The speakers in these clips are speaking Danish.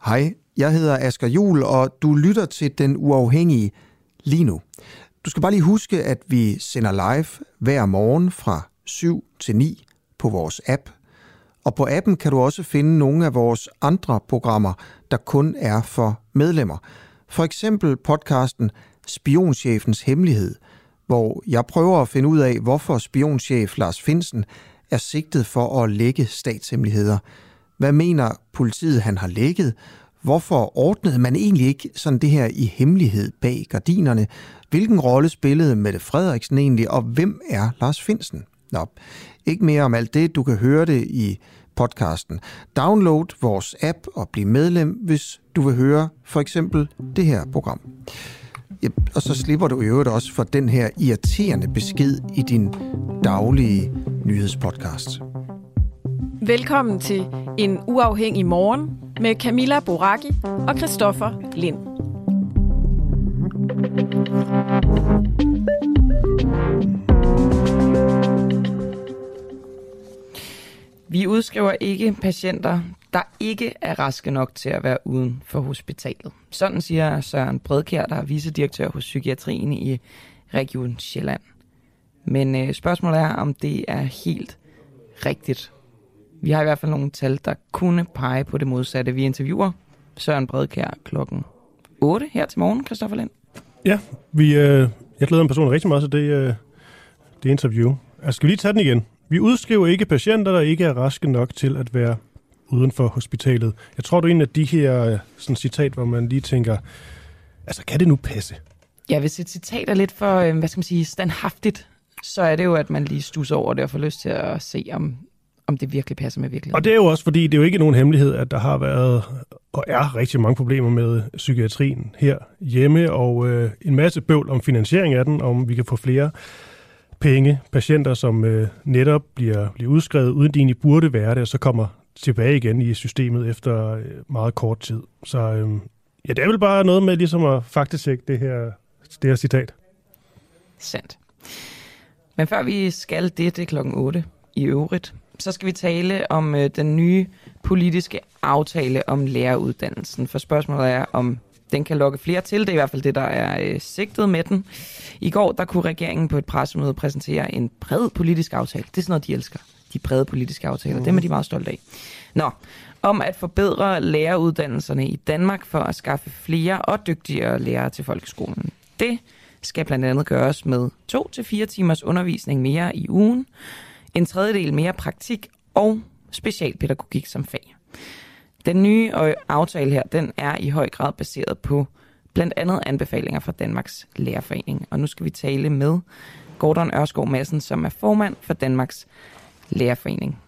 Hej, jeg hedder Asger Juhl, og du lytter til Den Uafhængige lige nu. Du skal bare lige huske, at vi sender live hver morgen fra 7 til 9 på vores app. Og på appen kan du også finde nogle af vores andre programmer, der kun er for medlemmer. For eksempel podcasten Spionchefens Hemmelighed, hvor jeg prøver at finde ud af, hvorfor spionchef Lars Findsen er sigtet for at lække statshemmeligheder. Hvad mener politiet, han har lækket? Hvorfor ordnede man egentlig ikke sådan det her i hemmelighed bag gardinerne? Hvilken rolle spillede Mette Frederiksen egentlig, og hvem er Lars Findsen? Nå, ikke mere om alt det. Du kan høre det i podcasten. Download vores app og bliv medlem, hvis du vil høre for eksempel det her program. Ja, og så slipper du i øvrigt også for den her irriterende besked i din daglige nyhedspodcast. Velkommen til En Uafhængig Morgen med Camilla Boracchi og Christoffer Lind. Vi udskriver ikke patienter, der ikke er raske nok til at være uden for hospitalet. Sådan siger Søren Bredkjær, der er vicedirektør hos psykiatrien i Region Sjælland. Men spørgsmålet er, om det er helt rigtigt. Vi har i hvert fald nogle tal, der kunne pege på det modsatte. Vi interviewer Søren Bredkjær klokken 8 her til morgen, Christoffer Lind. Ja, jeg glæder mig personligt rigtig meget til det interview. Skal vi lige tage den igen? Vi udskriver ikke patienter, der ikke er raske nok til at være uden for hospitalet. Jeg tror, det er en af de her sådan citat, hvor man lige tænker, altså kan det nu passe? Ja, hvis et citat er lidt for, standhaftigt, så er det jo, at man lige stusser over det og får lyst til at se, om det virkelig passer med virkeligheden. Og det er jo også, fordi det er jo ikke nogen hemmelighed, at der har været og er rigtig mange problemer med psykiatrien her hjemme, og en masse bøvl om finansiering af den, om vi kan få flere patienter, som netop bliver udskrevet, uden de egentlig burde være det, og så kommer tilbage igen i systemet efter meget kort tid. Så det er vel bare noget med ligesom at faktatjekke det her citat. Sandt. Men før vi skal det er klokken 8 i øvrigt, så skal vi tale om den nye politiske aftale om læreruddannelsen. For spørgsmålet er, om den kan lokke flere til. Det er i hvert fald det, der er sigtet med den. I går der kunne regeringen på et pressemøde præsentere en bred politisk aftale. Det er sådan noget, de elsker. De brede politiske aftaler. Dem er de meget stolte af. Om at forbedre læreruddannelserne i Danmark for at skaffe flere og dygtigere lærere til folkeskolen. Det skal blandt andet gøres med 2 til 4 timers undervisning mere i ugen, en tredjedel mere praktik og specialpædagogik som fag. Den nye aftale her, den er i høj grad baseret på blandt andet anbefalinger fra Danmarks Lærerforening. Og nu skal vi tale med Gordon Ørskov Madsen, som er formand for Danmarks Lærerforening.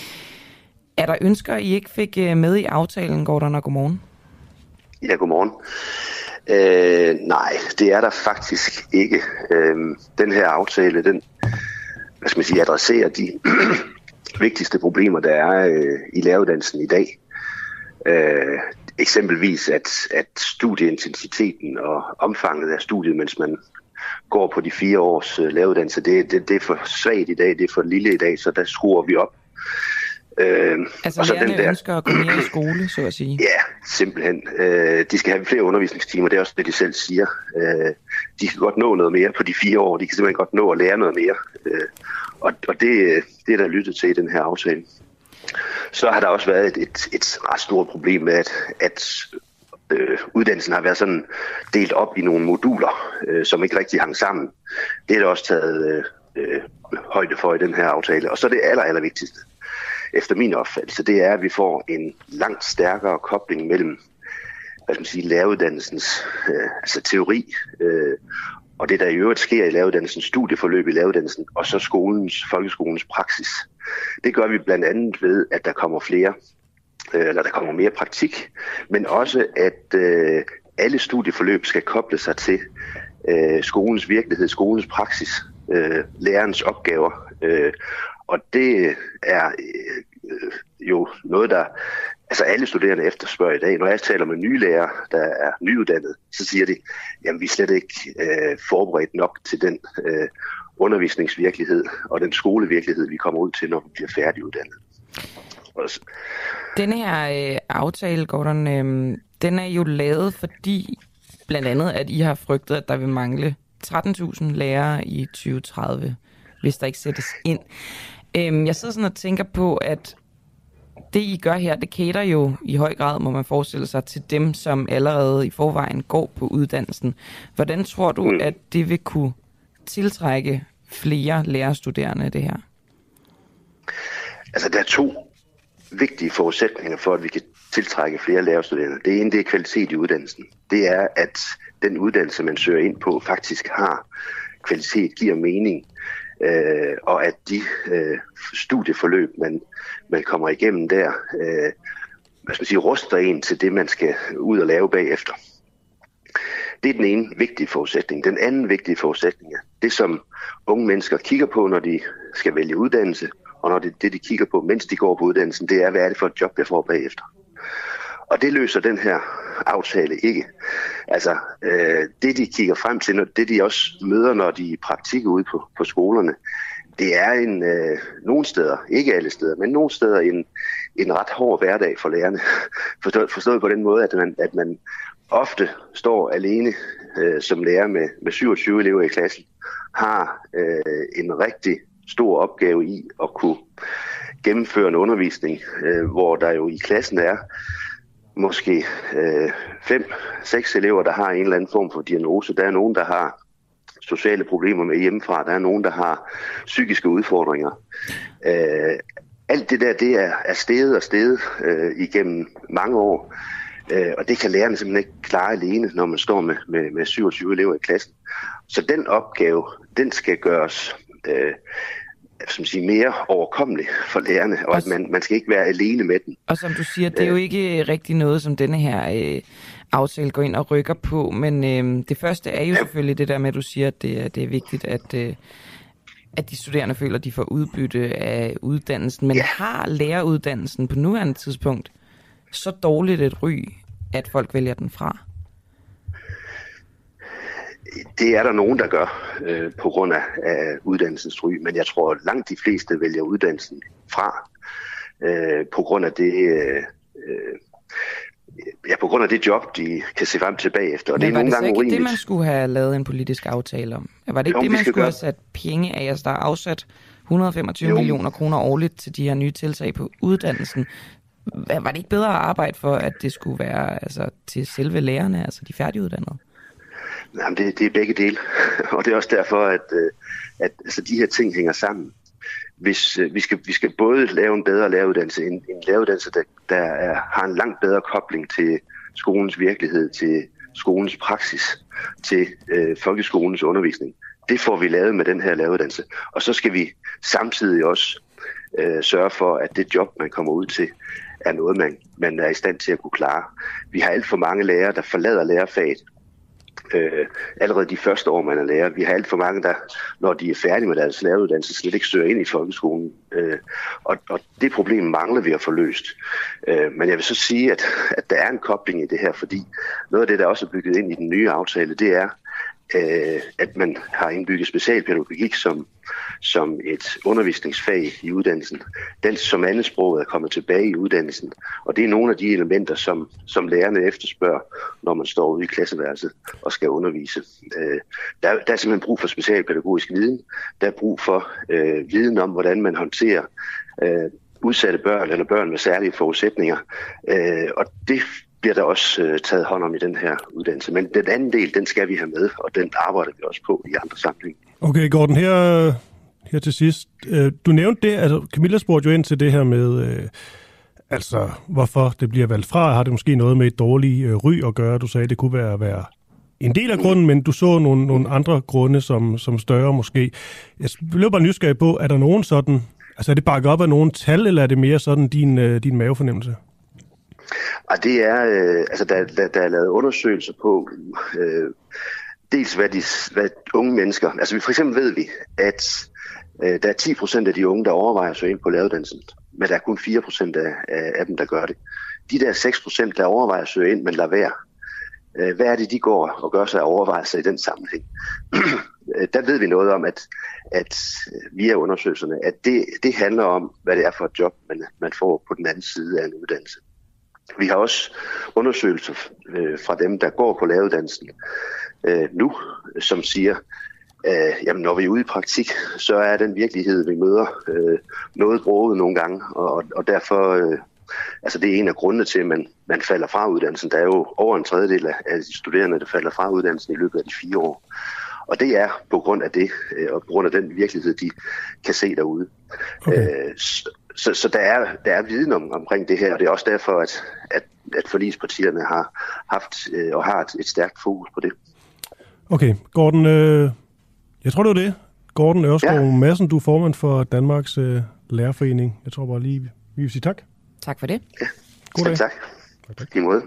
Er der ønsker, I ikke fik med i aftalen, Gordon, og godmorgen? Ja, godmorgen. Nej, det er der faktisk ikke. Den her aftale, den adresserer de vigtigste problemer, der er i læreruddannelsen i dag. Eksempelvis, at studieintensiteten og omfanget af studiet, mens man går på de 4 års læreruddannelse, det er for svagt i dag, det er for lille i dag, så der skruer vi op. Altså lærerne ønsker at gå mere i skole, så at sige? Ja, simpelthen. De skal have flere undervisningstimer, det er også det, de selv siger. De kan godt nå noget mere på de 4 år, de kan simpelthen godt nå at lære noget mere. Og det er der lyttet til i den her aftale. Så har der også været et ret stort problem med, at uddannelsen har været sådan delt op i nogle moduler, som ikke rigtig hang sammen. Det er der også taget højde for i den her aftale. Og så det aller vigtigste, efter min opfattelse, det er, at vi får en langt stærkere kobling mellem læreruddannelsens teori og det, der i øvrigt sker i læreruddannelsens studieforløb i læreruddannelsen, og så folkeskolens praksis. Det gør vi blandt andet ved, at der kommer mere praktik, men også at alle studieforløb skal koble sig til skolens virkelighed, skolens praksis, lærerens opgaver. Og det er jo noget, der alle studerende efterspørger i dag. Når jeg taler med nye lærere, der er nyuddannede, så siger de, jamen vi er slet ikke forberedt nok til den undervisningsvirkelighed og den skolevirkelighed, vi kommer ud til, når vi bliver færdiguddannet. Denne her aftale, Gordon, den er jo lavet, fordi blandt andet, at I har frygtet, at der vil mangle 13.000 lærere i 2030, hvis der ikke sættes ind. Jeg sidder sådan og tænker på, at det, I gør her, det cater jo i høj grad, må man forestille sig, til dem, som allerede i forvejen går på uddannelsen. Hvordan tror du, at det vil kunne tiltrække flere lærerstuderende, det her? Altså, der er 2 vigtige forudsætninger for, at vi kan tiltrække flere lærerstuderende. Det ene, det er kvalitet i uddannelsen. Det er, at den uddannelse, man søger ind på, faktisk har kvalitet, giver mening, og at de studieforløb, man kommer igennem der, ruster en til det, man skal ud og lave bagefter. Det er den ene vigtige forudsætning. Den anden vigtige forudsætning er det, som unge mennesker kigger på, når de skal vælge uddannelse, og når det de kigger på, mens de går på uddannelsen, det er, hvad er det for et job, jeg får bagefter. Og det løser den her aftale ikke. Altså, det de kigger frem til, det de også møder, når de er i praktik ude på skolerne, det er nogle steder, ikke alle steder, men nogle steder en ret hård hverdag for lærerne. Forstået på den måde, at man ofte står alene som lærer med 27 elever i klassen, har en rigtig stor opgave i at kunne gennemføre en undervisning, hvor der jo i klassen er måske 5-6 elever, der har en eller anden form for diagnose. Der er nogen, der har sociale problemer med hjemmefra. Der er nogen, der har psykiske udfordringer. Alt det der, det er steget igennem mange år. Og det kan lærerne simpelthen ikke klare alene, når man står med 27 elever i klassen. Så den opgave, den skal gøres mere overkommelig for lærerne, og at man skal ikke være alene med den. Og som du siger, det er jo ikke rigtig noget, som denne her aftale går ind og rykker på, men det første er jo selvfølgelig det der med, at du siger, at det er vigtigt, at de studerende føler, at de får udbytte af uddannelsen. Men har læreruddannelsen på nuværende tidspunkt så dårligt et ry, at folk vælger den fra? Det er der nogen, der gør på grund af uddannelsens ry, men jeg tror, at langt de fleste vælger uddannelsen fra på grund af det på grund af det job, de kan se frem til bagefter. Og men det er nogle gange urimeligt. Var det man skulle have lavet en politisk aftale om? Var det ikke det, man skulle have sat penge af? Altså, der er afsat 125 millioner kroner årligt til de her nye tiltag på uddannelsen. Var det ikke bedre at arbejde for, at det skulle være til selve lærerne, altså de færdiguddannede? Jamen, det er begge dele, og det er også derfor, at de her ting hænger sammen. Hvis vi skal både lave en bedre læreruddannelse, en læreruddannelse, der har en langt bedre kobling til skolens virkelighed, til skolens praksis, til folkeskolens undervisning. Det får vi lavet med den her læreruddannelse. Og så skal vi samtidig også sørge for, at det job, man kommer ud til, er noget, man er i stand til at kunne klare. Vi har alt for mange lærere, der forlader lærerfaget allerede de første år, man er lærer. Vi har alt for mange, der, når de er færdige med deres læreruddannelse, slet ikke søger ind i folkeskolen. Og det problem mangler vi at få løst. Men jeg vil så sige, at der er en kobling i det her, fordi noget af det, der også er bygget ind i den nye aftale, det er, at man har indbygget specialpædagogik som et undervisningsfag i uddannelsen. Den som andetsproget er kommet tilbage i uddannelsen. Og det er nogle af de elementer, som lærerne efterspørger, når man står ude i klasseværelset og skal undervise. Der er simpelthen brug for specialpædagogisk viden. Der er brug for viden om, hvordan man håndterer udsatte børn eller børn med særlige forudsætninger. Og det bliver der også taget hånd om i den her uddannelse. Men den anden del, den skal vi have med, og den arbejder vi også på i andre sammenhænge. Okay, Gordon, her til sidst. Du nævnte det, altså Camilla spurgte jo ind til det her med, hvorfor det bliver valgt fra. Har det måske noget med et dårligt ry at gøre? Du sagde, det kunne være en del af grunden, men du så nogle andre grunde som større måske. Jeg blev bare nysgerrig på, er der nogen sådan, altså er det bakket op af nogle tal, eller er det mere sådan din mavefornemmelse? Og det er, der er lavet undersøgelser på, dels hvad unge mennesker, altså for eksempel ved vi, at der er 10% af de unge, der overvejer at søge ind på læreruddannelsen, men der er kun 4% af dem, der gør det. De der 6%, der overvejer at søge ind, men lader være, Hvad er det, de går og gør sig overvejelser i den sammenhæng? Der ved vi noget om, at via undersøgelserne, at det handler om, hvad det er for et job, man får på den anden side af en uddannelse. Vi har også undersøgelser fra dem, der går på læreruddannelsen nu, som siger, jamen når vi er ude i praktik, så er den virkelighed, vi møder, noget broget nogle gange, og derfor, altså det er en af grundene til, at man falder fra uddannelsen. Der er jo over en tredjedel af de studerende, der falder fra uddannelsen i løbet af de 4 år. Og det er på grund af det, og på grund af den virkelighed, de kan se derude. Okay. Så der er viden omkring det her, og det er også derfor, at forligspartierne har haft og har et stærkt fokus på det. Okay, Gordon, jeg tror det var det. Gordon Ørskov Madsen, du er formand for Danmarks Lærerforening. Jeg tror bare lige, vi vil sige tak. Tak for det. Ja, god dag. Tak. I måde.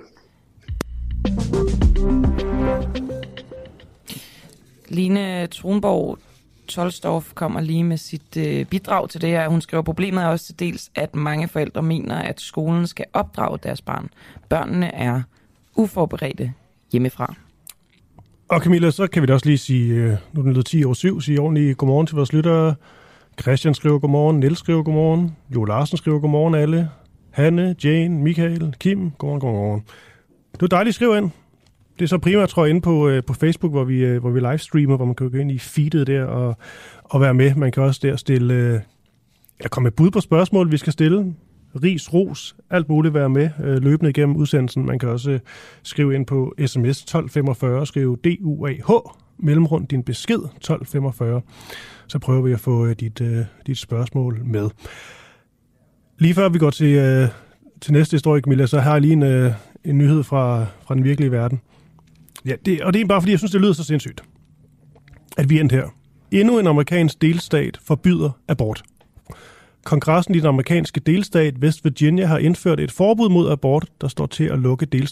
Line Thunborg Tolstorff kommer lige med sit bidrag til det her. Hun skriver, problemet er også til dels, at mange forældre mener, at skolen skal opdrage deres barn. Børnene er uforberedte hjemmefra. Og Camilla, så kan vi da også lige sige, nu er den lød 10:07, sige ordentligt godmorgen til vores lyttere. Christian skriver godmorgen, Niels skriver godmorgen, Jo Larsen skriver godmorgen alle, Hanne, Jane, Michael, Kim, godmorgen. Det er dejligt at skrive ind. Det er så primært, tror jeg, inde på Facebook, hvor vi livestreamer, hvor man kan gå ind i feedet der og være med. Man kan også der stille, eller komme med bud på spørgsmål, vi skal stille. Ris, ros, alt muligt være med løbende igennem udsendelsen. Man kan også skrive ind på sms 1245, skrive DUAH, mellemrund din besked 1245. Så prøver vi at få dit spørgsmål med. Lige før vi går til næste historie, Camilla, så har jeg lige en nyhed fra den virkelige verden. Ja, det er bare fordi, jeg synes, det lyder så sindssygt, at vi endte her. Endnu en amerikansk delstat forbyder abort. Kongressen i den amerikanske delstat West Virginia har indført et forbud mod abort, der står til at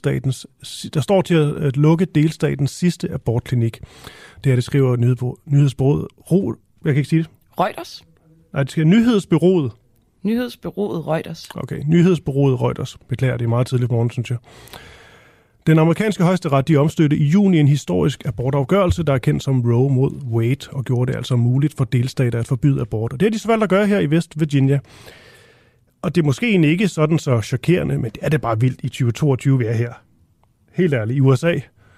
lukke delstatens sidste abortklinik. Det her, det skriver nyhedsbureauet jeg kan ikke sige det. Reuters? Nej, det skal nyhedsbureauet. Nyhedsbureauet Reuters. Okay, nyhedsbureauet Reuters. Beklager, det er meget tidligt på morgen, synes jeg. Den amerikanske højesteret, de omstødte i juni en historisk abortafgørelse, der er kendt som Roe mod Wade, og gjorde det altså muligt for delstater at forbyde abort. Og det har de så valgt at gøre her i West Virginia. Og det er måske egentlig ikke sådan så chokerende, men det er det bare vildt i 2022, vi er her. Helt ærligt, i USA.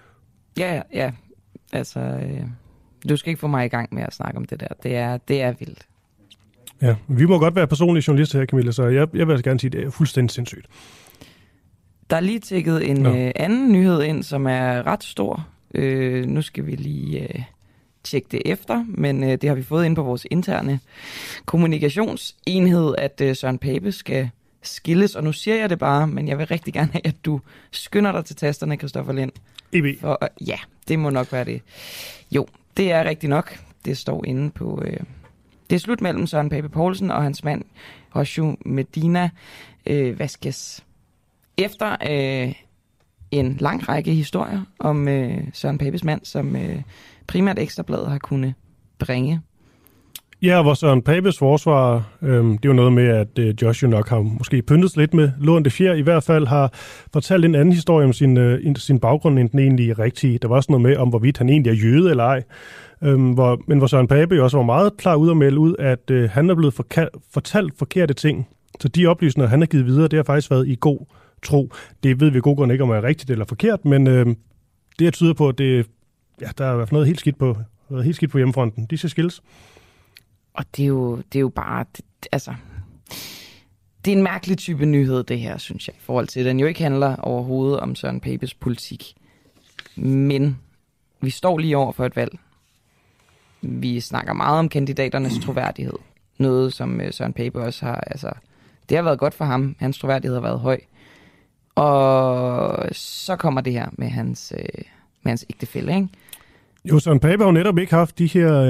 Ja. Altså, du skal ikke få mig i gang med at snakke om det der. Det er vildt. Ja, vi må godt være personlige journalister her, Camilla, så jeg vil altså gerne sige, at det er fuldstændig sindssygt. Der er lige tækket en anden nyhed ind, som er ret stor. Nu skal vi lige tjekke det efter, men det har vi fået ind på vores interne kommunikationsenhed, at Søren Pape skal skilles. Og nu siger jeg det bare, men jeg vil rigtig gerne have, at du skynder dig til tasterne, Christoffer Lind. EB. Ja, det må nok være det. Jo, det er rigtigt nok. Det står inde på... Det er slut mellem Søren Pape Poulsen og hans mand, Joshua Medina Vasquez. Efter en lang række historier om Søren Papes mand, som primært Ekstrabladet har kunnet bringe. Ja, hvor Søren Papes forsvar, det er jo noget med, at Joshua nok har måske pyntet lidt med lånte fjer, i hvert fald har fortalt en anden historie om sin baggrund, end den egentlig rigtige. Der var også noget med, om hvorvidt han egentlig er jøde eller ej. Men hvor Søren Pape jo også var meget klar ud at melde ud, at han er blevet fortalt forkerte ting. Så de oplysninger, han har givet videre, det har faktisk været i god tro. Det ved vi god grund ikke, om det er rigtigt eller forkert, men det tyder på, at der er i hvert fald noget helt skidt på hjemmefronten. De skal skilles. Og det er jo bare... Det er en mærkelig type nyhed, det her, synes jeg, i forhold til, at den jo ikke handler overhovedet om Søren Papes politik. Men vi står lige over for et valg. Vi snakker meget om kandidaternes troværdighed. Noget, som Søren Pape også har... det har været godt for ham. Hans troværdighed har været høj. Og så kommer det her med hans ægtefælle, ikke? Jo, Søren Pape har jo netop ikke haft de her...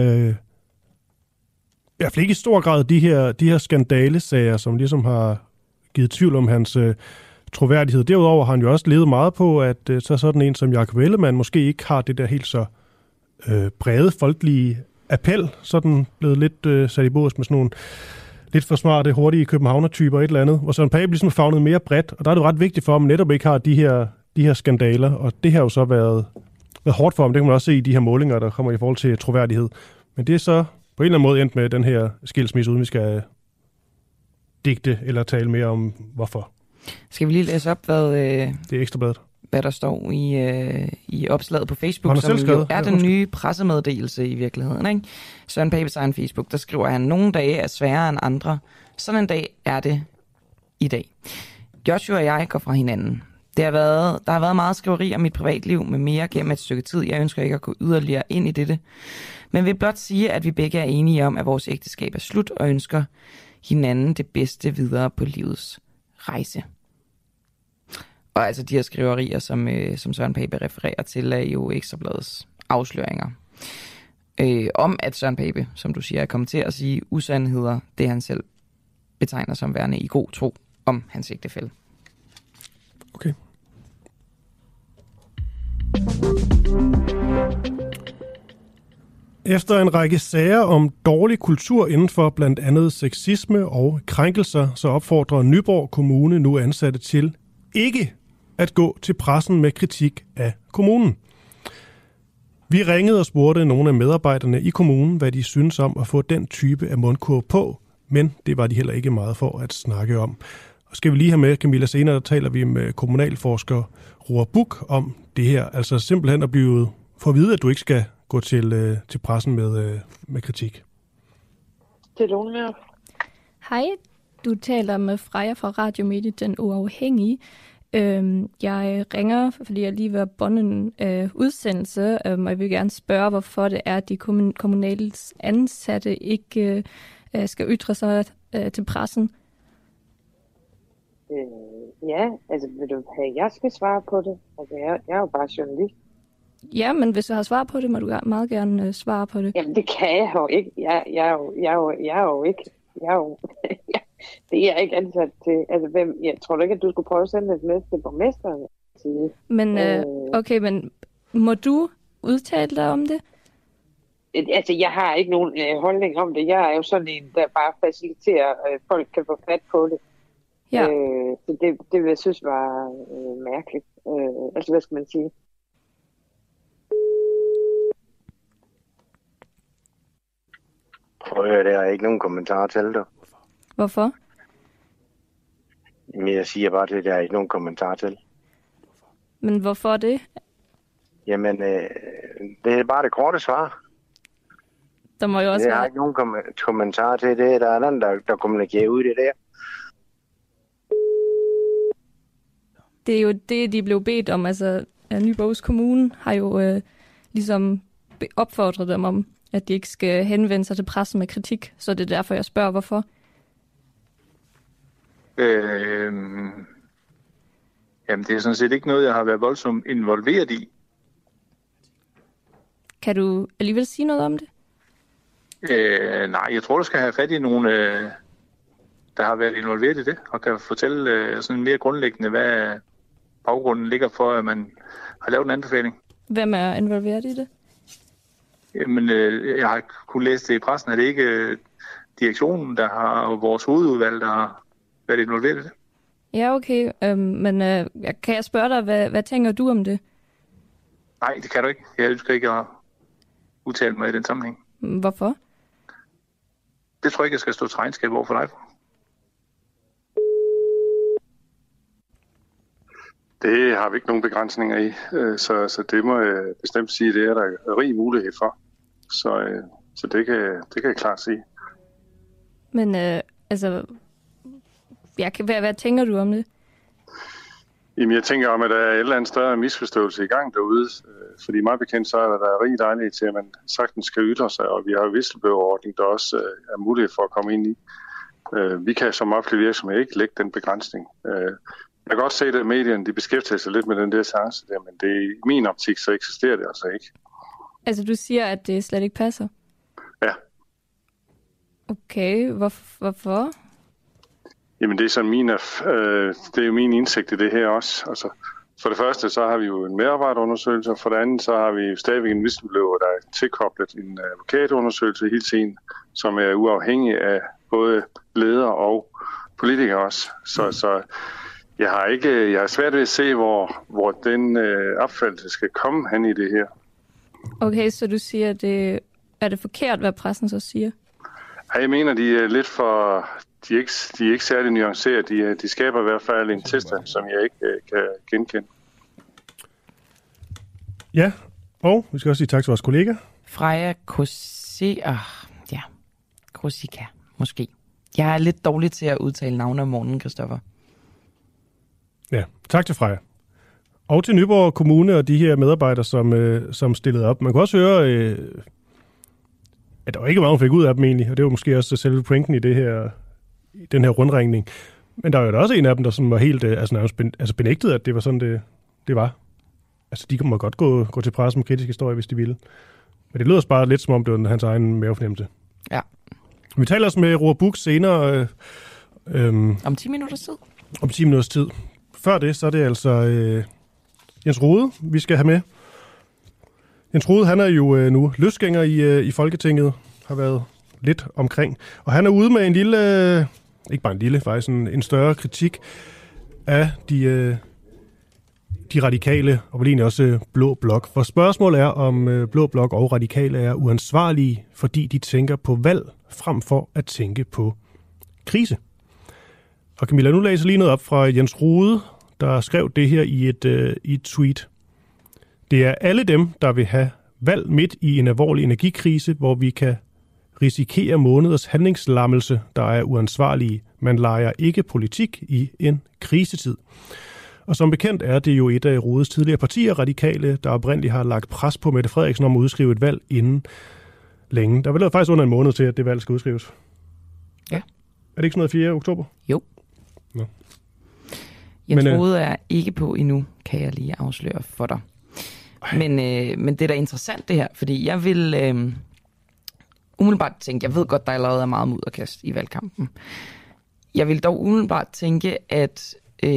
I hvert fald ikke i stor grad de her skandalesager, som ligesom har givet tvivl om hans troværdighed. Derudover har han jo også levet meget på, at så sådan en som Jakob Ellemann måske ikke har det der helt så brede folkelige appel, sådan blevet lidt sat i bås med sådan nogle lidt for smarte, hurtige københavner-typer et eller andet, hvor Søren Pape ligesom favnet mere bredt, og der er det ret vigtigt for, at man netop ikke har de de her skandaler, og det har jo så været hårdt for ham. Det kan man også se i de her målinger, der kommer i forhold til troværdighed. Men det er så på en eller anden måde endt med den her skilsmisse, uden vi skal digte eller tale mere om, hvorfor. Skal vi lige læse op, hvad... Det er Ekstrabladet. Hvad der står i opslaget på Facebook, som jo er den nye pressemeddelelse i virkeligheden. Ikke? Søren Papes egen Facebook, der skriver han, nogle dage er sværere end andre. Sådan en dag er det i dag. Joshua og jeg går fra hinanden. Der har været meget skriveri om mit privatliv med mere gennem et stykke tid. Jeg ønsker ikke at gå yderligere ind i dette. Men vil blot sige, at vi begge er enige om, at vores ægteskab er slut og ønsker hinanden det bedste videre på livets rejse. Og altså de her skriverier, som Søren Pape refererer til, er jo Ekstrabladets afsløringer. Om at Søren Pape, som du siger, er kommet til at sige usandheder, det han selv betegner som værende i god tro om hans ægtefælle. Okay. Efter en række sager om dårlig kultur inden for blandt andet sexisme og krænkelser, så opfordrer Nyborg Kommune nu ansatte til ikke at gå til pressen med kritik af kommunen. Vi ringede og spurgte nogle af medarbejderne i kommunen, hvad de synes om at få den type af mundkurv på, men det var de heller ikke meget for at snakke om. Og skal vi lige have med, Camilla, senere der taler vi med kommunalforsker Roar Buch om det her, altså simpelthen at få at vide, at du ikke skal gå til pressen med kritik. Det er Lone. Hej, du taler med Freja fra Radiomediet Den Uafhængige. Jeg ringer, fordi jeg lige var båndet en udsendelse, og jeg vil gerne spørge, hvorfor det er, at de kommunales ansatte ikke skal ytre sig til pressen. Ja, altså vil du have, jeg skal svare på det? Altså jeg er jo bare journalist. Ja, men hvis du har svar på det, må du meget gerne svare på det. Jamen det kan jeg jo ikke. Jeg er jo ikke. Det er jeg ikke ansat til. Altså jeg tror ikke, at du skulle prøve at sende et med til borgmesteren. Men okay, men må du udtale dig om det? Altså jeg har ikke nogen holdning om det. Jeg er jo sådan en, der bare faciliterer, at folk kan få fat på det. Ja. Så det vil jeg synes var mærkeligt. Altså hvad skal man sige? Prøv at høre, der er ikke nogen kommentar til det. Hvorfor? Men jeg siger bare til, at der er ikke nogen kommentar til. Men hvorfor det? Jamen, det er bare det korte svar. Der må jo også være... ikke nogen kommentar til det. Der er nogen, der kommunikerer ud i det der. Det er jo det, de blev bedt om. Altså, Nyborgs Kommune har jo ligesom opfordret dem om, at de ikke skal henvende sig til pressen med kritik. Så det er derfor, jeg spørger, hvorfor. Jamen, det er sådan set ikke noget, jeg har været voldsomt involveret i. Kan du alligevel sige noget om det? Nej, jeg tror, du skal have fat i nogen, der har været involveret i det, og kan fortælle sådan mere grundlæggende, hvad baggrunden ligger for, at man har lavet en anbefaling. Hvem er involveret i det? Jamen, jeg har kunnet læse det i pressen, at det ikke direktionen, der har vores hovedudvalg, der har været involveret i det. Ja, okay. Men kan jeg spørge dig, hvad tænker du om det? Nej, det kan du ikke. Jeg ønsker ikke at udtale mig i den sammenhæng. Hvorfor? Det tror jeg ikke, jeg skal stå til regnskab over for dig for. Det har vi ikke nogen begrænsninger i, så det må jeg bestemt sige, det er der rig mulighed for. Så det kan jeg klart sige. Men altså, hvad tænker du om det? Jamen, jeg tænker om, at der er et eller andet større misforståelse i gang derude. Fordi meget bekendt, så er der rig lejlighed til, at man sagtens skal ytre sig, og vi har jo whistleblower-ordning, der også er mulighed for at komme ind i. Vi kan som offentlig virksomhed ikke lægge den begrænsning. Jeg kan godt se, at medierne de beskæftiger sig lidt med den der chance der, men det i min optik, så eksisterer det altså ikke. Altså, du siger, at det slet ikke passer? Ja. Okay, hvorfor? Jamen, det er sådan det er jo min indsigt i det her også. Altså, for det første, så har vi jo en medarbejderundersøgelse, og for det andet, så har vi stadigvæk en whistleblower, der er tilkoblet en advokatundersøgelse hele tiden, som er uafhængig af både ledere og politikere også. Så Jeg har svært ved at se, hvor den opfattelse skal komme hen i det her. Okay, så du siger, at er det forkert, hvad pressen så siger? Ja, jeg mener, de er lidt for... De er ikke særlig nuanceret. De skaber i hvert fald en tilstand, som jeg ikke kan genkende. Ja, og vi skal også sige tak til vores kollega. Freja Krosika, måske. Jeg er lidt dårlig til at udtale navne om morgenen, Christoffer. Ja, tak til Freja. Og til Nyborg Kommune og de her medarbejdere, som stillede op. Man kan også høre, at der var ikke meget, hun fik ud af dem egentlig, og det var måske også selve pointen i den her rundringning. Men der var jo også en af dem, der sådan var helt benægtet, at det var sådan, det var. Altså, de må godt gå til pressen med kritisk historie, hvis de ville. Men det lyder bare lidt, som om det var hans egen mavefornemmelse. Ja. Vi taler også med Roar Buch senere. Om 10 minutters tid. Om 10 minutters tid. Før det, så er det altså Jens Rohde, vi skal have med. Jens Rohde, han er jo nu løsgænger i Folketinget, har været lidt omkring. Og han er ude med en lille, ikke bare en lille, faktisk en større kritik af de radikale, og vel egentlig også Blå Blok. For spørgsmålet er, om Blå Blok og radikale er uansvarlige, fordi de tænker på valg, frem for at tænke på krise. Og Camilla, nu læser lige noget op fra Jens Rohde, der skrev det her i et tweet. Det er alle dem, der vil have valg midt i en alvorlig energikrise, hvor vi kan risikere måneders handlingslammelse, der er uansvarlige. Man leger ikke politik i en krisetid. Og som bekendt er det jo et af Rohdes tidligere partier, radikale, der oprindeligt har lagt pres på Mette Frederiksen om at udskrive et valg inden længe. Der vil faktisk under en måned til, at det valg skal udskrives. Ja. Er det ikke sådan noget 4. oktober? Jo. Nå. Jens Rohde er ikke på endnu, kan jeg lige afsløre for dig. Men det er da interessant det her, fordi jeg vil umiddelbart tænke, jeg ved godt, der allerede er meget mudderkast i valgkampen. Jeg vil dog umiddelbart tænke, at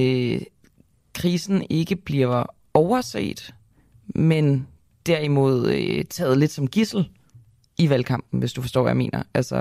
krisen ikke bliver overset, men derimod taget lidt som gidsel i valgkampen, hvis du forstår, hvad jeg mener. Altså,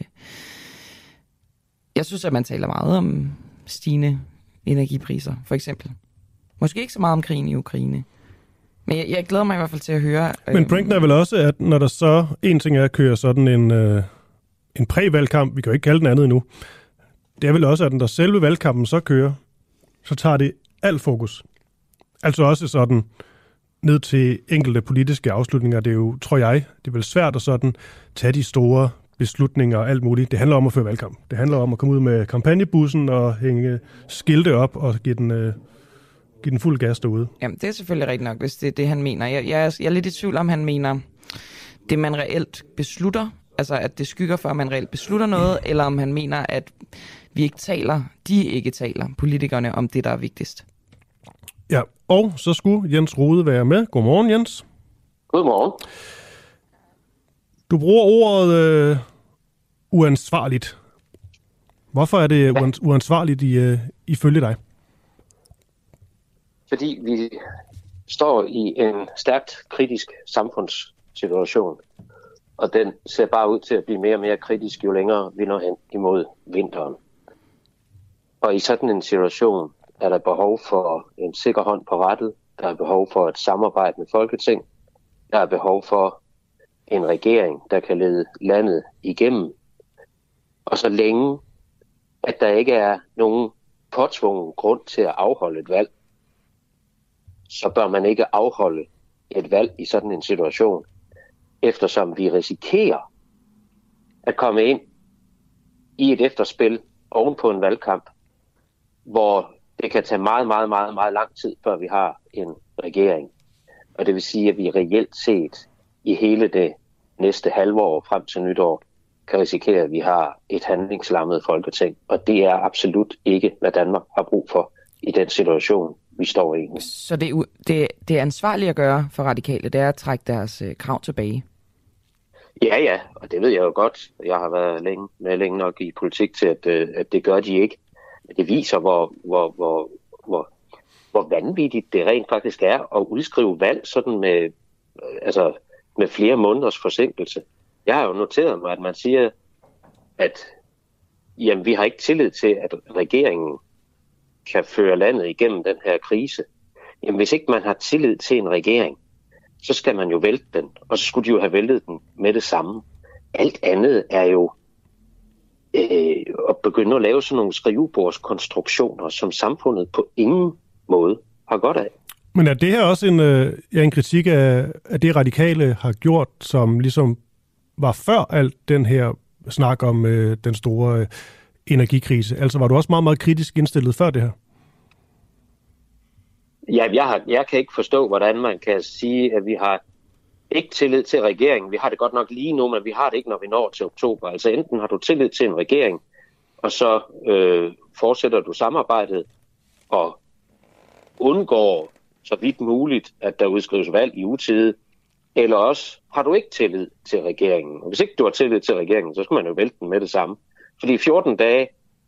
jeg synes, at man taler meget om stigende energipriser, for eksempel. Måske ikke så meget om krigen i Ukraine. Men jeg glæder mig i hvert fald til at høre. Men pointen er vel også, at når der så en ting er at køre sådan en prævalgkamp, vi kan jo ikke kalde den andet endnu, det er vel også, at når selve valgkampen så kører, så tager det alt fokus. Altså også sådan ned til enkelte politiske afslutninger. Det er jo, tror jeg, det er vel svært at sådan tage de store beslutninger og alt muligt. Det handler om at føre valgkamp. Det handler om at komme ud med kampagnebussen og hænge skilte op og give den fuld gas derude. Jamen, det er selvfølgelig rigtigt nok, hvis det er det, han mener. Jeg er lidt i tvivl om, han mener det, man reelt beslutter, altså at det skygger for, at man reelt beslutter noget, eller om han mener, at de ikke taler, politikerne, om det, der er vigtigst. Ja, og så skulle Jens Rohde være med. Godmorgen, Jens. Godmorgen. Du bruger ordet uansvarligt. Hvorfor er det uansvarligt ifølge dig? Fordi vi står i en stærkt kritisk samfundssituation, og den ser bare ud til at blive mere og mere kritisk, jo længere vi når hen imod vinteren. Og i sådan en situation er der behov for en sikker hånd på rattet, der er behov for et samarbejde med Folketing, der er behov for en regering, der kan lede landet igennem. Og så længe, at der ikke er nogen påtvungen grund til at afholde et valg, så bør man ikke afholde et valg i sådan en situation, eftersom vi risikerer at komme ind i et efterspil oven på en valgkamp, hvor det kan tage meget, meget, meget, meget lang tid, før vi har en regering. Og det vil sige, at vi reelt set i hele det næste halve år frem til nytår kan risikere, at vi har et handlingslammet Folketing. Og det er absolut ikke, hvad Danmark har brug for i den situation, vi står i. Så det er ansvarligt at gøre for radikale, det er at trække deres krav tilbage? Ja, og det ved jeg jo godt. Jeg har været længe nok i politik til, at det gør de ikke. Men det viser, hvor vanvittigt det rent faktisk er at udskrive valg sådan med flere måneders forsinkelse. Jeg har jo noteret mig, at man siger, at jamen, vi har ikke tillid til, at regeringen kan føre landet igennem den her krise. Jamen, hvis ikke man har tillid til en regering, så skal man jo vælte den, og så skulle de jo have væltet den med det samme. Alt andet er jo at begynde at lave sådan nogle skrivebordskonstruktioner, som samfundet på ingen måde har godt af. Men er det her også en kritik af det, Radikale har gjort, som ligesom var før alt den her snak om den store energikrise? Altså var du også meget, meget kritisk indstillet før det her? Ja, jeg kan ikke forstå, hvordan man kan sige, at vi har ikke tillid til regeringen. Vi har det godt nok lige nu, men vi har det ikke, når vi når til oktober. Altså enten har du tillid til en regering, og så fortsætter du samarbejdet og undgår så vidt muligt, at der udskrives valg i utide, eller også har du ikke tillid til regeringen. Og hvis ikke du har tillid til regeringen, så skal man jo vælte den med det samme. Fordi 14 dage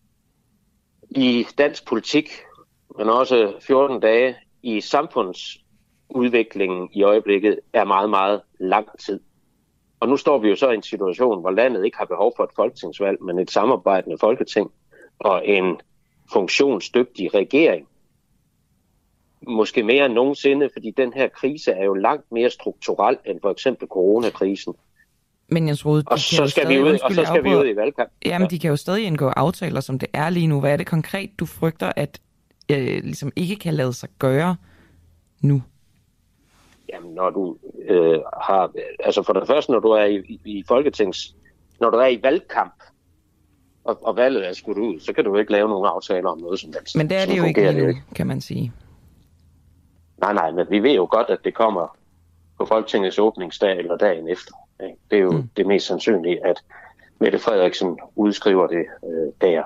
i dansk politik, men også 14 dage i samfundsudviklingen i øjeblikket, er meget, meget lang tid. Og nu står vi jo så i en situation, hvor landet ikke har behov for et folketingsvalg, men et samarbejdende folketing og en funktionsdygtig regering. Måske mere end nogensinde, fordi den her krise er jo langt mere strukturel end for eksempel coronakrisen. Men Jens Rohde, og så skal vi ud i valgkamp. Jamen, de kan jo stadig indgå aftaler, som det er lige nu. Hvad er det konkret, du frygter, at ligesom ikke kan lade sig gøre nu? Jamen, når du har... Altså for det første, når du er i når du er i valgkamp, og valget er skudt ud, så kan du jo ikke lave nogen aftaler om noget som helst. Men det er det jo ikke lige nu, kan man sige. Nej, men vi ved jo godt, at det kommer på Folketingets åbningsdag eller dagen efter. Det er jo det mest sandsynlige, at Mette Frederiksen udskriver det der.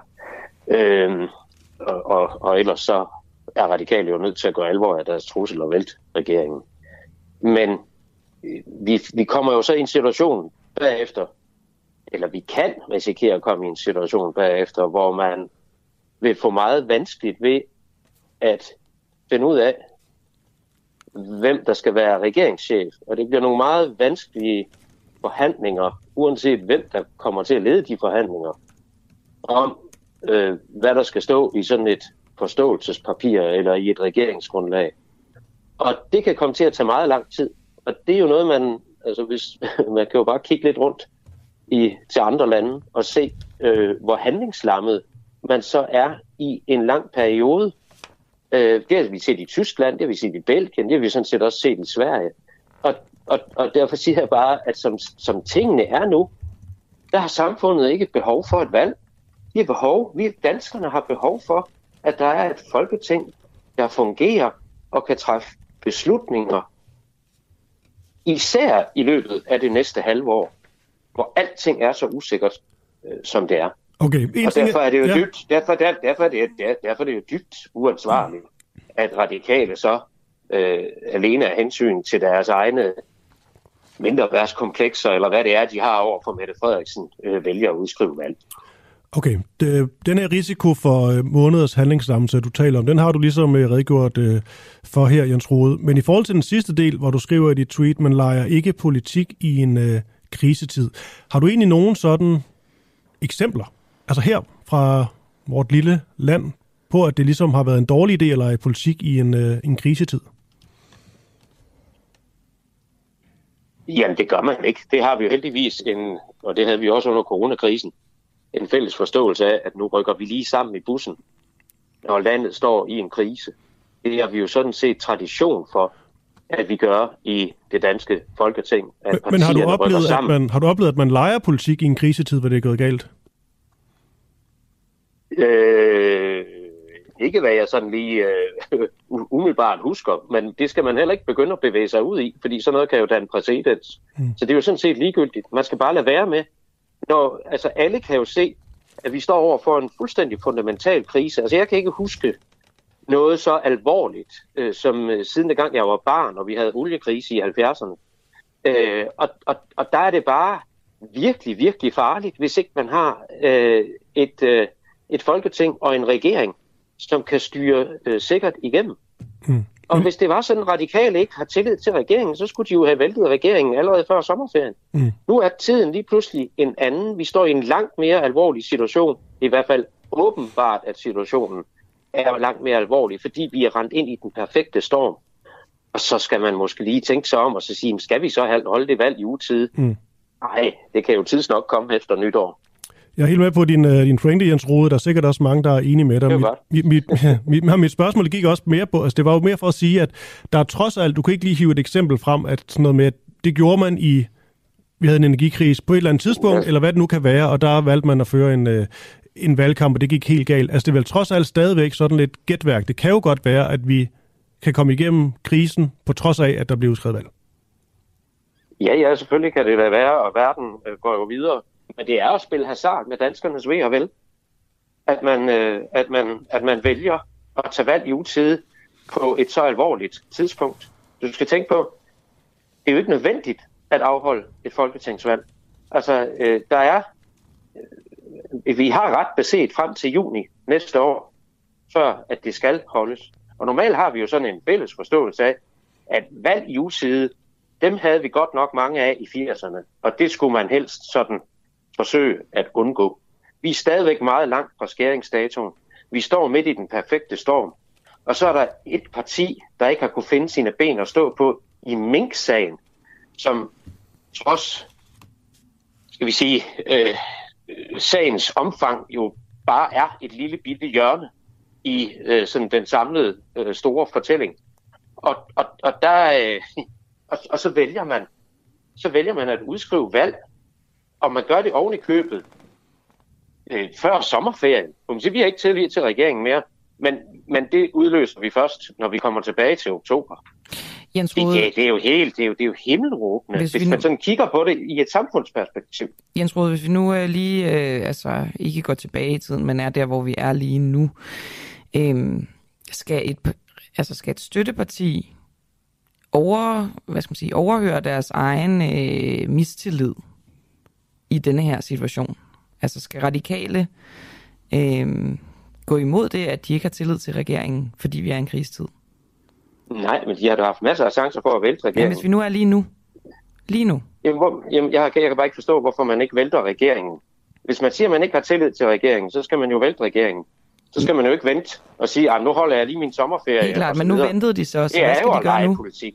Og ellers så er Radikale jo nødt til at gå alvor af deres trussel og vælte regeringen. Men vi kommer jo så i en situation bagefter, eller vi kan risikere at komme i en situation bagefter, hvor man vil få meget vanskeligt ved at finde ud af, hvem der skal være regeringschef. Og det bliver nogle meget vanskelige forhandlinger, uanset hvem der kommer til at lede de forhandlinger, om hvad der skal stå i sådan et forståelsespapir eller i et regeringsgrundlag. Og det kan komme til at tage meget lang tid. Og det er jo noget, man kan jo bare kigge lidt rundt til andre lande og se, hvor handlingslammet man så er i en lang periode. Det har vi set i Tyskland, det har vi set i Belgien, det har vi sådan set også set i Sverige. Og derfor siger jeg bare, at som tingene er nu, der har samfundet ikke behov for et valg. Vi danskerne har behov for, at der er et folketing, der fungerer og kan træffe beslutninger, især i løbet af det næste halve år, hvor alting er så usikkert, som det er. Okay. Og derfor er det jo dybt, derfor er det jo dybt uansvarligt, at Radikale så alene af hensyn til deres egne mindreværdskomplekser, eller hvad det er, de har over for Mette Frederiksen, vælger at udskrive valg. Okay, den her risiko for måneders handlingslammelse, du taler om, den har du ligesom redegjort for her, Jens Rohde. Men i forhold til den sidste del, hvor du skriver i dit tweet, man leger ikke politik i en krisetid. Har du egentlig nogen sådan eksempler, altså her fra vort lille land, på at det ligesom har været en dårlig idé at lege politik i en krisetid? Jamen, det gør man ikke. Det har vi jo heldigvis, og det havde vi også under coronakrisen, en fælles forståelse af, at nu rykker vi lige sammen i bussen, når landet står i en krise. Det har vi jo sådan set tradition for, at vi gør i det danske folketing. Men har du oplevet, at man leger politik i en krisetid, hvor det er gået galt? Ikke hvad jeg sådan lige umiddelbart husker, men det skal man heller ikke begynde at bevæge sig ud i, fordi sådan noget kan jo danne præcedens. Så det er jo sådan set ligegyldigt. Man skal bare lade være med. Altså alle kan jo se, at vi står over for en fuldstændig fundamental krise. Altså jeg kan ikke huske noget så alvorligt, som siden den gang jeg var barn, og vi havde oliekrise i 70'erne. Og der er det bare virkelig, virkelig farligt, hvis ikke man har et folketing og en regering, som kan styre sikkert igennem. Og hvis det var sådan, Radikale ikke har tillid til regeringen, så skulle de jo have væltet regeringen allerede før sommerferien. Nu er tiden lige pludselig en anden. Vi står i en langt mere alvorlig situation, i hvert fald åbenbart, at situationen er langt mere alvorlig, fordi vi er rendt ind i den perfekte storm. Og så skal man måske lige tænke sig om og så sige, skal vi så holde det valg i utide? Nej, det kan jo tidsnok komme efter nytår. Jeg er helt med på din pointe, Jens Rohde. Der er sikkert også mange, der er enige med dig. Mit spørgsmål gik også mere på, altså det var jo mere for at sige, at der er trods alt, du kan ikke lige hive et eksempel frem, at sådan noget med, at det gjorde man vi havde en energikrise på et eller andet tidspunkt, eller hvad det nu kan være, og der valgte man at føre en valgkamp, og det gik helt galt. Altså det er vel trods alt stadigvæk sådan lidt gætværk. Det kan jo godt være, at vi kan komme igennem krisen, på trods af, at der bliver udskrevet valg. Ja, selvfølgelig kan det da være, og verden går jo videre. Men det er at spille hasard med danskernes ve og vel. At man vælger at tage valg i utide på et så alvorligt tidspunkt. Du skal tænke på, det er jo ikke nødvendigt at afholde et folketingsvalg. Altså, vi har ret beset frem til juni næste år, før at det skal holdes. Og normalt har vi jo sådan en fælles forståelse af, at valg i utide, dem havde vi godt nok mange af i 80'erne, og det skulle man helst sådan forsøge at undgå. Vi er stadigvæk meget langt fra skæringsdatoen. Vi står midt i den perfekte storm. Og så er der et parti, der ikke har kunne finde sine ben at stå på i Mink-sagen, som trods, skal vi sige, sagens omfang jo bare er et lille bitte hjørne i sådan den samlede store fortælling. Og så vælger man at udskrive valg, og man gør det oven i købet før sommerferien. Vi har ikke tillid til regeringen mere, men det udløser vi først, når vi kommer tilbage til oktober. Jens Rohde, det er jo himmelråbende, hvis man sådan kigger på det i et samfundsperspektiv. Jens Rohde, hvis vi nu lige ikke går tilbage i tiden, men er der, hvor vi er lige nu, skal et støtteparti overhøre deres egen mistillid i denne her situation? Altså skal radikale gå imod det, at de ikke har tillid til regeringen, fordi vi er i en krisetid? Nej, men de har da haft masser af chancer for at vælte regeringen. Men hvis vi nu er lige nu. Jamen, jeg kan bare ikke forstå, hvorfor man ikke vælter regeringen. Hvis man siger, at man ikke har tillid til regeringen, så skal man jo vælte regeringen. Så skal man jo ikke vente og sige, at nu holder jeg lige min sommerferie. Helt klart, men nu ventede de så hvad skal de gøre nu? Politik.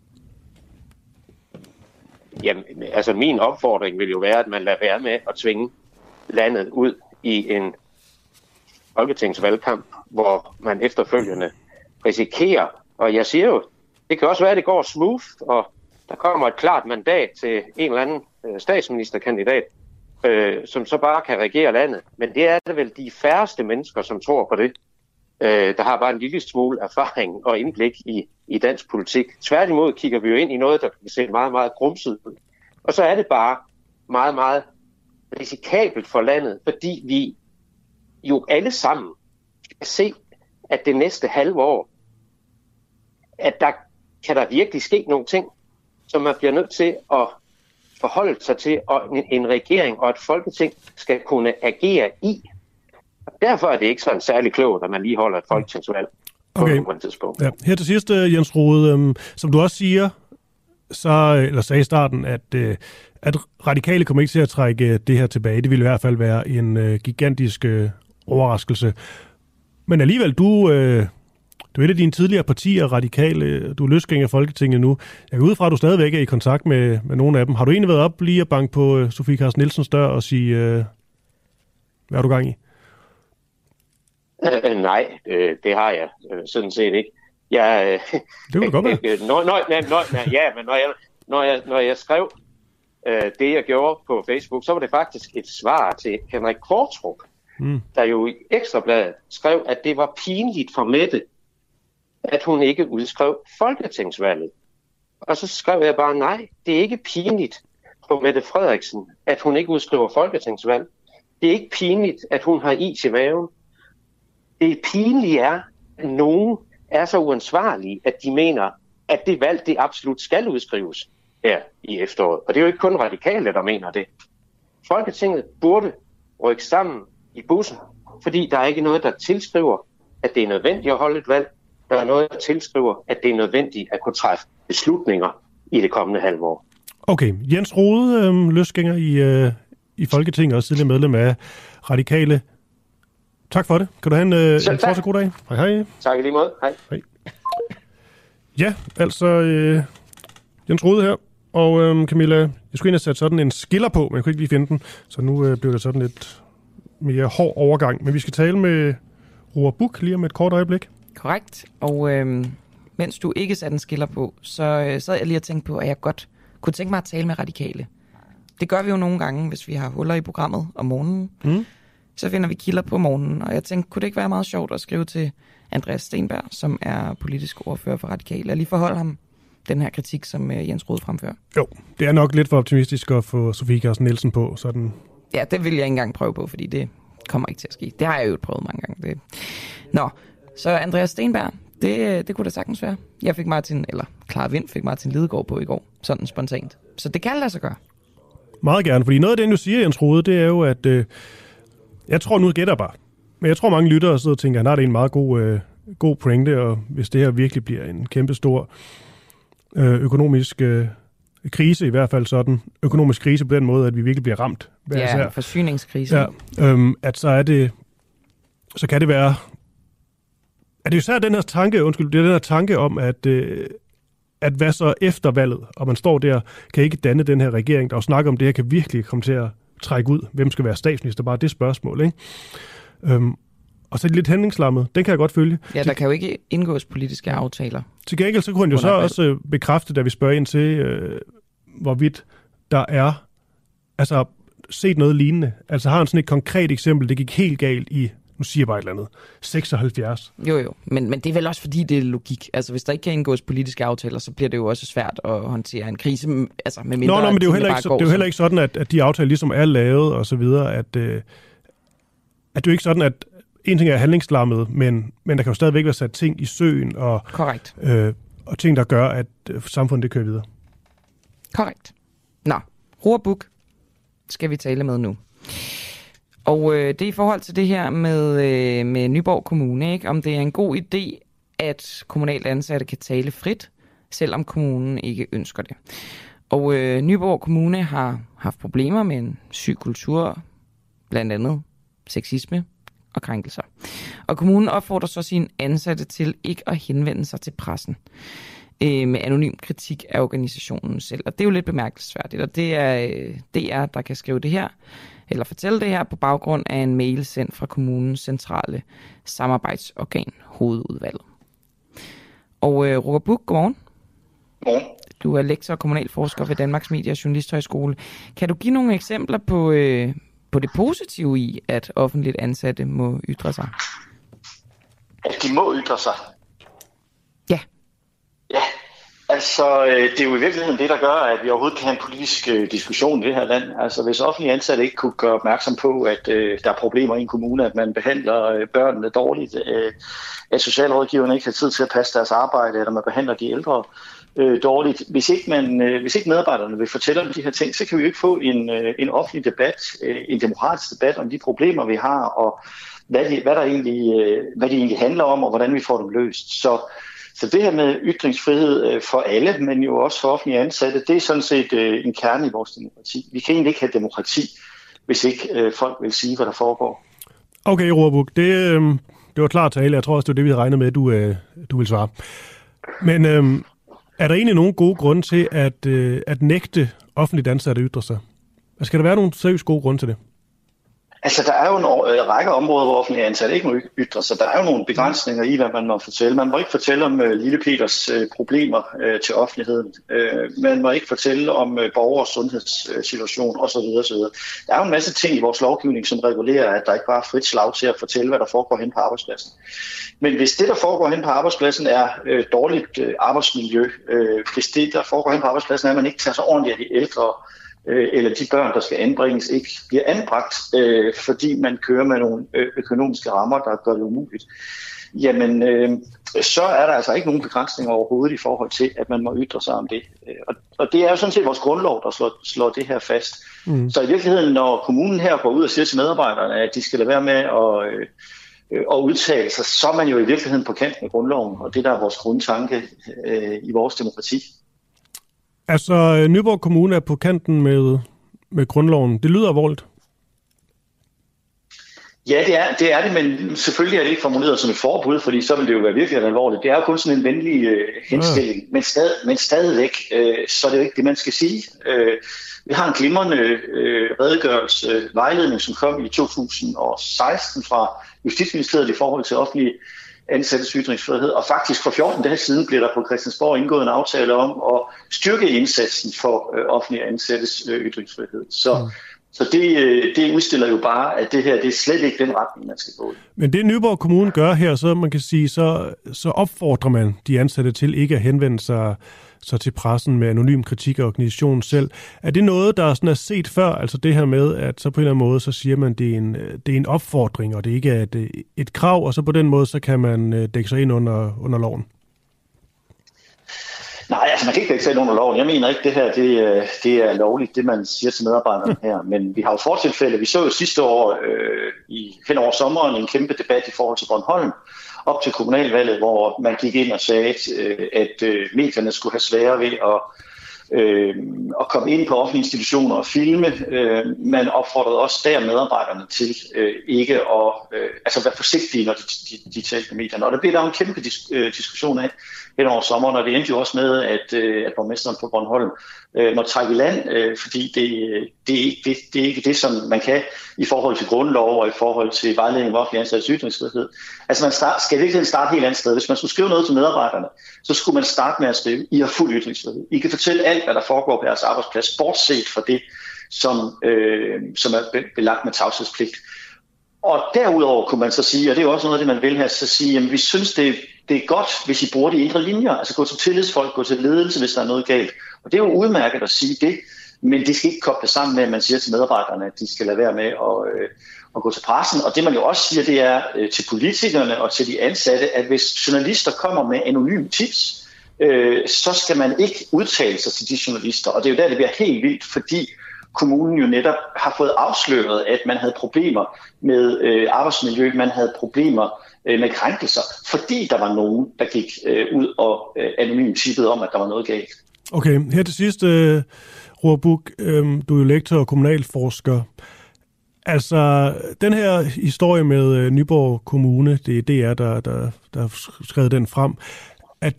Jamen, altså min opfordring vil jo være, at man lader være med at tvinge landet ud i en folketingsvalgkamp, hvor man efterfølgende risikerer, og jeg siger jo, det kan også være, at det går smooth, og der kommer et klart mandat til en eller anden statsministerkandidat, som så bare kan regere landet. Men det er vel de færreste mennesker, som tror på det. Der har bare en lille smule erfaring og indblik i dansk politik. Tværtimod kigger vi jo ind i noget, der kan se meget, meget grumset ud. Og så er det bare meget, meget risikabelt for landet, fordi vi jo alle sammen skal se, at det næste halve år, at der kan der virkelig ske nogle ting, som man bliver nødt til at forholde sig til, og en regering og et folketing skal kunne agere i. Og derfor er det ikke sådan særlig klogt, at man lige holder et folketingsvalg på et tidspunkt. Ja. Her til sidst, Jens Rohde, som du også siger, sagde i starten, at radikale kommer ikke til at trække det her tilbage. Det ville i hvert fald være en gigantisk overraskelse. Men alligevel, du er et af dine tidligere partier, radikale. Du er løsgænger i Folketinget nu. Jeg går ud fra, at du stadigvæk er i kontakt med nogle af dem. Har du egentlig været op lige at banke på Sofie Carsten Nielsens dør og sige, hvad er du gang i? Nej, det har jeg sådan set ikke. Det kunne godt være. Når jeg skrev det, jeg gjorde på Facebook, så var det faktisk et svar til Henrik Qvortrup, der jo i Ekstrabladet skrev, at det var pinligt for Mette, at hun ikke udskrev folketingsvalget. Og så skrev jeg bare, nej, det er ikke pinligt for Mette Frederiksen, at hun ikke udskriver folketingsvalg. Det er ikke pinligt, at hun har is i maven. Det pinlige er, at nogen er så uansvarlige, at de mener, at det valg, det absolut skal udskrives her i efteråret. Og det er jo ikke kun radikale, der mener det. Folketinget burde rykke sammen i bussen, fordi der er ikke noget, der tilskriver, at det er nødvendigt at holde et valg. Der er noget, der tilskriver, at det er nødvendigt at kunne træffe beslutninger i det kommende halve år. Okay, Jens Rohde, løsgænger i Folketinget og tidligere medlem af radikale. Tak for det. Kan du have en fortsat god dag? Hej, hej. Tak i lige måde. Hej. Hej. Ja, altså Jens Rohde her. Og Camilla, jeg skulle ind og sætte sådan en skiller på, men jeg kunne ikke lige finde den. Så nu bliver det sådan lidt mere hård overgang. Men vi skal tale med Roar Buch lige om et kort øjeblik. Korrekt. Og mens du ikke satte en skiller på, så sad jeg lige og tænkte på, at jeg godt kunne tænke mig at tale med radikale. Det gør vi jo nogle gange, hvis vi har huller i programmet om morgenen. Så finder vi kilder på morgenen. Og jeg tænkte, kunne det ikke være meget sjovt at skrive til Andreas Steenberg, som er politisk ordfører for radikale, og lige forholde ham den her kritik, som Jens Rohde fremfører? Jo, det er nok lidt for optimistisk at få Sofie Carsten Nielsen på. Sådan. Ja, det vil jeg ikke engang prøve på, fordi det kommer ikke til at ske. Det har jeg jo prøvet mange gange. Det. Nå, så Andreas Steenberg, det kunne da sagtens være. Jeg fik Clara Vind fik Martin Lidegaard på i går, sådan spontant. Så det kan lade sig gøre. Meget gerne, fordi noget af det, du siger, Jens Rohde, det er jo, at jeg tror, nu gætter bare. Men jeg tror, mange lyttere sidder og tænker, at det er en meget god pointe, og hvis det her virkelig bliver en kæmpestor økonomisk krise, i hvert fald sådan, økonomisk krise på den måde, at vi virkelig bliver ramt. Ja, en forsyningskrise. Ja, at så kan det være, at det er jo især den her tanke om, at hvad så efter valget, og man står der, kan ikke danne den her regering, der jo snakker om det her, kan virkelig komme til at trække ud, hvem skal være statsminister, bare det spørgsmål, ikke? Og så er det lidt handlingslammet, den kan jeg godt følge. Ja, der kan jo ikke indgås politiske aftaler. Til gengæld så kunne han jo så også bekræfte, da vi spørger ind til, hvorvidt der er set noget lignende. Altså har han sådan et konkret eksempel, det gik helt galt i, nu siger jeg bare et eller andet, 76. Jo, men det er vel også fordi, det er logik. Altså hvis der ikke kan indgås politiske aftaler, så bliver det jo også svært at håndtere en krise, altså med mindre... Nå, men det er jo heller ikke sådan, at de aftaler ligesom er lavet og så videre, at det er jo ikke sådan, at en ting er handlingslammet, men der kan jo stadigvæk være sat ting i søen og, korrekt. Og ting, der gør, at samfundet det kører videre. Korrekt. Nå, Roar Buch skal vi tale med nu. Og det er i forhold til det her med Nyborg Kommune, ikke? Om det er en god idé, at kommunalt ansatte kan tale frit, selvom kommunen ikke ønsker det. Og Nyborg Kommune har haft problemer med en syg kultur, blandt andet sexisme og krænkelser. Og kommunen opfordrer så sine ansatte til ikke at henvende sig til pressen med anonym kritik af organisationen selv. Og det er jo lidt bemærkelsesværdigt, og det er DR, der kan skrive det her, eller fortælle det her på baggrund af en mail sendt fra kommunens centrale samarbejdsorgan, hovedudvalget. Og Roar Buch, godmorgen. Godmorgen. Du er lektor og kommunalforsker ved Danmarks Medie- og Journalisthøjskole. Kan du give nogle eksempler på det positive i, at offentligt ansatte må ytre sig? At de må ytre sig? Ja. Ja, altså det er jo i virkeligheden det, der gør, at vi overhovedet kan have en politisk diskussion i det her land. Altså hvis offentlige ansatte ikke kunne gøre opmærksom på, at der er problemer i en kommune, at man behandler børnene dårligt, at socialrådgiverne ikke har tid til at passe deres arbejde, eller man behandler de ældre dårligt. Hvis ikke medarbejderne vil fortælle om de her ting, så kan vi jo ikke få en offentlig debat, en demokratisk debat om de problemer, vi har, og hvad de egentlig handler om, og hvordan vi får dem løst. Så det her med ytringsfrihed for alle, men jo også for offentlige ansatte, det er sådan set en kerne i vores demokrati. Vi kan egentlig ikke have demokrati, hvis ikke folk vil sige, hvad der foregår. Okay, Roar Buch, det var klart tale. Jeg tror også, det var det, vi havde regnet med, du ville svare. Men er der egentlig nogen gode grunde til at nægte offentligt ansatte ytre sig? Skal der være nogle seriøse gode grunde til det? Altså, der er jo en række områder, hvor offentlige ansatte ikke må ytre sig. Der er jo nogle begrænsninger i, hvad man må fortælle. Man må ikke fortælle om Lille Peters problemer til offentligheden. Man må ikke fortælle om borgers sundhedssituation osv. Der er jo en masse ting i vores lovgivning, som regulerer, at der ikke bare er frit slag til at fortælle, hvad der foregår hen på arbejdspladsen. Men hvis det, der foregår hen på arbejdspladsen, er dårligt arbejdsmiljø, hvis det, der foregår hen på arbejdspladsen, er, at man ikke tager sig ordentligt af de ældre, eller de børn, der skal anbringes, ikke bliver anbragt, fordi man kører med nogle økonomiske rammer, der gør det umuligt, jamen så er der altså ikke nogen begrænsninger overhovedet i forhold til, at man må ytre sig om det. Og det er jo sådan set vores grundlov, der slår det her fast. Så i virkeligheden, når kommunen her går ud og siger til medarbejderne, at de skal lade være med at udtale sig, så er man jo i virkeligheden på kant med grundloven, og det der er vores grundtanke i vores demokrati. Altså, Nyborg Kommune er på kanten med grundloven. Det lyder alvorligt. Ja, det er det, men selvfølgelig er det ikke formuleret som et forbud, fordi så vil det jo være virkelig alvorligt. Det er jo kun sådan en venlig henstilling, men stadigvæk, så er det jo ikke det, man skal sige. Vi har en glimrende redegørelse, vejledning, som kom i 2016 fra Justitsministeriet i forhold til offentlige ansattes ytringsfrihed, og faktisk for 14 dage siden blev der på Christiansborg indgået en aftale om at styrke indsatsen for offentlige ansattes ytringsfrihed. Så det udstiller jo bare, at det her det er slet ikke den retning, man skal gå i. Men det Nyborg Kommune gør her, så man kan sige, så opfordrer man de ansatte til ikke at henvende sig til pressen med anonym kritik af organisationen selv. Er det noget, der sådan er set før? Altså det her med, at så på en eller anden måde, så siger man, at det er en opfordring, og det ikke er et krav, og så på den måde, så kan man dække sig ind under loven? Nej, altså man kan ikke dække sig ind under loven. Jeg mener ikke, det her det er lovligt, det man siger til medarbejderne her. Men vi har jo fortilfælde. Vi så jo sidste år hen over sommeren en kæmpe debat i forhold til Bornholm, op til kommunalvalget, hvor man gik ind og sagde, at medierne skulle have sværere ved at komme ind på offentlige institutioner og filme. Man opfordrede også der medarbejderne til ikke at være forsigtige, når de talte med medierne. Og der blev der en kæmpe diskussion af hen over sommeren, og det endte jo også med, at borgmesteren på Bornholm måtte trække i land, fordi det er ikke det, som man kan i forhold til grundlov og i forhold til vejledning af offentlig ansattes ytringsfrihed. Altså man skal virkelig starte helt andet sted. Hvis man skulle skrive noget til medarbejderne, så skulle man starte med at skrive, I har fuld ytringsfrihed. I kan fortælle alt, hvad der foregår på jeres arbejdsplads, bortset fra det, som er belagt med tavshedspligt. Og derudover kunne man så sige, og det er jo også noget af det, man vil have, så sige, at vi synes, det er godt, hvis I bruger de indre linjer, altså gå til tillidsfolk, gå til ledelse, hvis der er noget galt. Og det er jo udmærket at sige det, men det skal ikke koble sammen med, at man siger til medarbejderne, at de skal lade være med at gå til pressen. Og det man jo også siger, det er til politikerne og til de ansatte, at hvis journalister kommer med anonyme tips, så skal man ikke udtale sig til de journalister. Og det er jo der, det bliver helt vildt, fordi kommunen jo netop har fået afsløret, at man havde problemer med arbejdsmiljø, man havde problemer med krænkelser, fordi der var nogen, der gik ud og anonymt tippede om, at der var noget galt. Okay, her til sidst, Roar Buch, du er jo lektor og kommunalforsker. Altså, den her historie med Nyborg Kommune, det er DR, der har skrevet den frem, er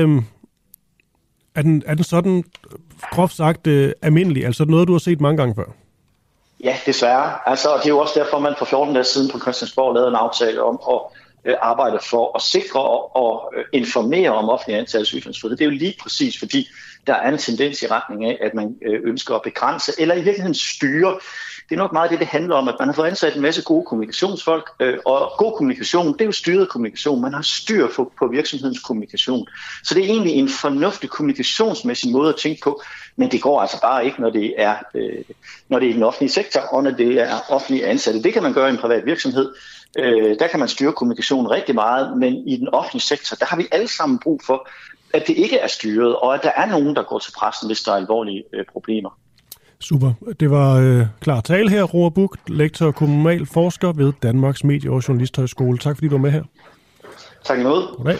den sådan groft sagt almindelig? Altså noget, du har set mange gange før? Ja, desværre. Altså, det er jo også derfor, man for 14 dage siden på Christiansborg lavede en aftale om at arbejde for at sikre og informere om offentlige ansattes ytringsfrihed. Det er jo lige præcis, fordi der er en tendens i retning af, at man ønsker at begrænse, eller i virkeligheden styre. Det er nok meget det handler om, at man har fået ansat en masse gode kommunikationsfolk, og god kommunikation, det er jo styret kommunikation. Man har styr på virksomhedens kommunikation. Så det er egentlig en fornuftig kommunikationsmæssig måde at tænke på, men det går altså bare ikke, når det er i den offentlige sektor, og når det er offentlige ansatte. Det kan man gøre i en privat virksomhed. Der kan man styre kommunikationen rigtig meget, men i den offentlige sektor, der har vi alle sammen brug for, at det ikke er styret, og at der er nogen, der går til pressen, hvis der er alvorlige problemer. Super. Det var klar tale her, Roar Buch, lektor og kommunalforsker ved Danmarks Medie- og Journalisthøjskole. Tak fordi du var med her. Tak imod. Goddag.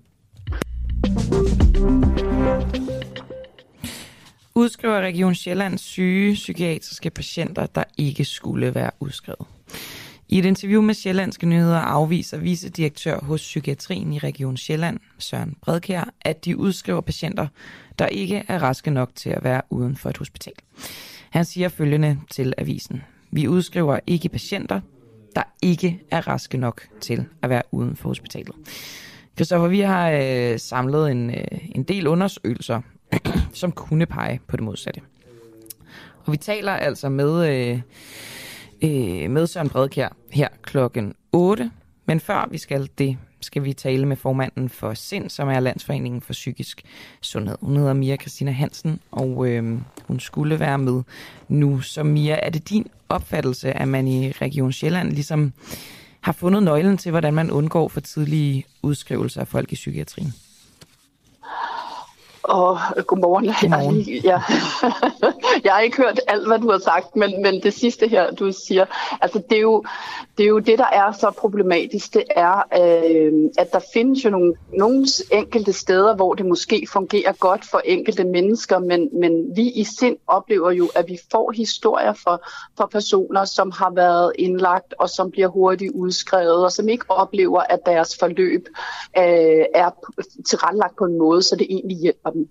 Udskriver Region Sjælland syge psykiatriske patienter, der ikke skulle være udskrevet. I et interview med Sjællandske Nyheder afviser vicedirektør hos psykiatrien i Region Sjælland, Søren Bredkjær, at de udskriver patienter, der ikke er raske nok til at være uden for et hospital. Han siger følgende til avisen: Vi udskriver ikke patienter, der ikke er raske nok til at være uden for hospitalet. Christoffer, vi har samlet en del undersøgelser, som kunne pege på det modsatte. Og vi taler altså med Søren Bredkjær her klokken 8. Men før vi skal det, skal vi tale med formanden for SIND, som er Landsforeningen for Psykisk Sundhed. Hun hedder Mia Christina Hansen, og hun skulle være med nu. Så Mia, er det din opfattelse, at man i Region Sjælland ligesom har fundet nøglen til, hvordan man undgår for tidlige udskrivelser af folk i psykiatrien? Godmorgen. Jeg har ikke hørt alt, hvad du har sagt, men det sidste her, du siger, altså det er jo det, der er så problematisk, det er, at der findes jo nogle enkelte steder, hvor det måske fungerer godt for enkelte mennesker, men vi i Sind oplever jo, at vi får historier for personer, som har været indlagt, og som bliver hurtigt udskrevet, og som ikke oplever, at deres forløb er tilrettelagt på en måde, så det egentlig hjælper dem.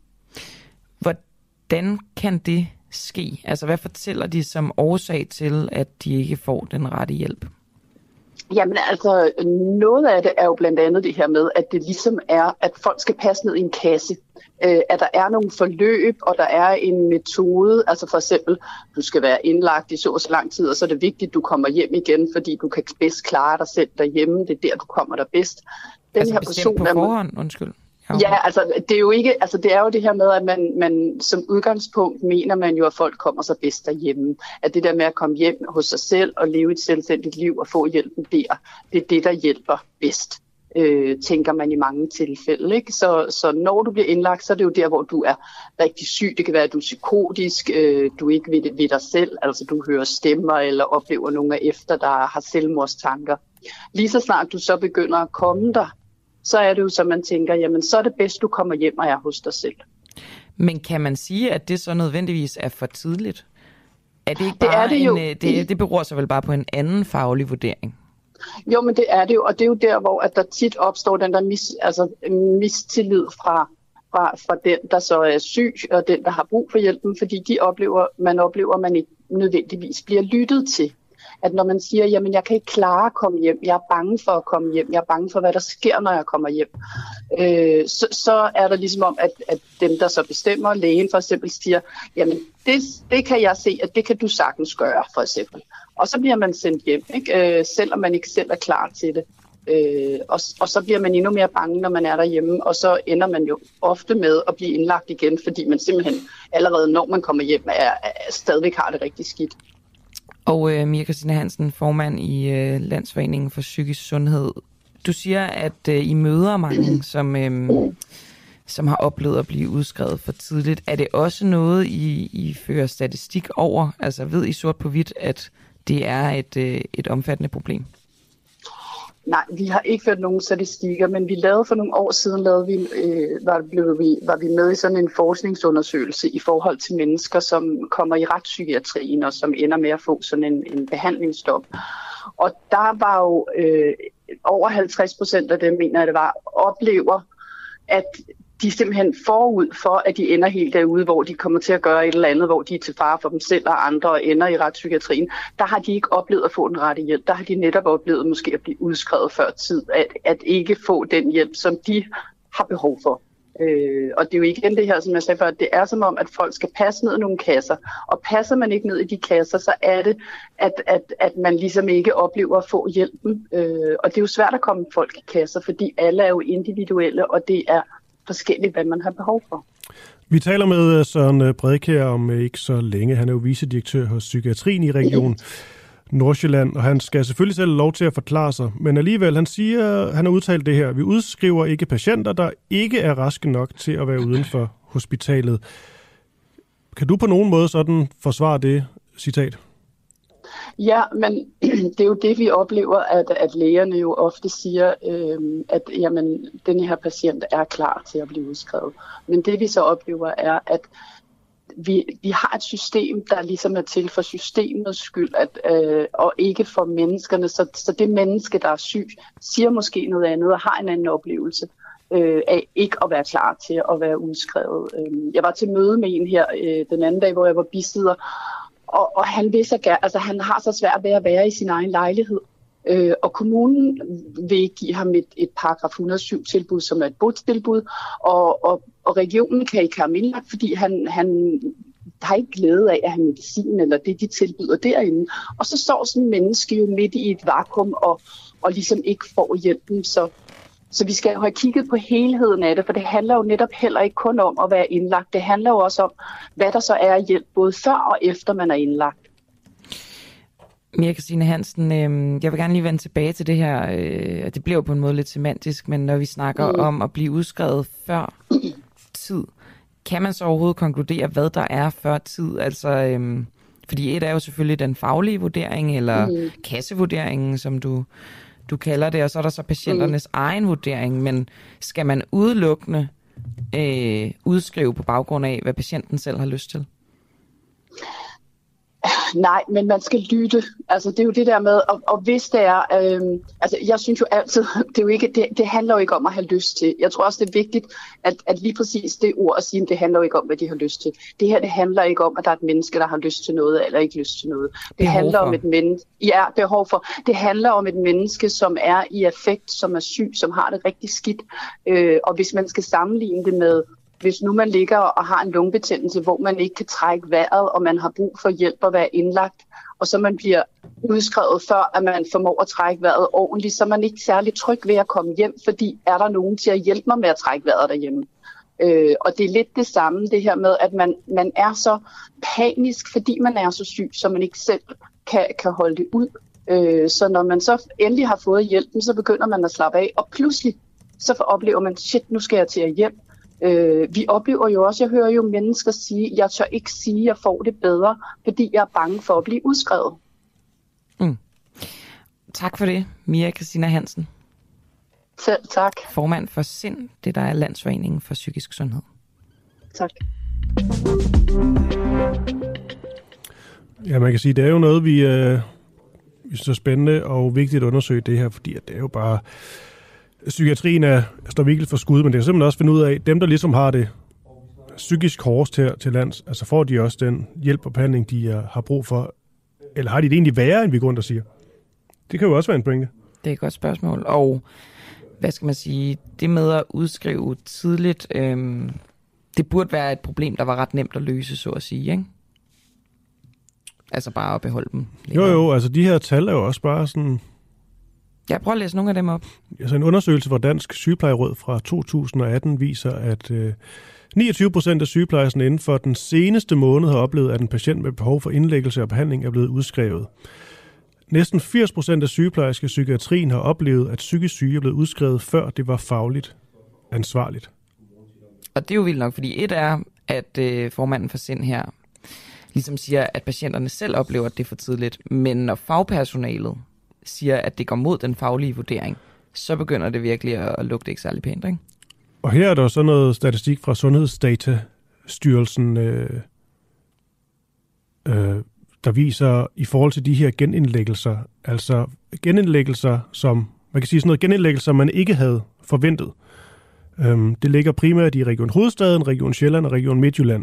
Hvordan kan det ske? Altså, hvad fortæller de som årsag til, at de ikke får den rette hjælp? Jamen altså, noget af det er jo blandt andet det her med, at det ligesom er, at folk skal passe ned i en kasse. At der er nogle forløb, og der er en metode, altså for eksempel, du skal være indlagt i så lang tid, og så er det vigtigt, at du kommer hjem igen, fordi du kan bedst klare dig selv derhjemme, det er der, du kommer der bedst. Den altså her person på forhånd, undskyld. Ja, altså det er jo ikke, altså det er jo det her med, at man som udgangspunkt mener man jo, at folk kommer sig bedst derhjemme. At det der med at komme hjem hos sig selv og leve et selvstændigt liv og få hjælpen der, det er det, der hjælper bedst, tænker man i mange tilfælde. Ikke? Så når du bliver indlagt, så er det jo der, hvor du er rigtig syg. Det kan være, at du er psykotisk, du er ikke ved dig selv, altså du hører stemmer eller oplever nogen af efter, der har selvmordstanker. Lige så snart du så begynder at komme der, så er det jo, så man tænker, jamen så er det bedst, du kommer hjem og er hos dig selv. Men kan man sige, at det så nødvendigvis er for tidligt? Er det ikke bare det er det jo. Det beror så vel bare på en anden faglig vurdering? Jo, men det er det jo, og det er jo der, hvor at der tit opstår den der mistillid fra den, der så er syg, og den, der har brug for hjælpen, fordi man oplever, at man ikke nødvendigvis bliver lyttet til. At når man siger, jamen jeg kan ikke klare at komme hjem, jeg er bange for at komme hjem, jeg er bange for, hvad der sker, når jeg kommer hjem, så er der ligesom om, at dem, der så bestemmer, lægen for eksempel siger, jamen det kan jeg se, at det kan du sagtens gøre, for eksempel. Og så bliver man sendt hjem, ikke? Selvom man ikke selv er klar til det. Og så bliver man endnu mere bange, når man er derhjemme, og så ender man jo ofte med at blive indlagt igen, fordi man simpelthen allerede, når man kommer hjem, stadigvæk har det rigtig skidt. Og Mia Christina Hansen, formand i Landsforeningen for Psykisk Sundhed. Du siger, at I møder mange, som har oplevet at blive udskrevet for tidligt. Er det også noget, I fører statistik over? Altså ved I sort på hvidt, at det er et omfattende problem? Nej, vi har ikke ført nogen statistikker, men vi lavede for nogle år siden, var vi med i sådan en forskningsundersøgelse i forhold til mennesker, som kommer i retspsykiatrien og som ender med at få sådan en behandlingsstop. Og der var jo over 50% af dem, mener jeg det var, oplever, at de simpelthen forud for, at de ender helt derude, hvor de kommer til at gøre et eller andet, hvor de er til fare for dem selv og andre og ender i retspsykiatrien, der har de ikke oplevet at få den rette hjælp. Der har de netop oplevet måske at blive udskrevet før tid, at ikke få den hjælp, som de har behov for. Og det er jo igen det her, som jeg sagde før, det er som om, at folk skal passe ned i nogle kasser. Og passer man ikke ned i de kasser, så er det, at man ligesom ikke oplever at få hjælpen. Og det er jo svært at komme folk i kasser, fordi alle er jo individuelle, og det er forskelligt, hvad man har behov for. Vi taler med Søren Bredkjær om ikke så længe. Han er jo vicedirektør hos psykiatrien i Region Nordsjælland, og han skal selvfølgelig selv lov til at forklare sig. Men alligevel, han har udtalt det her. Vi udskriver ikke patienter, der ikke er raske nok til at være uden for hospitalet. Kan du på nogen måde sådan forsvare det citat? Ja, men det er jo det, vi oplever, at lægerne jo ofte siger, at jamen, den her patient er klar til at blive udskrevet. Men det vi så oplever er, at vi har et system, der ligesom er til for systemets skyld, og ikke for menneskerne. Så det menneske, der er syg, siger måske noget andet og har en anden oplevelse af ikke at være klar til at være udskrevet. Jeg var til møde med en her den anden dag, hvor jeg var bisidder, og han vil så gerne, altså han har så svært ved at være i sin egen lejlighed. Og kommunen vil give ham et paragraf 107-tilbud, som er et botilbud, og regionen kan ikke have ham indlagt, fordi han har ikke glæde af at have medicin, eller det de tilbyder derinde. Og så står sådan en menneske jo midt i et vakuum, og ligesom ikke får hjælpen, så vi skal jo have kigget på helheden af det, for det handler jo netop heller ikke kun om at være indlagt. Det handler jo også om, hvad der så er af hjælp, både før og efter man er indlagt. Mia Christina Hansen, jeg vil gerne lige vende tilbage til det her, det bliver jo på en måde lidt semantisk, men når vi snakker om at blive udskrevet før tid, kan man så overhovedet konkludere, hvad der er før tid? Altså, fordi et er jo selvfølgelig den faglige vurdering, eller kassevurderingen, som du kalder det, og så er der så patienternes egen vurdering, men skal man udelukkende udskrive på baggrund af, hvad patienten selv har lyst til? Nej, men man skal lytte. Altså, det er jo det der med, og hvis det er, altså, jeg synes jo altid, det handler jo ikke om at have lyst til. Jeg tror også, det er vigtigt, at lige præcis det ord at sige, det handler jo ikke om, hvad de har lyst til. Det her, det handler ikke om, at der er et menneske, der har lyst til noget, eller ikke lyst til noget. Det handler om et menneske, behov for. Det handler om et menneske, som er i affekt, som er syg, som har det rigtig skidt. Og hvis man skal sammenligne det med, hvis nu man ligger og har en lungebetændelse, hvor man ikke kan trække vejret, og man har brug for hjælp at være indlagt, og så man bliver udskrevet før, at man formår at trække vejret ordentligt, så er man ikke særlig tryg ved at komme hjem, fordi er der nogen til at hjælpe mig med at trække vejret derhjemme. Og det er lidt det samme, det her med, at man er så panisk, fordi man er så syg, så man ikke selv kan holde det ud. Så når man så endelig har fået hjælpen, så begynder man at slappe af, og pludselig så oplever man, shit, nu skal jeg til at hjem. Vi oplever jo også, jeg hører jo mennesker sige, jeg tør ikke sige, at jeg får det bedre, fordi jeg er bange for at blive udskrevet. Tak for det, Mia Christina Hansen. Selv tak. Formand for SIND, det der er Landsforeningen for Psykisk Sundhed. Tak. Ja, man kan sige, det er jo noget, vi synes er spændende og vigtigt at undersøge det her, fordi det er jo bare... Psykiatrien står virkelig for skud, men det er simpelthen også at finde ud af, dem, der ligesom har det psykisk hårdest her til lands, altså får de også den hjælp og behandling, de har brug for, eller har de det egentlig værre, end vi går rundt og siger? Det kan jo også være en pointe. Det er et godt spørgsmål, og hvad skal man sige, det med at udskrive tidligt, det burde være et problem, der var ret nemt at løse, så at sige, ikke? Altså bare at beholde dem. Jo, altså de her tal er jo også bare sådan... Jeg prøver at læse nogle af dem op. Altså en undersøgelse fra Dansk Sygeplejeråd fra 2018 viser, at 29% af sygeplejerskerne inden for den seneste måned har oplevet, at en patient med behov for indlæggelse og behandling er blevet udskrevet. Næsten 80% af sygeplejersker i psykiatrien har oplevet, at psykisk syge er blevet udskrevet, før det var fagligt ansvarligt. Og det er jo vildt nok, fordi et er, at formanden for SIND her ligesom siger, at patienterne selv oplever, at det er for tidligt, men når fagpersonalet siger, at det går mod den faglige vurdering, så begynder det virkelig at lugte ikke særlig pænt, ikke? Og her er der så noget statistik fra Sundhedsdatastyrelsen, der viser i forhold til de her genindlæggelser, altså genindlæggelser, som man kan sige sådan noget genindlæggelser, man ikke havde forventet. Det ligger primært i Region Hovedstaden, Region Sjælland og Region Midtjylland.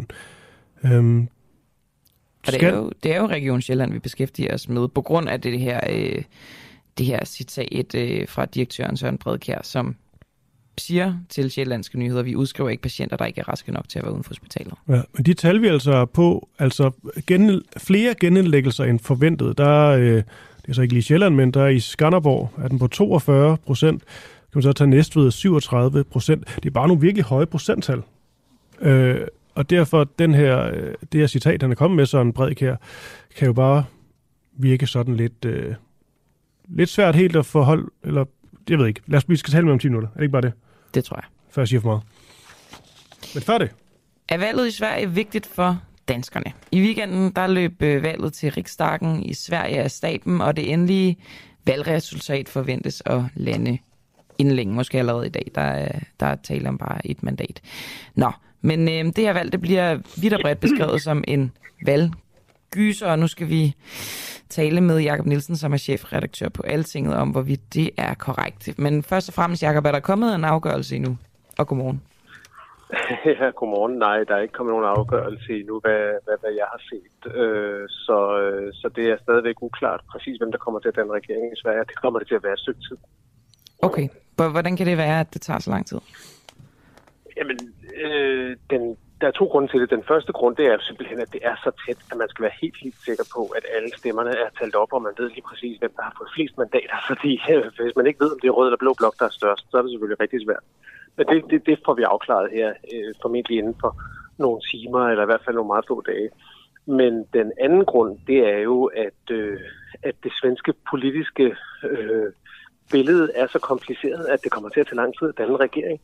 Og det er jo Region Sjælland, vi beskæftiger os med, på grund af det her citat fra direktøren Søren Bredkjær, som siger til Sjællandske Nyheder, vi udskriver ikke patienter, der ikke er raske nok til at være uden for hospitalet. Ja, men de tal vi altså på, altså flere genindlæggelser end forventet. Der det er så ikke lige Sjælland, men der i Skanderborg er den på 42%. Kan man så tage Næstved 37%. Det er bare nogle virkelig høje procenttal. Og derfor det her citat, han er kommet med, Søren Bredkjær, kan jo bare virke sådan lidt svært helt at forholde, eller jeg ved ikke. Vi skal tale med om 10 minutter. Er det ikke bare det? Det tror jeg. Før jeg siger for meget. Men før det. Er valget i Sverige vigtigt for danskerne? I weekenden der løb valget til Riksdagen i Sverige af staben, og det endelige valgresultat forventes at lande inden længe, måske allerede i dag. Der er tale om bare et mandat. Nå, men det her valg, det bliver vidt og bredt beskrevet som en valggyser, og nu skal vi tale med Jakob Nielsen, som er chefredaktør på Altinget, om hvorvidt det er korrekt. Men først og fremmest, Jakob, er der kommet en afgørelse endnu? Og godmorgen. Ja, godmorgen. Nej, der er ikke kommet nogen afgørelse endnu, hvad jeg har set. Så det er stadigvæk uklart præcis, hvem der kommer til at danne regering i Sverige. Det kommer det til at være et stykke tid. Okay. Hvordan kan det være, at det tager så lang tid? Jamen, der er 2 grunde til det. Den første grund, det er jo simpelthen, at det er så tæt, at man skal være helt sikker på, at alle stemmerne er talt op, og man ved lige præcis, hvem der har fået flest mandater. Fordi hvis man ikke ved, om det er rød eller blå blok, der er størst, så er det selvfølgelig rigtig svært. Men det får vi afklaret her, formentlig inden for nogle timer, eller i hvert fald nogle meget få dage. Men den anden grund, det er jo, at det svenske politiske billede er så kompliceret, at det kommer til at tage lang tid at danne regering.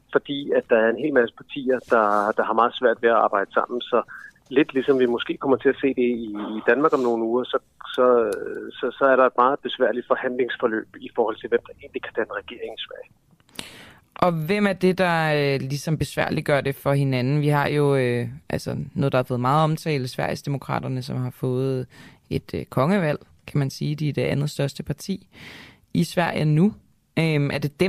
fordi at der er en hel masse partier, der har meget svært ved at arbejde sammen. Så lidt ligesom vi måske kommer til at se det i Danmark om nogle uger, så er der et meget besværligt forhandlingsforløb i forhold til, hvem der egentlig kan danne regering i Sverige. Og hvem er det, der ligesom besværliggør det for hinanden? Vi har jo noget, der har fået meget omtale, Sverigesdemokraterne, som har fået et kongevalg, kan man sige. De er det andet største parti i Sverige nu. Er det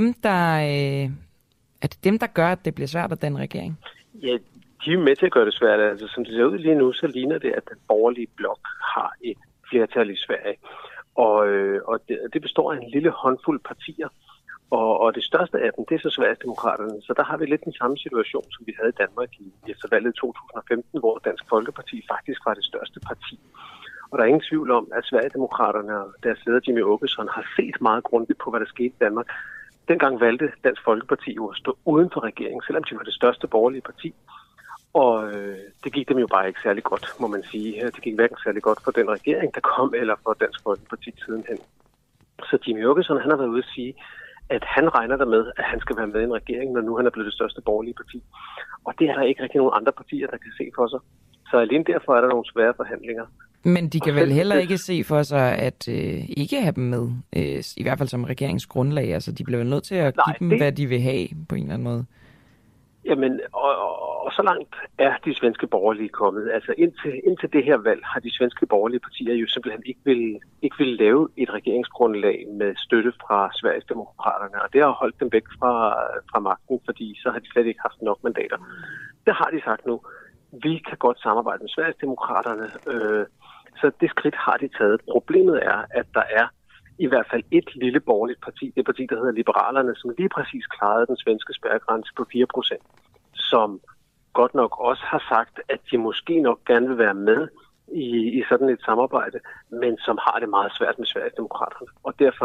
dem, der gør, at det bliver svært at danne regering? Ja, de er med til at gøre det svært. Altså, som det ser ud lige nu, så ligner det, at den borgerlige blok har et flertal i Sverige. Og det består af en lille håndfuld partier. Og det største af dem, det er så Sverigesdemokraterne. Så der har vi lidt den samme situation, som vi havde i Danmark efter valget 2015, hvor Dansk Folkeparti faktisk var det største parti. Og der er ingen tvivl om, at Sverigesdemokraterne og deres leder Jimmie Åkesson har set meget grundigt på, hvad der skete i Danmark. Dengang valgte Dansk Folkeparti jo at stå uden for regeringen, selvom de var det største borgerlige parti. Og det gik dem jo bare ikke særlig godt, må man sige. Det gik hverken særlig godt for den regering, der kom, eller for Dansk Folkeparti sidenhen. Så Jimmie Åkesson, han har været ude at sige, at han regner der med, at han skal være med i en regering, når nu han er blevet det største borgerlige parti. Og det er der ikke rigtig nogen andre partier, der kan se for sig. Så alene derfor er der nogle svære forhandlinger. Men de kan vel heller ikke se for sig, at ikke have dem med, i hvert fald som regeringsgrundlag. Altså, de bliver vel nødt til at give dem, hvad de vil have, på en eller anden måde. Jamen, og så langt er de svenske borgerlige kommet. Altså, indtil det her valg har de svenske borgerlige partier jo simpelthen ikke vil lave et regeringsgrundlag med støtte fra Sverigesdemokraterne. Og det har holdt dem væk fra magten, fordi så har de slet ikke haft nok mandater. Det har de sagt nu. Vi kan godt samarbejde med Sverigesdemokraterne, så det skridt har de taget. Problemet er, at der er i hvert fald et lille borgerligt parti, det parti, der hedder Liberalerne, som lige præcis klarede den svenske spærregrænse på 4%, som godt nok også har sagt, at de måske nok gerne vil være med i sådan et samarbejde, men som har det meget svært med Sverigesdemokraterne. Og derfor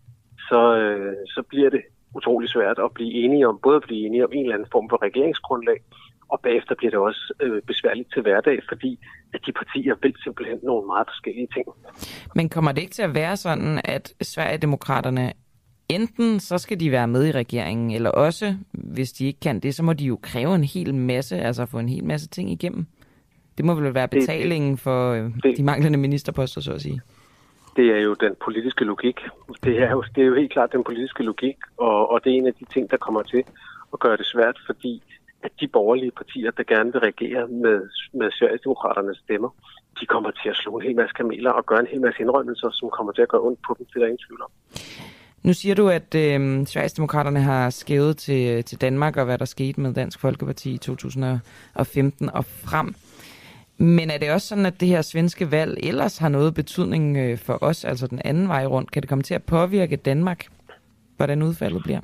så bliver det utrolig svært at blive enige om, både at blive enige om en eller anden form for regeringsgrundlag, og bagefter bliver det også besværligt til hverdag, fordi at de partier vil simpelthen nogle meget forskellige ting. Men kommer det ikke til at være sådan, at Sverigedemokraterne enten så skal de være med i regeringen, eller også, hvis de ikke kan det, så må de jo kræve en hel masse, altså få en hel masse ting igennem? Det må vel være betalingen for de manglende ministerposter, så at sige? Det er jo den politiske logik. Det er jo helt klart den politiske logik, og det er en af de ting, der kommer til at gøre det svært, fordi at de borgerlige partier, der gerne vil regere med Sverigesdemokraternes stemmer, de kommer til at slå en hel masse kameler og gøre en hel masse indrømmelser, som kommer til at gøre ondt på dem, det er der ingen tvivl om. Nu siger du, at Sverigesdemokraterne har skævet til Danmark, og hvad der skete med Dansk Folkeparti i 2015 og frem. Men er det også sådan, at det her svenske valg ellers har noget betydning for os, altså den anden vej rundt? Kan det komme til at påvirke Danmark, hvordan udfaldet bliver?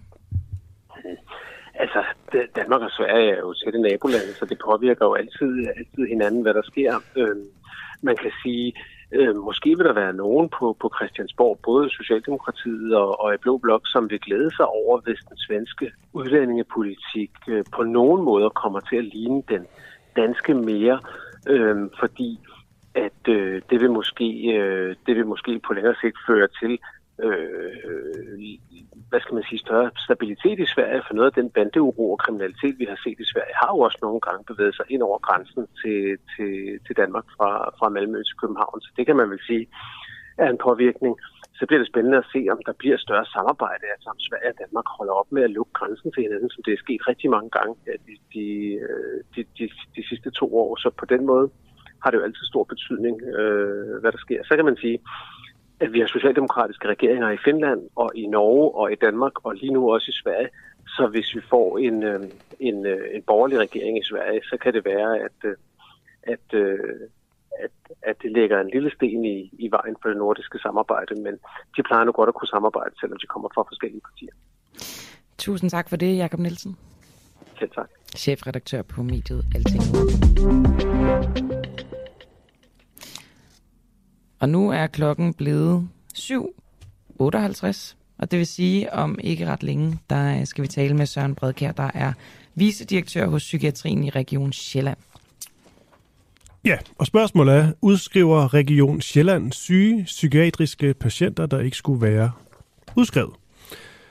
Altså, Danmark og Sverige er jo tætte nabolande, så det påvirker jo altid hinanden, hvad der sker. Man kan sige, måske vil der være nogen på Christiansborg, både Socialdemokratiet og i Blå Blok, som vil glæde sig over, hvis den svenske udlændingepolitik på nogen måder kommer til at ligne den danske mere, fordi at det vil måske på længere sigt føre til større stabilitet i Sverige, for noget af den bandeuro og kriminalitet, vi har set i Sverige, har jo også nogle gange bevæget sig ind over grænsen til Danmark fra Malmø til København. Så det kan man vel sige er en påvirkning. Så bliver det spændende at se, om der bliver større samarbejde, altså om Sverige og Danmark holder op med at lukke grænsen til hinanden, som det er sket rigtig mange gange de sidste 2 år. Så på den måde har det jo altid stor betydning, hvad der sker. Så kan man sige, at vi har socialdemokratiske regeringer i Finland og i Norge og i Danmark og lige nu også i Sverige. Så hvis vi får en borgerlig regering i Sverige, så kan det være, at det lægger en lille sten i vejen for det nordiske samarbejde, men de plejer nu godt at kunne samarbejde, selvom de kommer fra forskellige partier. Tusind tak for det, Jakob Nielsen. Selv tak. Chefredaktør på mediet Alting. Og nu er klokken blevet 7:58, og det vil sige, om ikke ret længe, der skal vi tale med Søren Bredkjær, der er vicedirektør hos psykiatrien i Region Sjælland. Ja, og spørgsmålet er, udskriver Region Sjælland syge psykiatriske patienter, der ikke skulle være udskrevet?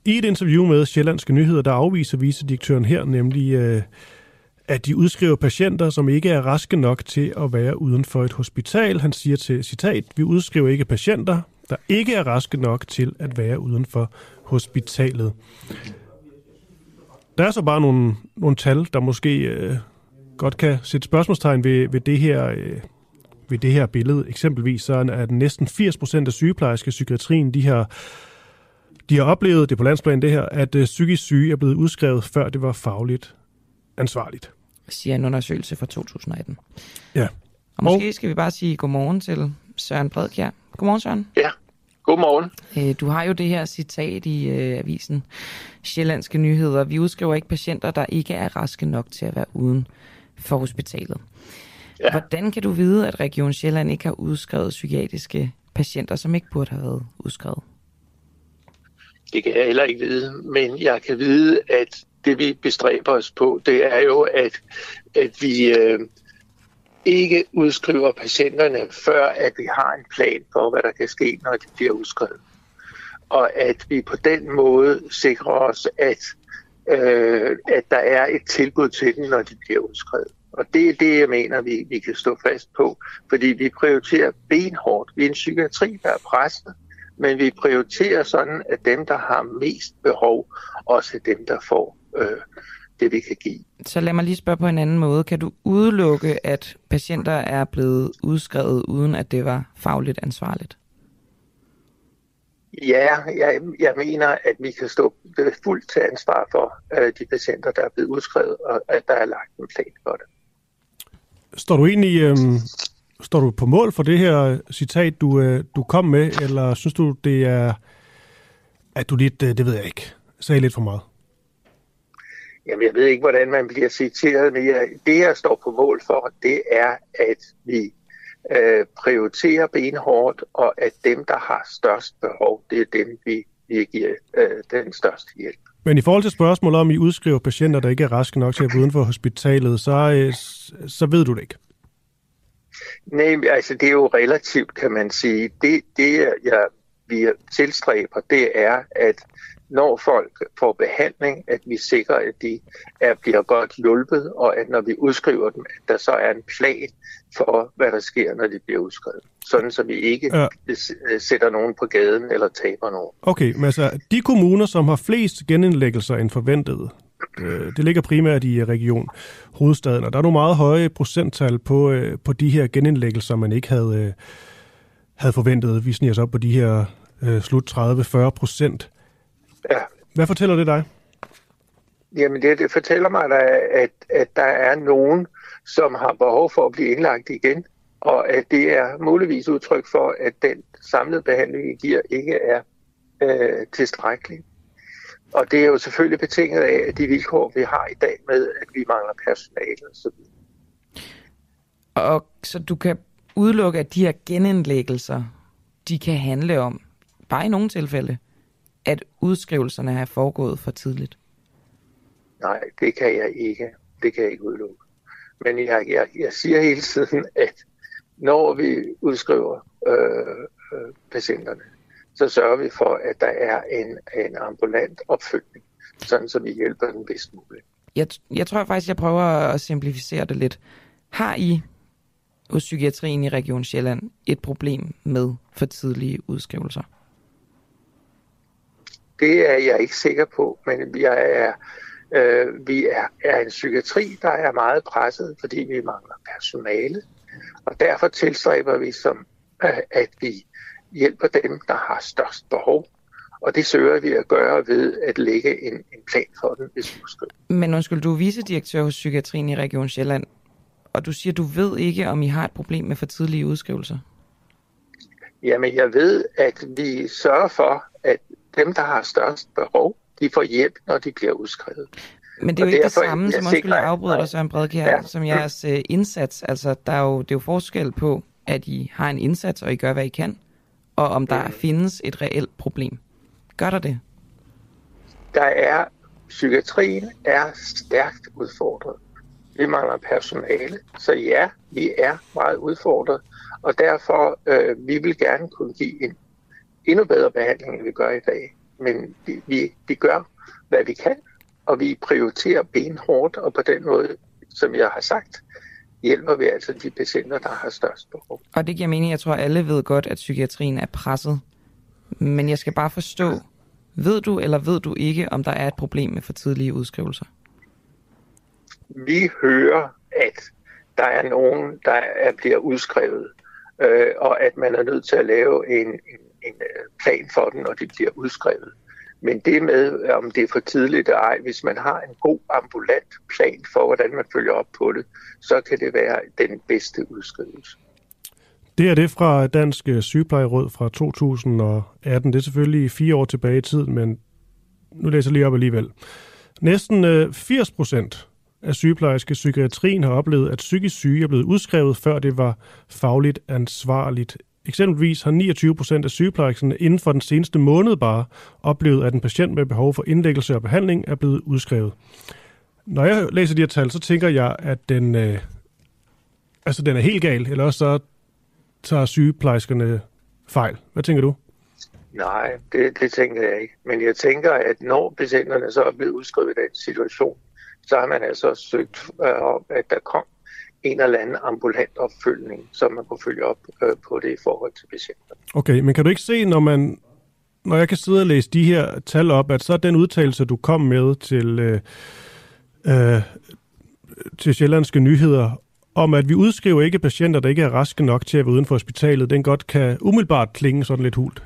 I et interview med Sjællandske Nyheder, der afviser vicedirektøren her nemlig, at de udskriver patienter, som ikke er raske nok til at være uden for et hospital. Han siger til citat, vi udskriver ikke patienter, der ikke er raske nok til at være uden for hospitalet. Der er så bare nogle tal, der måske godt kan sætte spørgsmålstegn ved det her billede. Eksempelvis så er næsten 80% af sygeplejersker i psykiatrien, de har oplevet det på landsplan det her, at psykisk syge er blevet udskrevet, før det var fagligt ansvarligt. Siger en undersøgelse fra 2018. Ja. Og måske skal vi bare sige godmorgen til Søren Bredkjær. Godmorgen, Søren. Ja, godmorgen. Du har jo det her citat i avisen Sjællandske Nyheder. Vi udskriver ikke patienter, der ikke er raske nok til at være uden for hospitalet. Ja. Hvordan kan du vide, at Region Sjælland ikke har udskrevet psykiatriske patienter, som ikke burde have været udskrevet? Det kan jeg heller ikke vide, men jeg kan vide, at det vi bestræber os på, det er jo, at vi ikke udskriver patienterne, før at vi har en plan for, hvad der kan ske, når de bliver udskrevet. Og at vi på den måde sikrer os, at der er et tilbud til dem, når de bliver udskrevet. Og det er det, jeg mener, vi kan stå fast på, fordi vi prioriterer benhårdt. Vi er en psykiatri, der er presset, men vi prioriterer sådan, at dem, der har mest behov, også er dem, der får det, vi kan give. Så lad mig lige spørge på en anden måde. Kan du udelukke, at patienter er blevet udskrevet, uden at det var fagligt ansvarligt? Ja, jeg mener, at vi kan stå fuldt til ansvar for de patienter, der er blevet udskrevet, og at der er lagt en plan for det. Står du på mål for det her citat, du kom med, eller synes du, det er, at du lidt, det ved jeg ikke, sagde lidt for meget? Jamen, jeg ved ikke, hvordan man bliver citeret, men det, jeg står på mål for, det er, at vi prioriterer benhårdt, og at dem, der har størst behov, det er dem, vi giver den største hjælp. Men i forhold til spørgsmålet om, I udskriver patienter, der ikke er raske nok til at være uden for hospitalet, så ved du det ikke? Nej, altså det er jo relativt, kan man sige. Det vi tilstræber, det er, at når folk får behandling, at vi sikrer, at de bliver godt hjulpet, og at når vi udskriver dem, at der så er en plan for, hvad der sker, når de bliver udskrevet. Sådan, så vi ikke sætter nogen på gaden eller taber nogen. Okay, men altså, de kommuner, som har flest genindlæggelser end forventet, det ligger primært i Region Hovedstaden, og der er nogle meget høje procenttal på de her genindlæggelser, man ikke havde forventet. Vi sniger os op på de her slut 30-40%. Ja. Hvad fortæller det dig? Jamen det fortæller mig, at der er nogen, som har behov for at blive indlagt igen, og at det er muligvis udtryk for, at den samlede behandling, vi giver, ikke er tilstrækkelig. Og det er jo selvfølgelig betinget af de vilkår, vi har i dag med, at vi mangler personale. Og så du kan udelukke, at de her genindlæggelser, de kan handle om, bare i nogle tilfælde, at udskrivelserne er foregået for tidligt? Nej, det kan jeg ikke. Det kan jeg ikke udelukke. Men jeg siger hele tiden, at når vi udskriver patienterne, så sørger vi for, at der er en ambulant opfølgning, sådan så vi hjælper den bedst muligt. Jeg tror faktisk, jeg prøver at simplificere det lidt. Har I hos psykiatrien i Region Sjælland et problem med for tidlige udskrivelser? Det er jeg ikke sikker på, men vi er en psykiatri, der er meget presset, fordi vi mangler personale. Og derfor tilstræber vi, at vi hjælper dem, der har størst behov. Og det søger vi at gøre ved at lægge en plan for dem, hvis vi skal. Men undskyld, du er vicedirektør hos psykiatrien i Region Sjælland, og du siger, du ved ikke, om I har et problem med for tidlige udskrivelser. Jamen, jeg ved, at vi sørger for, at dem, der har størst behov, de får hjælp, når de bliver udskrevet. Men det er jo ikke det samme, som undskyld, jeg afbryder dig, Søren Bredkjær, som jeres indsats. Altså, det er jo forskel på, at I har en indsats, og I gør, hvad I kan, og om der findes et reelt problem. Gør der det? Psykiatrien er stærkt udfordret. Vi mangler personale, så ja, vi er meget udfordret, og derfor vi vil gerne kunne give en endnu bedre behandling, end vi gør i dag. men vi gør, hvad vi kan, og vi prioriterer benhårdt, og på den måde, som jeg har sagt, hjælper vi altså de patienter, der har størst behov. Og det giver mening, jeg tror, alle ved godt, at psykiatrien er presset. Men jeg skal bare forstå, ved du eller ved du ikke, om der er et problem med for tidlige udskrivelser? Vi hører, at der er nogen, der bliver udskrevet, og at man er nødt til at lave en plan for den, når de bliver udskrevet. Men det med, om det er for tidligt eller ej, hvis man har en god ambulant plan for, hvordan man følger op på det, så kan det være den bedste udskrivelse. Det er det fra Dansk Sygeplejeråd fra 2018. Det er selvfølgelig 4 år tilbage i tiden, men nu læser jeg lige op alligevel. Næsten 80% af sygeplejerske psykiatrien har oplevet, at psykisk syge er blevet udskrevet, før det var fagligt ansvarligt. Eksempelvis har 29% af sygeplejerskerne inden for den seneste måned bare oplevet, at en patient med behov for indlæggelse og behandling er blevet udskrevet. Når jeg læser de her tal, så tænker jeg, at den er helt gal, eller også så tager sygeplejerskerne fejl. Hvad tænker du? Nej, det tænker jeg ikke. Men jeg tænker, at når patienterne så er blevet udskrevet i den situation, så har man altså søgt om, at der kom en eller anden ambulant opfølgning, så man kunne følge op på det i forhold til patienter. Okay, men kan du ikke se, når jeg kan sidde og læse de her tal op, at så den udtalelse, du kom med til Sjællandske Nyheder, om at vi udskriver ikke patienter, der ikke er raske nok til at være uden for hospitalet, den godt kan umiddelbart klinge sådan lidt hult?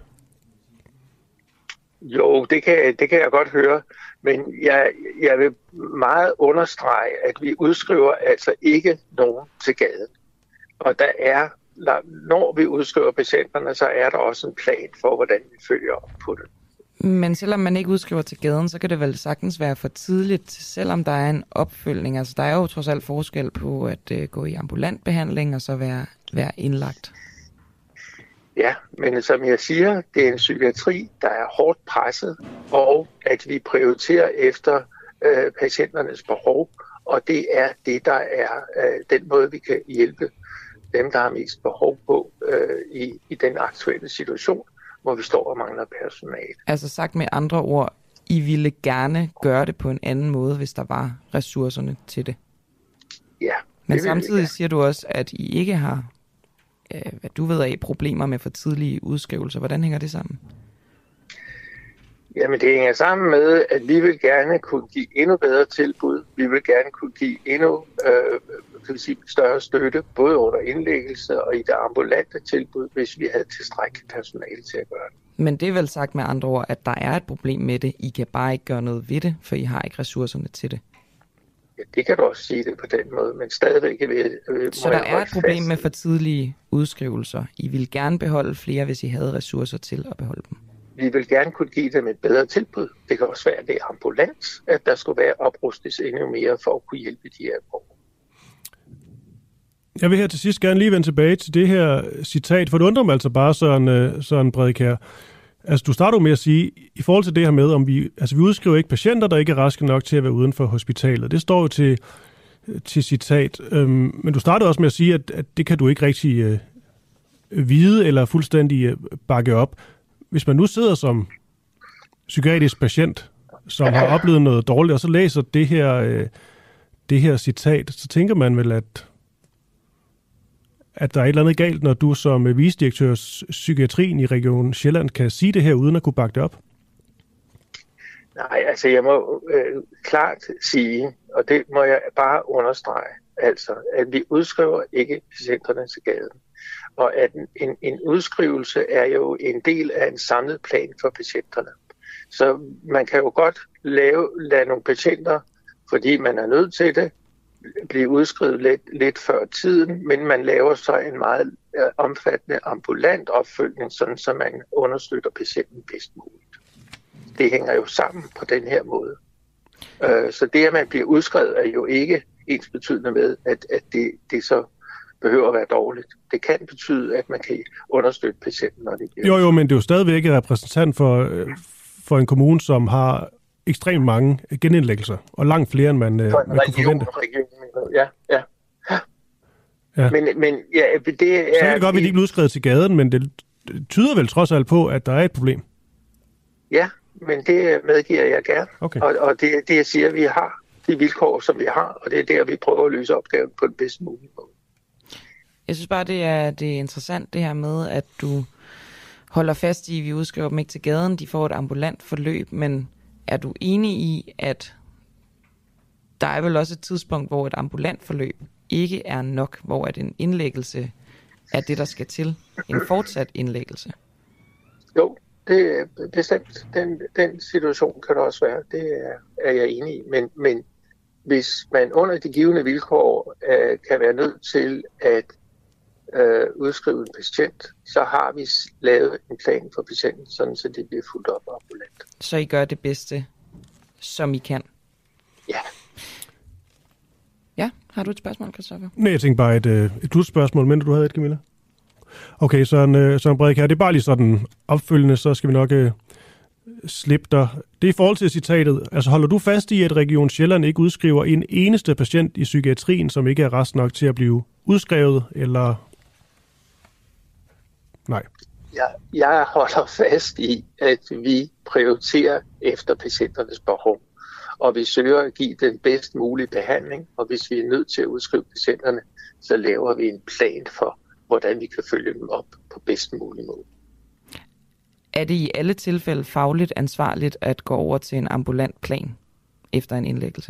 Jo, det kan jeg godt høre, men jeg vil meget understrege, at vi udskriver altså ikke nogen til gaden. Og når vi udskriver patienterne, så er der også en plan for, hvordan vi følger op på det. Men selvom man ikke udskriver til gaden, så kan det vel sagtens være for tidligt, selvom der er en opfølgning. Altså der er jo trods alt forskel på at gå i ambulant behandling og så være indlagt. Ja, men som jeg siger, det er en psykiatri, der er hårdt presset, og at vi prioriterer efter patienternes behov, og det er det, der er den måde, vi kan hjælpe dem, der har mest behov på i den aktuelle situation, hvor vi står og mangler personale. Altså sagt med andre ord, I ville gerne gøre det på en anden måde, hvis der var ressourcerne til det? Ja. Men samtidig siger du også, at I ikke har, hvad du ved af, problemer med for tidlige udskrivelser. Hvordan hænger det sammen? Jamen det hænger sammen med, at vi vil gerne kunne give endnu bedre tilbud. Vi vil gerne kunne give endnu større støtte, både under indlæggelse og i det ambulante tilbud, hvis vi havde tilstrækkeligt personale til at gøre det. Men det er vel sagt med andre ord, at der er et problem med det. I kan bare ikke gøre noget ved det, for I har ikke ressourcerne til det. Ja, det kan du også sige det på den måde, men stadigvæk så der er et problem med for tidlige udskrivelser. I vil gerne beholde flere, hvis I havde ressourcer til at beholde dem. Vi vil gerne kunne give dem et bedre tilbud. Det kan også være, at det er ambulant, at der skulle være oprustes endnu mere for at kunne hjælpe de her borgere. Jeg vil her til sidst gerne lige vende tilbage til det her citat, for det undrer mig altså bare, Søren Bredkjær. Altså, du starter med at sige, i forhold til det her med, om vi udskriver ikke patienter, der ikke er raske nok til at være uden for hospitalet. Det står jo til citat. Men du startede også med at sige, at det kan du ikke rigtig vide eller fuldstændig bakke op. Hvis man nu sidder som psykiatrisk patient, som har oplevet noget dårligt, og så læser det her citat, så tænker man vel, at der er et eller andet galt, når du som vicedirektør psykiatrien i Region Sjælland kan sige det her, uden at kunne bakke det op? Nej, altså jeg må klart sige, og det må jeg bare understrege, altså at vi udskriver ikke patienterne til gaden. Og at en udskrivelse er jo en del af en samlet plan for patienterne. Så man kan jo godt lade nogle patienter, fordi man er nødt til det, blive udskrevet lidt før tiden, men man laver så en meget omfattende ambulant opfølgning, sådan så man understøtter patienten bedst muligt. Det hænger jo sammen på den her måde. Så det, at man bliver udskrevet, er jo ikke ensbetydende med, at det så behøver at være dårligt. Det kan betyde, at man kan understøtte patienten, når det bliver... Jo, men det er jo stadigvæk repræsentant for en kommune, som har ekstremt mange genindlæggelser, og langt flere, end man kunne forvente. Ja. Men ja, det er... Så kan det godt, at de ikke bliver udskrevet til gaden, men det tyder vel trods alt på, at der er et problem. Ja, Men det medgiver jeg gerne. Okay. Og det er det, jeg siger, vi har de vilkår, som vi har, og det er der, vi prøver at løse opgaven på den bedste mulige måde. Jeg synes bare, det er interessant det her med, at du holder fast i, at vi udskriver dem ikke til gaden, de får et ambulant forløb, men er du enig i, at der er vel også et tidspunkt, hvor et ambulant forløb ikke er nok, hvor at en indlæggelse er det, der skal til, en fortsat indlæggelse? Jo, det er bestemt. Den situation kan der også være. Det er jeg enig i. Men hvis man under de givne vilkår kan være nødt til at udskrive en patient, så har vi lavet en plan for patienten, sådan så det bliver fuldt op ambulant. Så I gør det bedste, som I kan? Ja. Ja, har du et spørgsmål, Christoffer? Nej, jeg tænkte bare et slutspørgsmål, men du havde et, Camilla. Okay, så en Bredek her. Det er bare lige sådan opfølgende, så skal vi nok slippe dig. Det er i forhold til citatet. Altså holder du fast i, at Region Sjælland ikke udskriver en eneste patient i psykiatrien, som ikke er rask nok til at blive udskrevet, eller... Nej. Jeg holder fast i, at vi prioriterer efter patienternes behov, og vi søger at give den bedst mulige behandling, og hvis vi er nødt til at udskrive patienterne, så laver vi en plan for, hvordan vi kan følge dem op på bedst mulig måde. Er det i alle tilfælde fagligt ansvarligt at gå over til en ambulant plan efter en indlæggelse?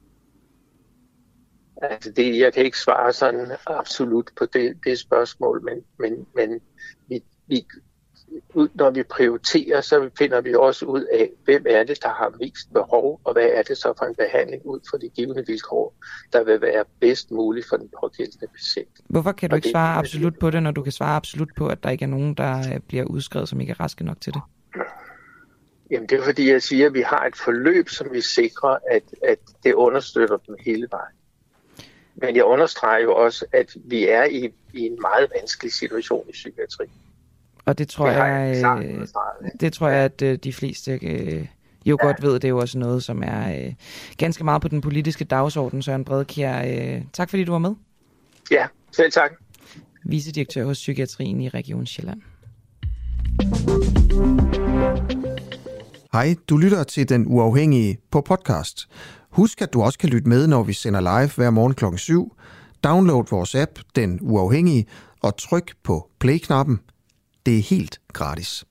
Altså jeg kan ikke svare sådan absolut på det spørgsmål, men vi, når vi prioriterer, så finder vi også ud af, hvem er det, der har mest behov, og hvad er det så for en behandling ud fra de givne vilkår, der vil være bedst muligt for den pågældende patient. Hvorfor kan du ikke svare absolut på det, når du kan svare absolut på, at der ikke er nogen, der bliver udskrevet, som ikke er raske nok til det? Jamen det er fordi, jeg siger, at vi har et forløb, som vi sikrer, at det understøtter dem hele vejen. Men jeg understreger jo også, at vi er i en meget vanskelig situation i psykiatrien. Og det tror jeg, at de fleste jo godt ved. Det er jo også noget, som er ganske meget på den politiske dagsorden. Søren Bredkjær, tak fordi du var med. Ja, selv tak. Vicedirektør hos Psykiatrien i Region Sjælland. Hej, du lytter til Den Uafhængige på podcast. Husk, at du også kan lytte med, når vi sender live hver morgen kl. 7. Download vores app, Den Uafhængige, og tryk på play-knappen. Det er helt gratis.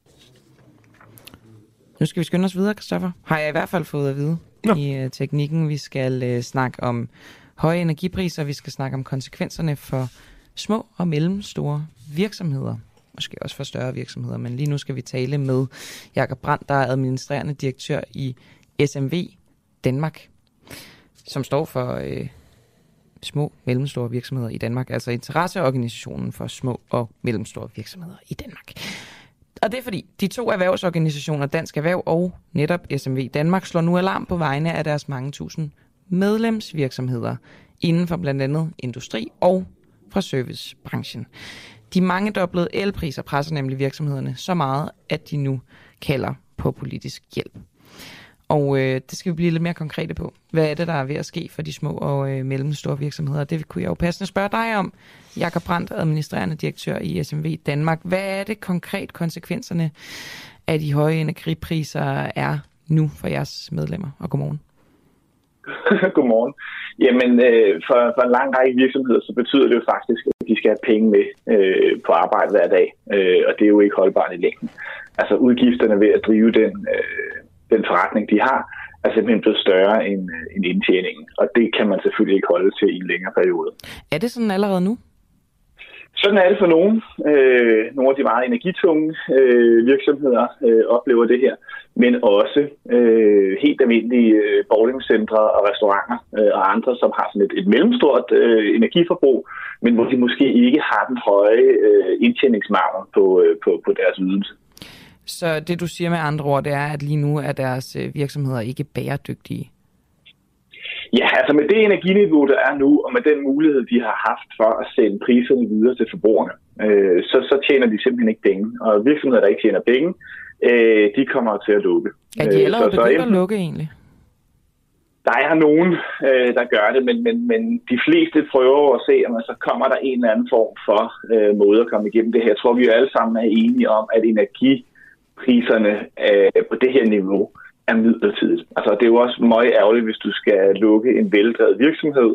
Nu skal vi skynde os videre, Christoffer. Har jeg i hvert fald fået at vide i teknikken. Vi skal snakke om høje energipriser. Vi skal snakke om konsekvenserne for små og mellemstore virksomheder. Måske også for større virksomheder. Men lige nu skal vi tale med Jakob Brandt, der er administrerende direktør i SMV Danmark, som står for små mellemstore virksomheder i Danmark, altså interesseorganisationen for små og mellemstore virksomheder i Danmark. Og det er fordi, de to erhvervsorganisationer, Dansk Erhverv og netop SMV Danmark, slår nu alarm på vegne af deres mange tusind medlemsvirksomheder inden for blandt andet industri og fra servicebranchen. De mangedoblede elpriser presser nemlig virksomhederne så meget, at de nu kalder på politisk hjælp. Og det skal vi blive lidt mere konkrete på. Hvad er det, der er ved at ske for de små og mellemstore virksomheder? Det kunne jeg jo passende spørge dig om, Jakob Brandt, administrerende direktør i SMV Danmark. Hvad er det konkret konsekvenserne af de høje energipriser er nu for jeres medlemmer? Og godmorgen. Godmorgen. Jamen, for en lang række virksomheder, så betyder det jo faktisk, at de skal have penge med på arbejde hver dag. Og det er jo ikke holdbart i længden. Altså udgifterne ved at drive den forretning, de har, er simpelthen blevet større end indtjeningen. Og det kan man selvfølgelig ikke holde til i en længere periode. Er det sådan allerede nu? Sådan er det for nogen. Nogle af de meget energitunge virksomheder oplever det her. Men også helt almindelige bowlingcentre og restauranter og andre, som har sådan et mellemstort energiforbrug, men hvor de måske ikke har den høje indtjeningsmargin på deres ydelse. Så det, du siger med andre ord, det er, at lige nu er deres virksomheder ikke bæredygtige? Ja, altså med det energiniveau, der er nu, og med den mulighed, de har haft for at sende priserne videre til forbrugerne, så tjener de simpelthen ikke penge. Og virksomheder, der ikke tjener penge, de kommer til at lukke. Er de allerede begyndt at lukke egentlig? Der er nogen, der gør det, men de fleste prøver at se, om så kommer der en eller anden form for måde at komme igennem det her. Jeg tror, vi jo alle sammen er enige om, at priserne på det her niveau er midlertidigt. Altså, det er jo også meget ærgerligt, hvis du skal lukke en veldrevet virksomhed,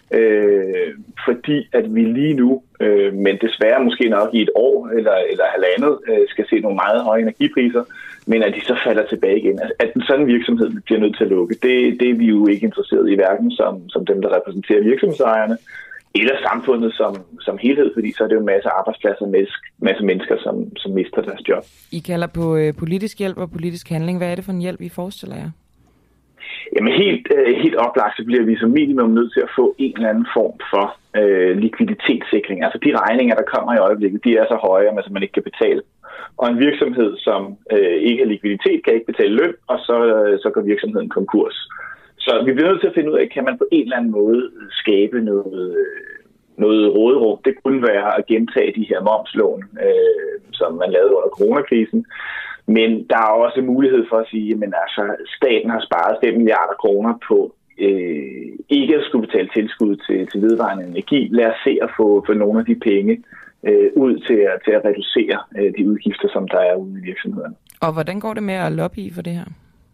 fordi at vi lige nu, men desværre måske nok i et år eller halvandet, skal se nogle meget høje energipriser, men at de så falder tilbage igen. At en sådan virksomhed bliver nødt til at lukke, det er vi jo ikke interesseret i, hverken som dem, der repræsenterer virksomhedsejerne, eller samfundet som helhed, fordi så er det jo en masse arbejdspladser, masse mennesker, som mister deres job. I kalder på politisk hjælp og politisk handling. Hvad er det for en hjælp, I forestiller jer? Jamen helt oplagt, så bliver vi som minimum nødt til at få en eller anden form for likviditetssikring. Altså de regninger, der kommer i øjeblikket, de er så høje, at man ikke kan betale. Og en virksomhed, som ikke har likviditet, kan ikke betale løn, og så går virksomheden konkurs. Så vi bliver nødt til at finde ud af, kan man på en eller anden måde skabe noget råderum. Det kunne være at gentage de her momslån, som man lavede under coronakrisen. Men der er også mulighed for at sige, at staten har sparet 5 milliarder kroner på ikke at skulle betale tilskud til vedvarende energi. Lad os se at få nogle af de penge ud til at reducere de udgifter, som der er ude i virksomhederne. Og hvordan går det med at lobby for det her?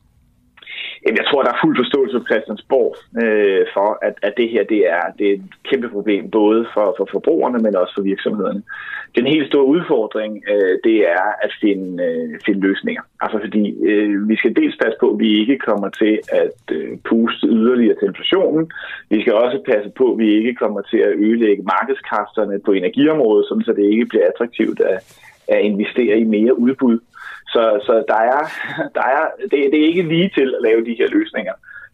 Jeg tror, der er fuld forståelse på Christiansborg for, at det her det er et kæmpe problem, både for forbrugerne, men også for virksomhederne. Den helt store udfordring, det er at finde løsninger. Altså fordi vi skal dels passe på, at vi ikke kommer til at puste yderligere til inflationen. Vi skal også passe på, at vi ikke kommer til at ødelægge markedskræfterne på energiområdet, så det ikke bliver attraktivt at investere i mere udbud. Så det er ikke lige til at lave de her løsninger.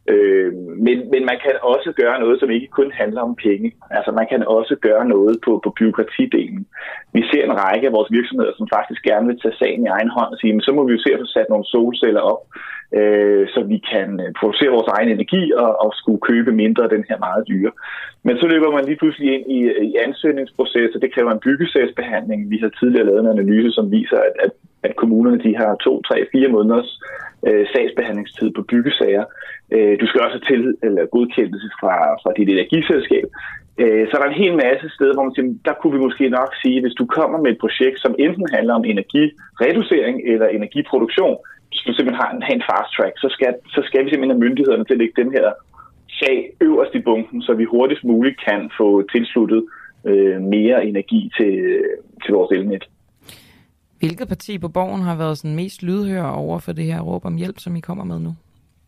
Men man kan også gøre noget, som ikke kun handler om penge. Altså man kan også gøre noget på bureaukratidelen. Vi ser en række af vores virksomheder, som faktisk gerne vil tage sagen i egen hånd og sige, så må vi jo se at få sat nogle solceller op, så vi kan producere vores egen energi og skulle købe mindre af den her meget dyre. Men så løber man lige pludselig ind i ansøgningsprocesser. Det kræver en byggesagsbehandling. Vi har tidligere lavet en analyse, som viser, at kommunerne de har 2, 3, 4 måneders sagsbehandlingstid på byggesager. Du skal også have godkendelse fra dit energiselskab. Så der er en hel masse steder, hvor man siger, der kunne vi måske nok sige, hvis du kommer med et projekt, som enten handler om energireducering eller energiproduktion, du skal simpelthen have en fast track, så skal vi simpelthen have myndighederne til at lægge den her sag øverst i bunken, så vi hurtigst muligt kan få tilsluttet mere energi til vores elnet. Hvilket parti på Borgen har været sådan mest lydhør over for det her råb om hjælp, som I kommer med nu?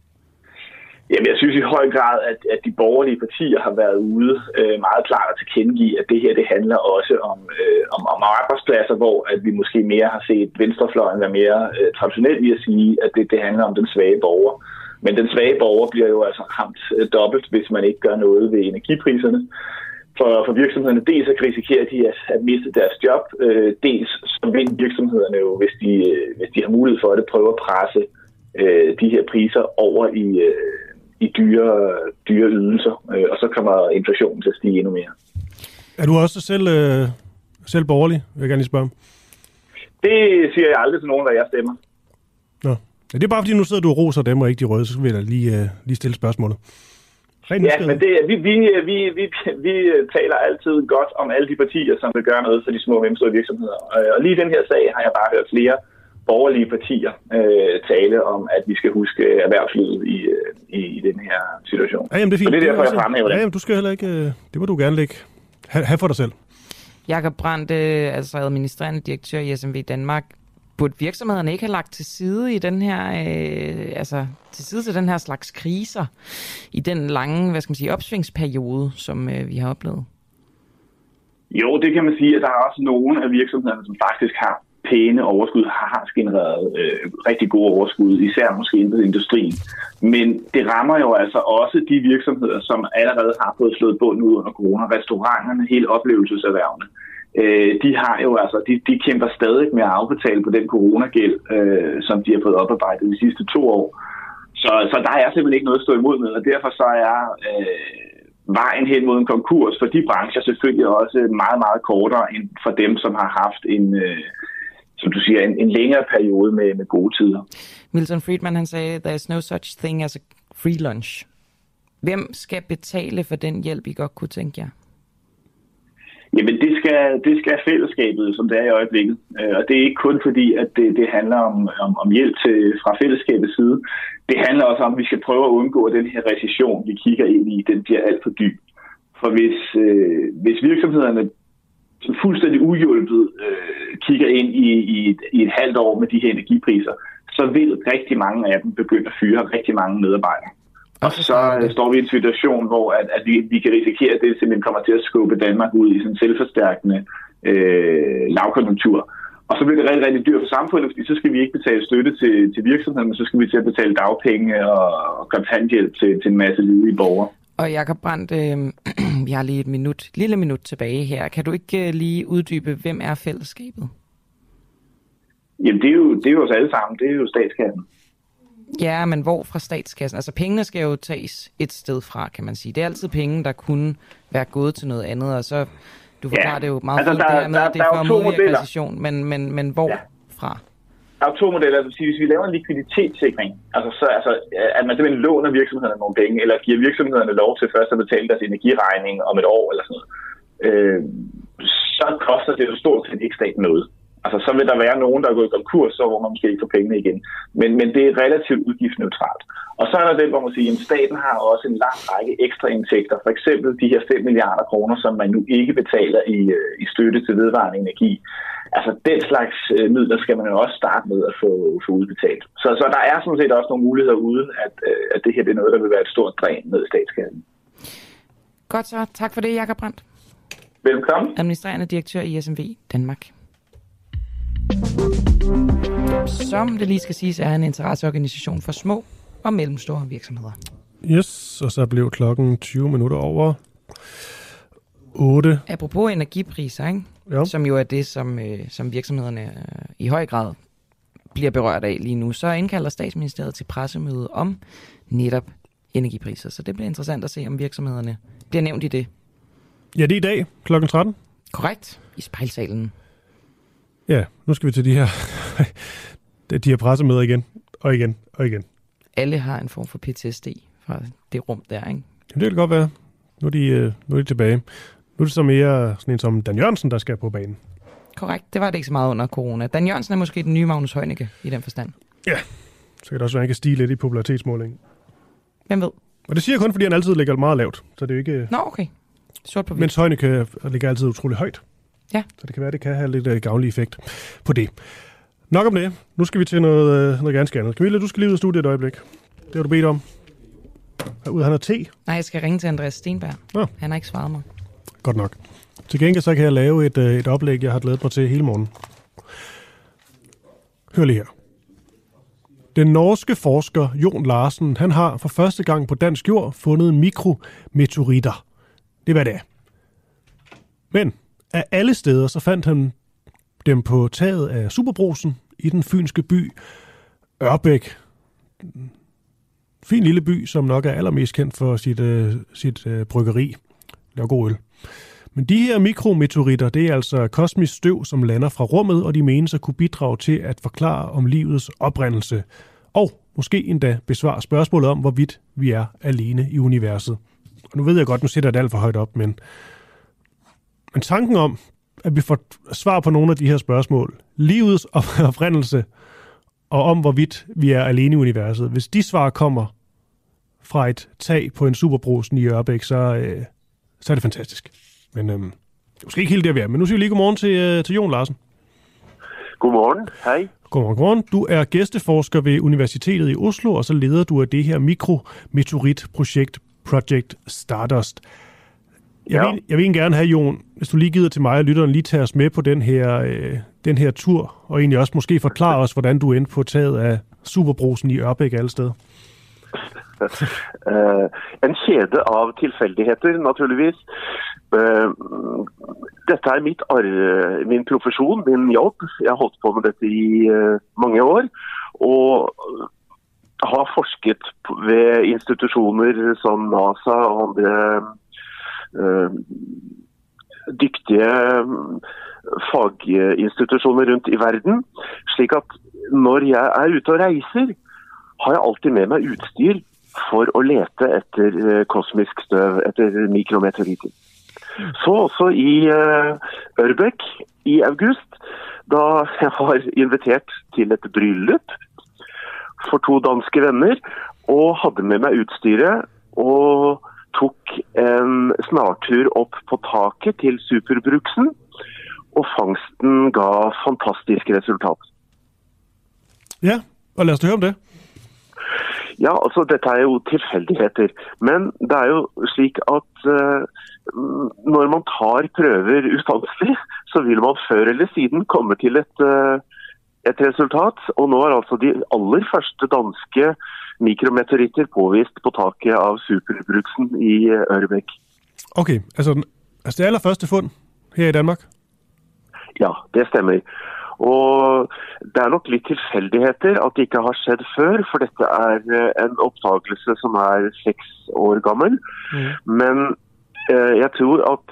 Jamen, jeg synes i høj grad, at de borgerlige partier har været ude meget klart at tilkendegive, at det her det handler også om arbejdspladser, hvor at vi måske mere har set venstrefløjen være mere traditionelt i at sige, at det handler om den svage borger. Men den svage borger bliver jo altså ramt dobbelt, hvis man ikke gør noget ved energipriserne. For virksomhederne, dels at risikerer de at miste deres job, dels så vil virksomhederne jo, hvis de har mulighed for det, prøve at presse de her priser over i dyre ydelser, og så kommer inflationen til at stige endnu mere. Er du også selv borgerlig, vil jeg gerne lige spørge? Det siger jeg aldrig til nogen, der jeg stemmer. Nå. Ja, det er bare fordi, nu sidder du og roser dem og ikke de røde, så vil jeg lige stille spørgsmålet. Ja, men vi taler altid godt om alle de partier, som vil gøre noget for de små og mellemstore virksomheder. Og lige i den her sag har jeg bare hørt flere borgerlige partier tale om, at vi skal huske erhvervslivet i den her situation. Ja, jamen, det er fint. Så det er derfor, jeg fremhæver det. Ja, jamen, du skal heller ikke... Det må du gerne lægge. Have for dig selv. Jakob Brandt, altså administrerende direktør i SMV Danmark. Burde virksomhederne ikke have lagt til side i den her, til den her slags kriser, i den lange, opsvingsperiode, som vi har oplevet? Jo, det kan man sige, at der er også nogle af virksomhederne, som faktisk har pæne overskud, har genereret rigtig gode overskud, især måske inden for industrien. Men det rammer jo altså også de virksomheder, som allerede har fået slået bunden ud under corona, restauranterne, hele oplevelseserhvervene. De har jo altså, de kæmper stadig med at afbetale på den coronagæld, som de har fået oparbejdet de sidste 2 år. Så der er simpelthen ikke noget at stå imod med, og derfor så er vejen hen mod en konkurs for de brancher selvfølgelig også meget, meget kortere end for dem, som har haft som du siger, en længere periode med gode tider. Milton Friedman, han sagde, there is no such thing as a free lunch. Hvem skal betale for den hjælp, I godt kunne tænke jer? Jamen, det skal fællesskabet, som det er i øjeblikket. Og det er ikke kun fordi, at det handler om hjælp fra fællesskabets side. Det handler også om, at vi skal prøve at undgå, at den her recession, vi kigger ind i, den bliver alt for dyb. For hvis virksomhederne fuldstændig uhjulpet kigger ind i et halvt år med de her energipriser, så vil rigtig mange af dem begynde at fyre rigtig mange medarbejdere. Og så står vi i en situation, hvor at vi kan risikere, at det simpelthen kommer til at skubbe Danmark ud i sådan en selvforstærkende lavkonjunktur. Og så bliver det rigtig, rigtig dyrt for samfundet, fordi så skal vi ikke betale støtte til virksomheden, men så skal vi til at betale dagpenge og kontanthjælp til en masse ledige borgere. Og Jakob Brandt, vi har lige et lille minut tilbage her. Kan du ikke lige uddybe, hvem er fællesskabet? Jamen, det er jo os alle sammen. Det er jo statskassen. Ja, men hvor fra statskassen? Altså, pengene skal jo tages et sted fra, kan man sige. Det er altid penge, der kunne være gået til noget andet, og så, du forklarer det jo meget fint, det her med, at det er for at modvirke recession, men hvor fra? Der er 2 modeller. Altså, hvis vi laver en likviditetssikring, at man simpelthen låner virksomhederne nogle penge, eller giver virksomhederne lov til først at betale deres energiregning om et år, eller sådan noget, så koster det jo stort set ikke staten noget. Altså, så vil der være nogen, der er gået i konkurs, så hvor man måske ikke får pengene igen. Men det er relativt udgiftsneutralt. Og så er der det, hvor man siger, at staten har også en lang række ekstra indtægter. For eksempel de her 5 milliarder kroner, som man nu ikke betaler i støtte til vedvarende energi. Altså, den slags midler skal man jo også starte med at få udbetalt. Så der er sådan set også nogle muligheder uden, at det her det er noget, der vil være et stort dræn ned i statskassen. Godt så. Tak for det, Jakob Brandt. Velkommen. Administrerende direktør i SMV Danmark. Som det lige skal siges, er en interesseorganisation for små og mellemstore virksomheder. Yes, og så blev klokken 20 minutter over 8. Apropos energipriser, ikke? Ja. Som jo er det, som virksomhederne i høj grad bliver berørt af lige nu, så indkalder Statsministeriet til pressemøde om netop energipriser. Så det bliver interessant at se, om virksomhederne bliver nævnt i det. Ja, det er i dag klokken 13. Korrekt, i Spejlsalen. Ja, nu skal vi til de her pressemøder igen, og igen, og igen. Alle har en form for PTSD fra det rum der, ikke? Jamen, det kan godt være. Nu er de tilbage. Nu er det så mere sådan en som Dan Jørgensen, der skal på banen. Korrekt, det var det ikke så meget under corona. Dan Jørgensen er måske den nye Magnus Heunicke i den forstand. Ja, så kan det også være, at han kan stige lidt i popularitetsmålingen. Hvem ved? Og det siger jeg kun, fordi han altid ligger meget lavt, så det er jo ikke... Nå, okay. Sort på hvidt. Mens Heunicke ligger altid utrolig højt. Ja. Så det kan være, det kan have lidt gavnlig effekt på det. Nok om det. Nu skal vi til noget ganske andet. Camilla, du skal lige ud af studiet et øjeblik. Det har du bedt om. Herude, han har te. Nej, jeg skal ringe til Andreas Steenberg. Nå. Han har ikke svaret mig. Godt nok. Til gengæld så kan jeg lave et oplæg, jeg har glædet mig til hele morgen. Hør lige her. Den norske forsker Jon Larsen, han har for første gang på dansk jord fundet mikrometeoritter. Det er hvad det er. Men af alle steder så fandt han dem på taget af Superbrugsen i den fynske by Ørbæk. Fin lille by, som nok er allermest kendt for sit bryggeri. Laver god øl. Men de her mikrometeoritter, det er altså kosmisk støv, som lander fra rummet, og de menes at kunne bidrage til at forklare om livets oprindelse. Og måske endda besvare spørgsmålet om, hvorvidt vi er alene i universet. Og nu ved jeg godt, nu sætter jeg det alt for højt op, men tanken om, at vi får svar på nogle af de her spørgsmål, livets oprindelse, og om hvorvidt vi er alene i universet, hvis de svar kommer fra et tag på en Superbrugsen i Ørbæk, så er det fantastisk. Men det er måske ikke helt der, vi er. Men nu siger vi lige godmorgen til Jon Larsen. Godmorgen. Hej. Godmorgen. Du er gæsteforsker ved Universitetet i Oslo, og så leder du af det her mikrometeoritprojekt, Project Stardust. Jeg vil egentlig gerne have, Jon, hvis du lige gider til mig og lytteren, lige tage os med på den her tur, og egentlig også måske forklare os, hvordan du endte på taget af Superbrugsen i Ørbæk alle steder. En kjede av tilfeldigheter, naturligvis. Dette er min profesjon, min jobb. Jeg har holdt på med dette i mange år, og har forsket ved institusjoner som NASA og andre dyktige faginstitusjoner rundt i verden, slik at når jeg er ute og reiser, har jeg alltid med meg utstyr for å lete etter kosmisk støv, etter mikrometeoritter. Så også i Ørbæk i august, da jeg var invitert til et bryllup for 2 danske venner, og hadde med meg utstyret, og tok en snartur opp på taket til Superbruksen, og fangsten ga fantastisk resultat. Ja, og lad os høre om det. Ja, altså dette er jo tilfeldigheter, men det er jo slik at når man tar prøver ustanselig, så vil man før eller siden komme til et resultat, og nå er altså de aller første danske mikrometeoritter påvist på taket av Superbruksen i Ørbæk. Okay, altså det allerførste fund her i Danmark? Ja, det stemmer. Og det er nok litt tilfeldigheter at det ikke har skjedd før, for dette er en oppdagelse som er 6 år gammel. Men jeg tror at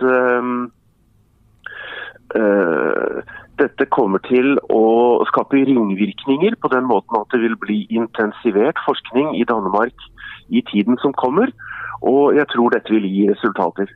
dette kommer til å skape ringvirkninger på den måten at det vil bli intensivert forskning i Danmark i tiden som kommer, og jeg tror dette vil gi resultater.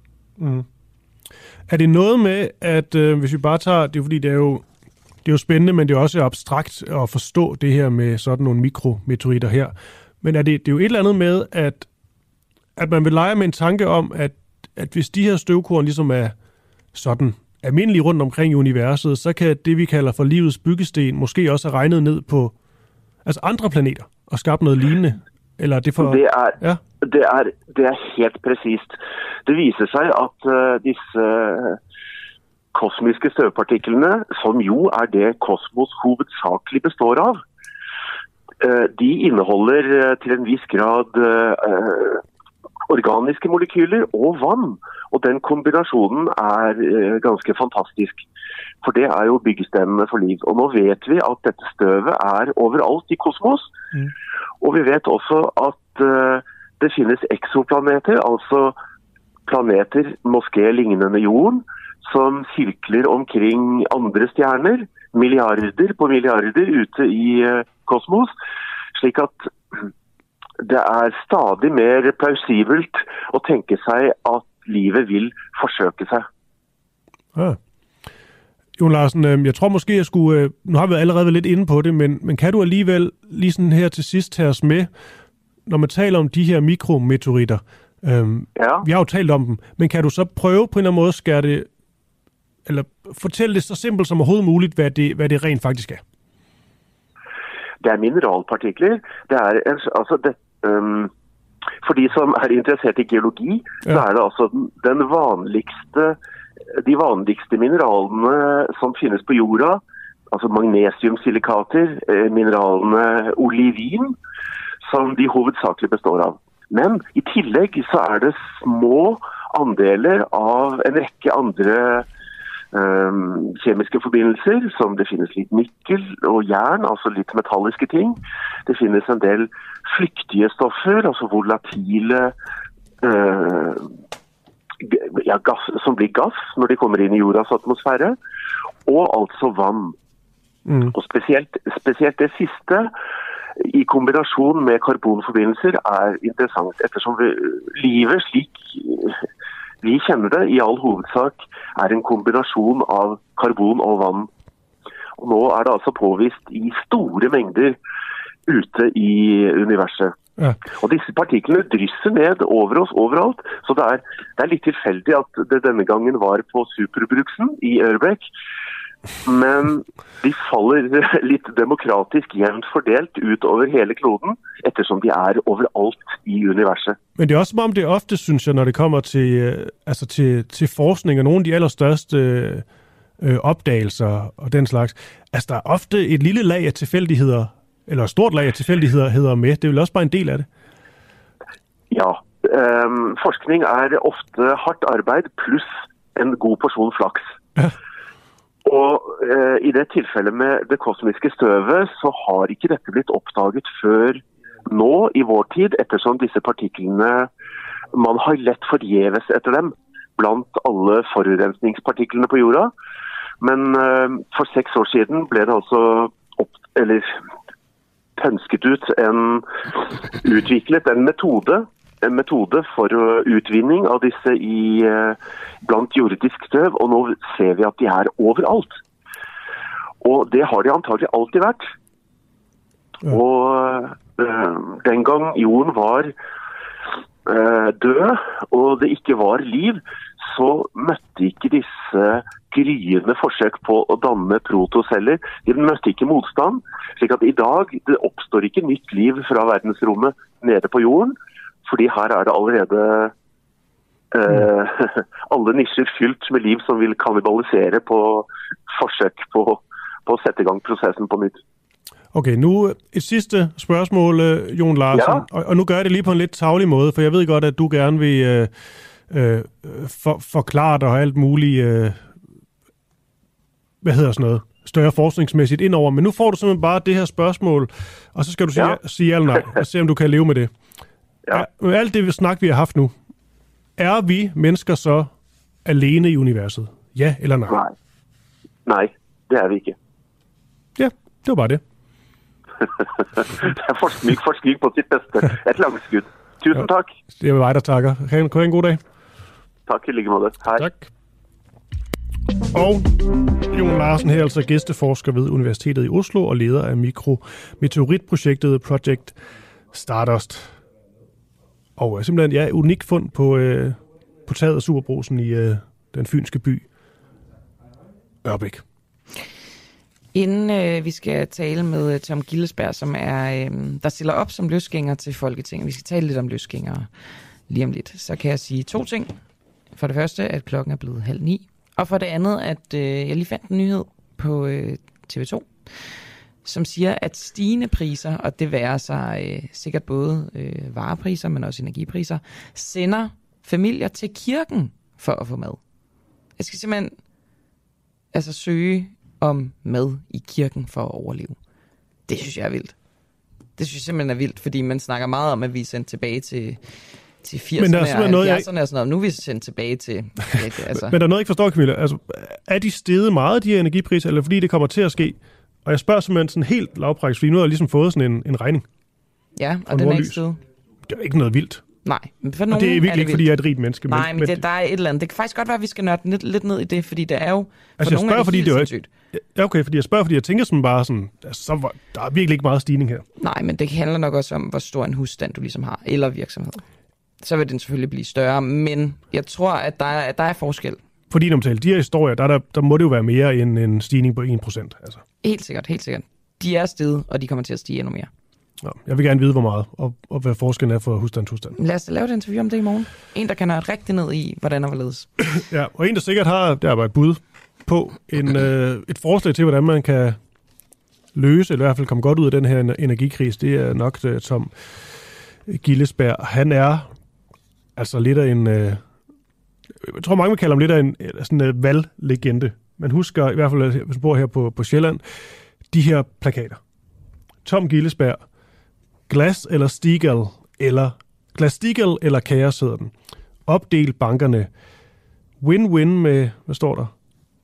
Er det noget med, at hvis vi bare tager, det er fordi det er jo spændende, men det er også abstrakt at forstå det her med sådan nogle mikrometeoritter her. Men det er jo et eller andet med, at man vil lege med en tanke om, at hvis de her støvkorn ligesom er sådan almindelige rundt omkring i universet, så kan det, vi kalder for livets byggesten, måske også have regnet ned på altså andre planeter og skabt noget lignende. Eller det for... Det er helt præcist. Det viser sig, at disse kosmiske støvpartiklene, som jo er det kosmos hovedsageligt består av, de indeholder til en vis grad organiske molekyler og vann. Og den kombinasjonen er ganske fantastisk, for det er jo byggestenene for liv. Og nå vet vi at dette støvet er overalt i kosmos, og vi vet også at det finnes exoplaneter, altså planeter måske lignende jorden, som cirkler omkring andre stjerner, milliarder på milliarder ute i kosmos, slik at det er stadig mer plausibelt å tenke seg at livet vil forsøke sig. Ja. Jon Larsen, jeg tror måske, jeg skulle... Nu har vi allerede været lidt inde på det, men kan du alligevel lige sådan her til sidst tage os med, når man taler om de her mikrometeoritter? Vi har jo talt om dem, men kan du så prøve på en eller anden måde at skære det, eller fortælle det så simpelt som overhovedet muligt, hvad det rent faktisk er? Det er mineralpartikler. Det er altså det... For de som er interessert i geologi, så er det altså de vanligste mineralene som finnes på jorda, altså magnesiumsilikater, mineralene olivin, som de hovedsageligt består av. Men i tillegg så er det små andeler av en rekke andre kjemiske forbindelser, som det finnes litt nikkel og jern, altså litt metalliske ting. Det finnes en del flyktige stoffer, altså volatile gass, som blir gass når de kommer inn i jordas atmosfære, og altså vann. Og spesielt det siste, i kombinasjon med karbonforbindelser, er interessant, ettersom livet slik vi kjenner det i all hovedsak er en kombinasjon av karbon og vann. Og nå er det altså påvist i store mengder ute i universet. Ja. Og disse partiklene drysser ned over oss overalt, så det er litt tilfeldig at det denne gangen var på Superbruksen i Ørbæk, men de faller litt demokratisk jevnt fordelt ut over hele kloden, ettersom de er overalt i universet. Men det er også som om det ofte, synes jeg, når det kommer til forskning og nogle af de allerstørste opdagelser og den slags, altså der er ofte et lille lag af tilfældigheder, eller et stort lag af tilfældigheder med. Det er vel også bare en del af det? Ja, forskning er ofte hardt arbeid plus en god portion flaks. Ja. Og i det tilfellet med det kosmiske støvet, så har ikke dette blitt oppdaget før nå i vår tid, ettersom disse partiklene, man har lett forgjeves etter dem blant alle forurensningspartiklene på jorda. Men for 6 år siden ble det altså pønsket ut utviklet en metode en metode for utvinning av disse blant jordisk støv, og nå ser vi at de er overalt. Og det har de antagelig alltid vært. Og den gang jorden var død, og det ikke var liv, så møtte ikke disse gryende forsøk på å danne protoceller. De møtte ikke motstand, slik at i dag det oppstår ikke nytt liv fra verdensrommet nede på jorden, fordi her er det allerede alle nisjer fylt med liv som vil kannibalisere på forsøk på å sette i gang processen på nytt. Okay, nu et sidste spørgsmål, Jon Larsen, ja. Og nu gør jeg det lige på en lidt tarvelig måde, for jeg ved godt, at du gerne vil forklare dig og alt muligt, større forskningsmæssigt indover, men nu får du simpelthen bare det her spørgsmål, og så skal du sige ja eller nej, og se om du kan leve med det. Ja. Med alt det snak, vi har haft nu, er vi mennesker så alene i universet? Ja eller nej? Nej, det er vi ikke. Ja, det var bare det. Det er forskning på sitt bedste. Et langskudd. Tusind tak. Det er mig, der takker. Kan du have en god dag? Tak i lige måde. Hej. Tak. Og Jon Larsen her, altså gæsteforsker ved Universitetet i Oslo og leder af mikrometeoritprojektet Project Stardust. Og simpelthen, unik fund på taget af Superbrugsen i den fynske by Ørbæk. Inden vi skal tale med Tom Gillesberg, som er der stiller op som løsgænger til Folketinget. Vi skal tale lidt om løsgængere lige om lidt. Så kan jeg sige 2 ting. For det første, at klokken er blevet 8:30. Og for det andet, at jeg lige fandt en nyhed på TV2, som siger, at stigende priser, og det værer sig sikkert både varepriser, men også energipriser, sender familier til kirken for at få mad. Jeg skal simpelthen søge om mad i kirken for at overleve. Det synes jeg er vildt. Det synes jeg simpelthen er vildt, fordi man snakker meget om, at vi er sendt tilbage til 80'erne og 70'erne og sådan noget. Nu er vi sendt tilbage til... Men der er noget, jeg ikke forstår, Camilla. Altså, er de steget meget, de her energipriser, eller fordi det kommer til at ske? Og jeg spørger simpelthen sådan helt lavpraktisk, fordi nu har jeg ligesom fået sådan en regning. Ja, og den er ikke steget. Det er ikke noget vildt. Nej, men for nogen og det er virkelig ikke, fordi jeg er et rigt menneske. Nej, men der er et eller andet. Det kan faktisk godt være, at vi skal nørde lidt ned i det, fordi der er jo... Altså, jeg spørger, fordi det er sindssygt. Ja, okay, fordi jeg tænker sådan bare sådan, altså, der er virkelig ikke meget stigning her. Nej, men det handler nok også om, hvor stor en husstand du ligesom har, eller virksomhed. Så vil den selvfølgelig blive større, men jeg tror, at der er forskel. Fordi når man taler de her historier, der må det jo være mere end en stigning på 1%. Altså. Helt sikkert. De er steget, og de kommer til at stige endnu mere. Ja, jeg vil gerne vide, hvor meget, og hvad forskellen er for husstand. Lad os da lave et interview om det i morgen. En, der kan nørde rigtig ned i, hvordan og hvorledes. Ja, og en, der sikkert har, der er et bud på et forslag til, hvordan man kan løse, eller i hvert fald komme godt ud af den her energikrise, det er nok Tom Gillesberg. Han er altså lidt af en... jeg tror, mange vil kalde ham lidt af en valglegende. Man husker, i hvert fald, hvis man bor her på Sjælland, de her plakater. Tom Gillesberg, Glas eller Stiegel, eller kaos hedder den. Opdel bankerne. Win-win med, hvad står der?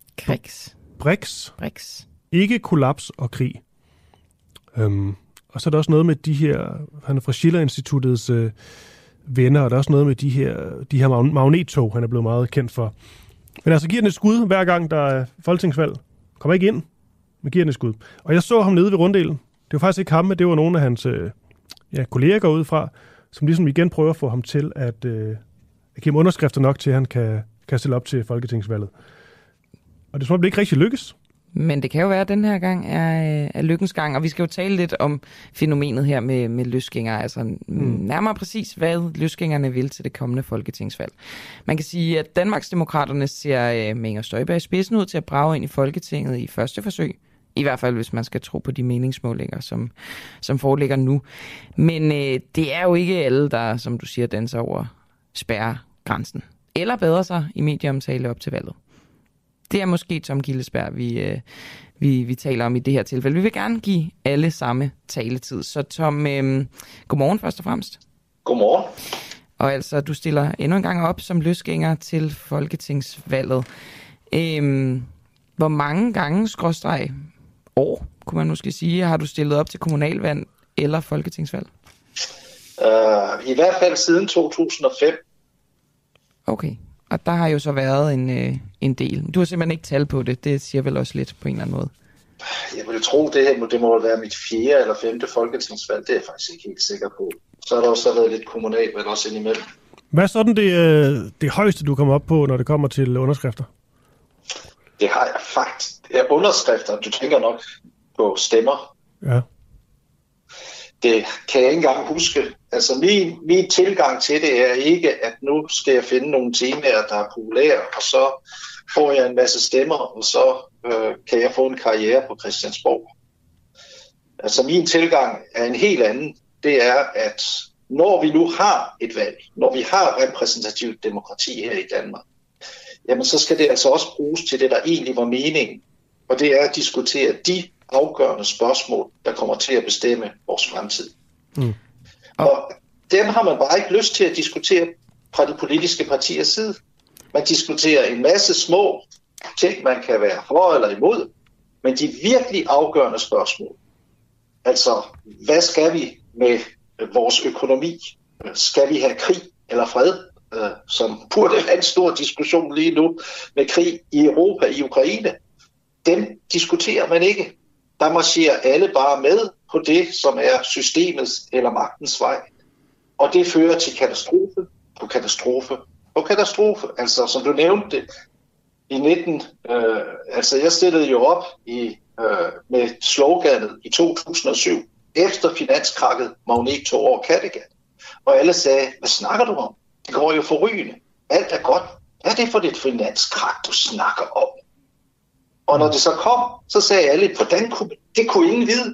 BRICS. Ikke kollaps og krig. Og så er der også noget med de her, han er fra Schiller-instituttets venner, og der er også noget med de her magnettog, han er blevet meget kendt for. Men altså giver den et skud, hver gang der er folketingsvalg. Kommer ikke ind, men giver den et skud. Og jeg så ham nede ved runddelen. Det var faktisk ikke ham, men det var nogle af hans kolleger ud fra, som ligesom igen prøver at få ham til at give underskrifter nok til, at han kan stille op til folketingsvalget. Og det tror jeg ikke rigtig lykkes. Men det kan jo være, at den her gang er lykkens gang, og vi skal jo tale lidt om fænomenet her med løsgængere, altså nærmere præcis, hvad løsgængerne vil til det kommende folketingsvalg. Man kan sige, at Danmarksdemokraterne ser med Inger Støjberg i spidsen ud til at brage ind i Folketinget i første forsøg. I hvert fald, hvis man skal tro på de meningsmålinger, som foreligger nu. Men det er jo ikke alle, der, som du siger, danser over spærregrænsen. Eller bedre sig i medieomtale op til valget. Det er måske Tom Gillesberg, vi taler om i det her tilfælde. Vi vil gerne give alle samme taletid. Så Tom, godmorgen først og fremmest. Godmorgen. Og altså, du stiller endnu en gang op som løsgænger til folketingsvalget. Hvor mange gange, år, kunne man måske sige, har du stillet op til kommunalvalg eller folketingsvalg? I hvert fald siden 2005. Okay, og der har jo så været en del. Du har simpelthen ikke tal på det. Det siger vel også lidt på en eller anden måde. Jeg vil tro, det må være mit 4. eller 5. folketingsvalg. Det er jeg faktisk ikke helt sikker på. Så har der også været lidt kommunalvalg også indimellem. Hvad er sådan det højeste, du kommer op på, når det kommer til underskrifter? Det har jeg faktisk. Underskrifter, du tænker nok på stemmer. Ja. Det kan jeg ikke engang huske. Altså min tilgang til det er ikke, at nu skal jeg finde nogle temaer, der er populære, og så får jeg en masse stemmer, og så kan jeg få en karriere på Christiansborg. Altså min tilgang er en helt anden. Det er, at når vi nu har et valg, når vi har repræsentativt demokrati her i Danmark, jamen så skal det altså også bruges til det, der egentlig var meningen. Og det er at diskutere de afgørende spørgsmål, der kommer til at bestemme vores fremtid. Mm. Og dem har man bare ikke lyst til at diskutere fra de politiske partiers side. Man diskuterer en masse små ting, man kan være for eller imod, men de virkelig afgørende spørgsmål, altså hvad skal vi med vores økonomi? Skal vi have krig eller fred? Som burde være en stor diskussion lige nu med krig i Europa, i Ukraine. Dem diskuterer man ikke. Der marcherer alle bare med på det, som er systemets eller magtens vej. Og det fører til katastrofe på katastrofe på katastrofe. Altså, som du nævnte i 19... jeg stillede jo op med sloganet i 2007, efter finanskrakket Magnet tog over Kattegat. Og alle sagde, hvad snakker du om? Det går jo forrygende. Alt er godt. Hvad er det for et finanskrak, du snakker om? Og når det så kom, så sagde alle, hvordan det kunne ingen vide.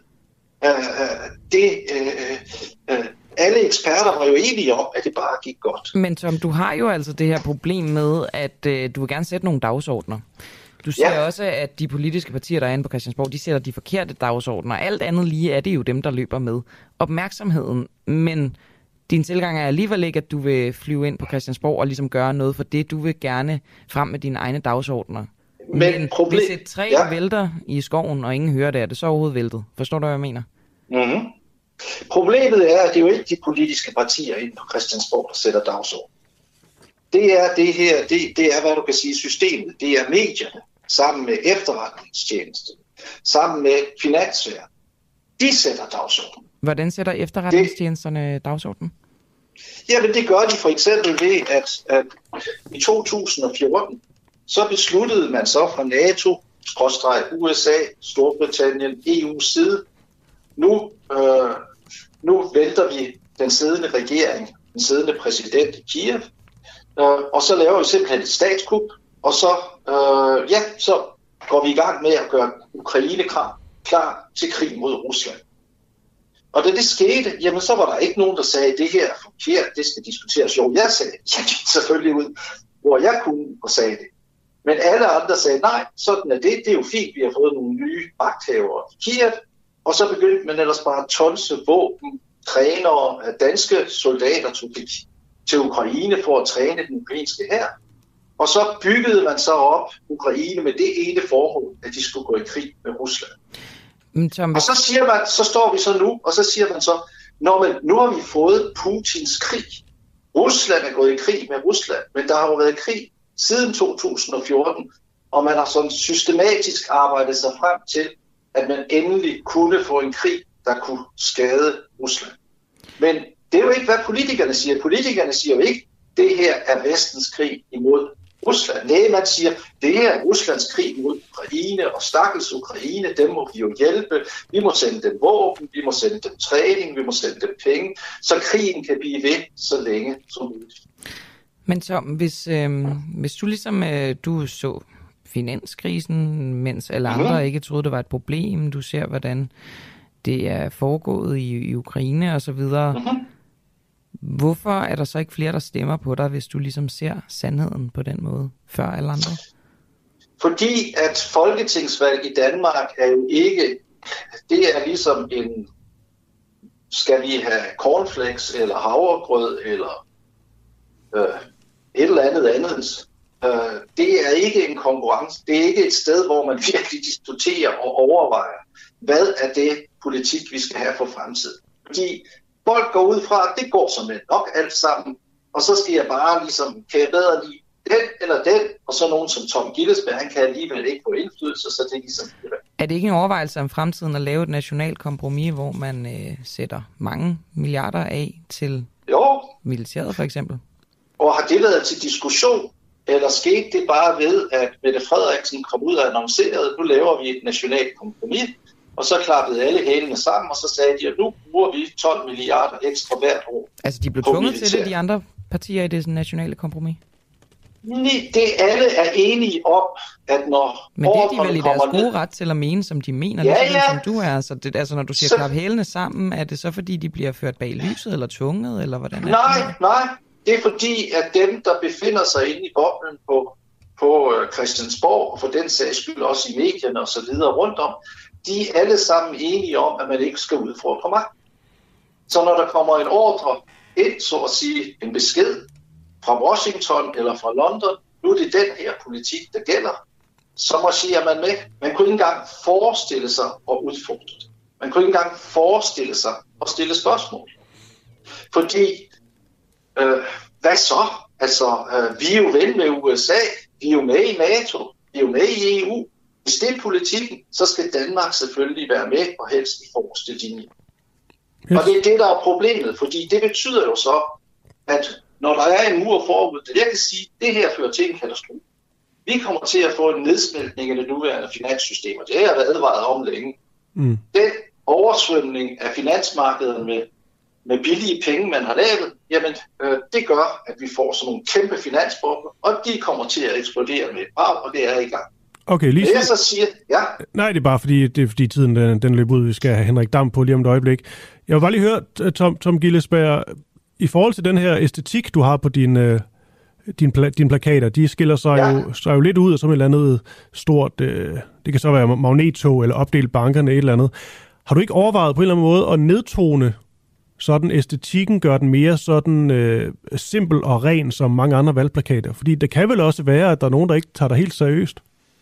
Alle eksperter var jo enige om, at det bare gik godt. Men Tom, du har jo altså det her problem med, at du vil gerne sætte nogle dagsordner. Du siger også, at de politiske partier, der er inde på Christiansborg, de sætter de forkerte dagsordner. Alt andet lige er det jo dem, der løber med opmærksomheden. Men din tilgang er alligevel ikke, at du vil flyve ind på Christiansborg og ligesom gøre noget for det. Du vil gerne frem med dine egne dagsordner. Men hvis et træ vælter i skoven, og ingen hører det, er det så overhovedet væltet? Forstår du, hvad jeg mener? Mm-hmm. Problemet er, at det er jo ikke de politiske partier inde på Christiansborg, der sætter dagsordenen. Det er det her, det er, hvad du kan sige, systemet. Det er medierne, sammen med efterretningstjenesten, sammen med finansværden. De sætter dagsordenen. Hvordan sætter efterretningstjenesterne dagsordenen? Jamen det gør de for eksempel ved, at i 2014, så besluttede man så fra NATO, USA, Storbritannien, EU's side, nu vælter vi den siddende regering, den siddende præsident i Kiev, og så laver vi simpelthen et statskup, og så går vi i gang med at gøre Ukraine klar til krig mod Rusland. Og da det skete, jamen så var der ikke nogen, der sagde, at det her er forkert, det skal diskuteres. Jo, jeg sagde, jeg gik selvfølgelig ud, hvor jeg kunne og sagde det. Men alle andre sagde, nej, sådan er det er jo fint, vi har fået nogle nye magthavere i Kiev, og så begyndte man ellers bare at tonse våben, trænere, danske soldater tog til Ukraine for at træne den ukrainske hær. Og så byggede man så op Ukraine med det ene formål, at de skulle gå i krig med Rusland. Og så siger man, så står vi så nu, og så siger man så, nu har vi fået Putins krig. Rusland er gået i krig med Rusland, men der har jo været krig siden 2014, og man har sådan systematisk arbejdet sig frem til, at man endelig kunne få en krig, der kunne skade Rusland. Men det er jo ikke, hvad politikerne siger. Politikerne siger jo ikke, det her er vestens krig imod Rusland. Nej, man siger, det her er Ruslands krig mod Ukraine, og stakkels Ukraine, dem må vi jo hjælpe. Vi må sende dem våben, vi må sende dem træning, vi må sende dem penge, så krigen kan blive ved så længe som muligt. Men Tom, hvis du ligesom du så finanskrisen, mens alle andre ikke troede, det var et problem, du ser, hvordan det er foregået i Ukraine og så videre. Hvorfor er der så ikke flere, der stemmer på dig, hvis du ligesom ser sandheden på den måde, før alle andre? Fordi at folketingsvalg i Danmark er jo ikke, det er ligesom en, skal vi have cornflakes eller havregrød eller et eller andet. Det er ikke en konkurrence. Det er ikke et sted, hvor man virkelig diskuterer og overvejer, hvad er det politik, vi skal have for fremtiden. Fordi folk går ud fra, at det går som nok alt sammen, og så skal jeg bare ligesom, kan jeg bedre lide den eller den, og så nogen som Tom Gillesberg, han kan alligevel ikke få indflydelse, så det er ligesom det. Er det ikke en overvejelse om fremtiden at lave et nationalt kompromis, hvor man sætter mange milliarder af til militæret for eksempel? Og har det været til diskussion, eller skete det bare ved, at Mette Frederiksen kom ud og annoncerede, nu laver vi et nationalt kompromis, og så klappede alle hælene sammen, og så sagde de, at nu bruger vi 12 milliarder ekstra hvert år. Altså de blev tvunget til det, de andre partier i det nationale kompromis? Det alle er enige om, at når... Men det er de vel i deres gode ret til at mene, som de mener, som du er. Så det, altså når du siger klap hælene sammen, er det så fordi, de bliver ført bag lyset, eller tvunget, eller hvordan er det? Nej. Det er fordi, at dem, der befinder sig inde i boblen på Christiansborg, og for den sags skyld også i medierne og så videre rundt om, de er alle sammen enige om, at man ikke skal udfordre magt. Så når der kommer en ordre ind, så at sige en besked fra Washington eller fra London, nu er det den her politik, der gælder, så siger man med. Man kunne ikke engang forestille sig at udfordre det. Man kunne ikke engang forestille sig at stille spørgsmål. Fordi hvad så? Altså, vi er jo ven med USA, vi er jo med i NATO, vi er jo med i EU. Hvis det er politikken, så skal Danmark selvfølgelig være med og helst i forreste linje. Yes. Og det er det, der er problemet, fordi det betyder jo så, at når der er en mur forud, jeg kan sige, at det her fører til en katastrofe. Vi kommer til at få en nedsmeltning af det nuværende finanssystem, og det har jeg været advaret om længe. Den oversvømning af finansmarkedet med billige penge, man har lavet, jamen det gør, at vi får sådan nogle kæmpe finansbobler, og de kommer til at eksplodere med et brag, og det er i gang. Okay, lige det så siger, Nej, det er bare fordi tiden den løber ud. Vi skal have Henrik Dam på lige om et øjeblik. Jeg vil bare lige høre, Tom Gillesberg, i forhold til den her æstetik, du har på dine plakater, de skiller sig jo lidt ud af som et eller andet stort, det kan så være magnettog eller opdelt bankerne et eller andet. Har du ikke overvejet på en eller anden måde at nedtone sådan æstetikken, gør den mere sådan simpel og ren som mange andre valgplakater? Fordi det kan vel også være, at der er nogen, der ikke tager dig helt seriøst?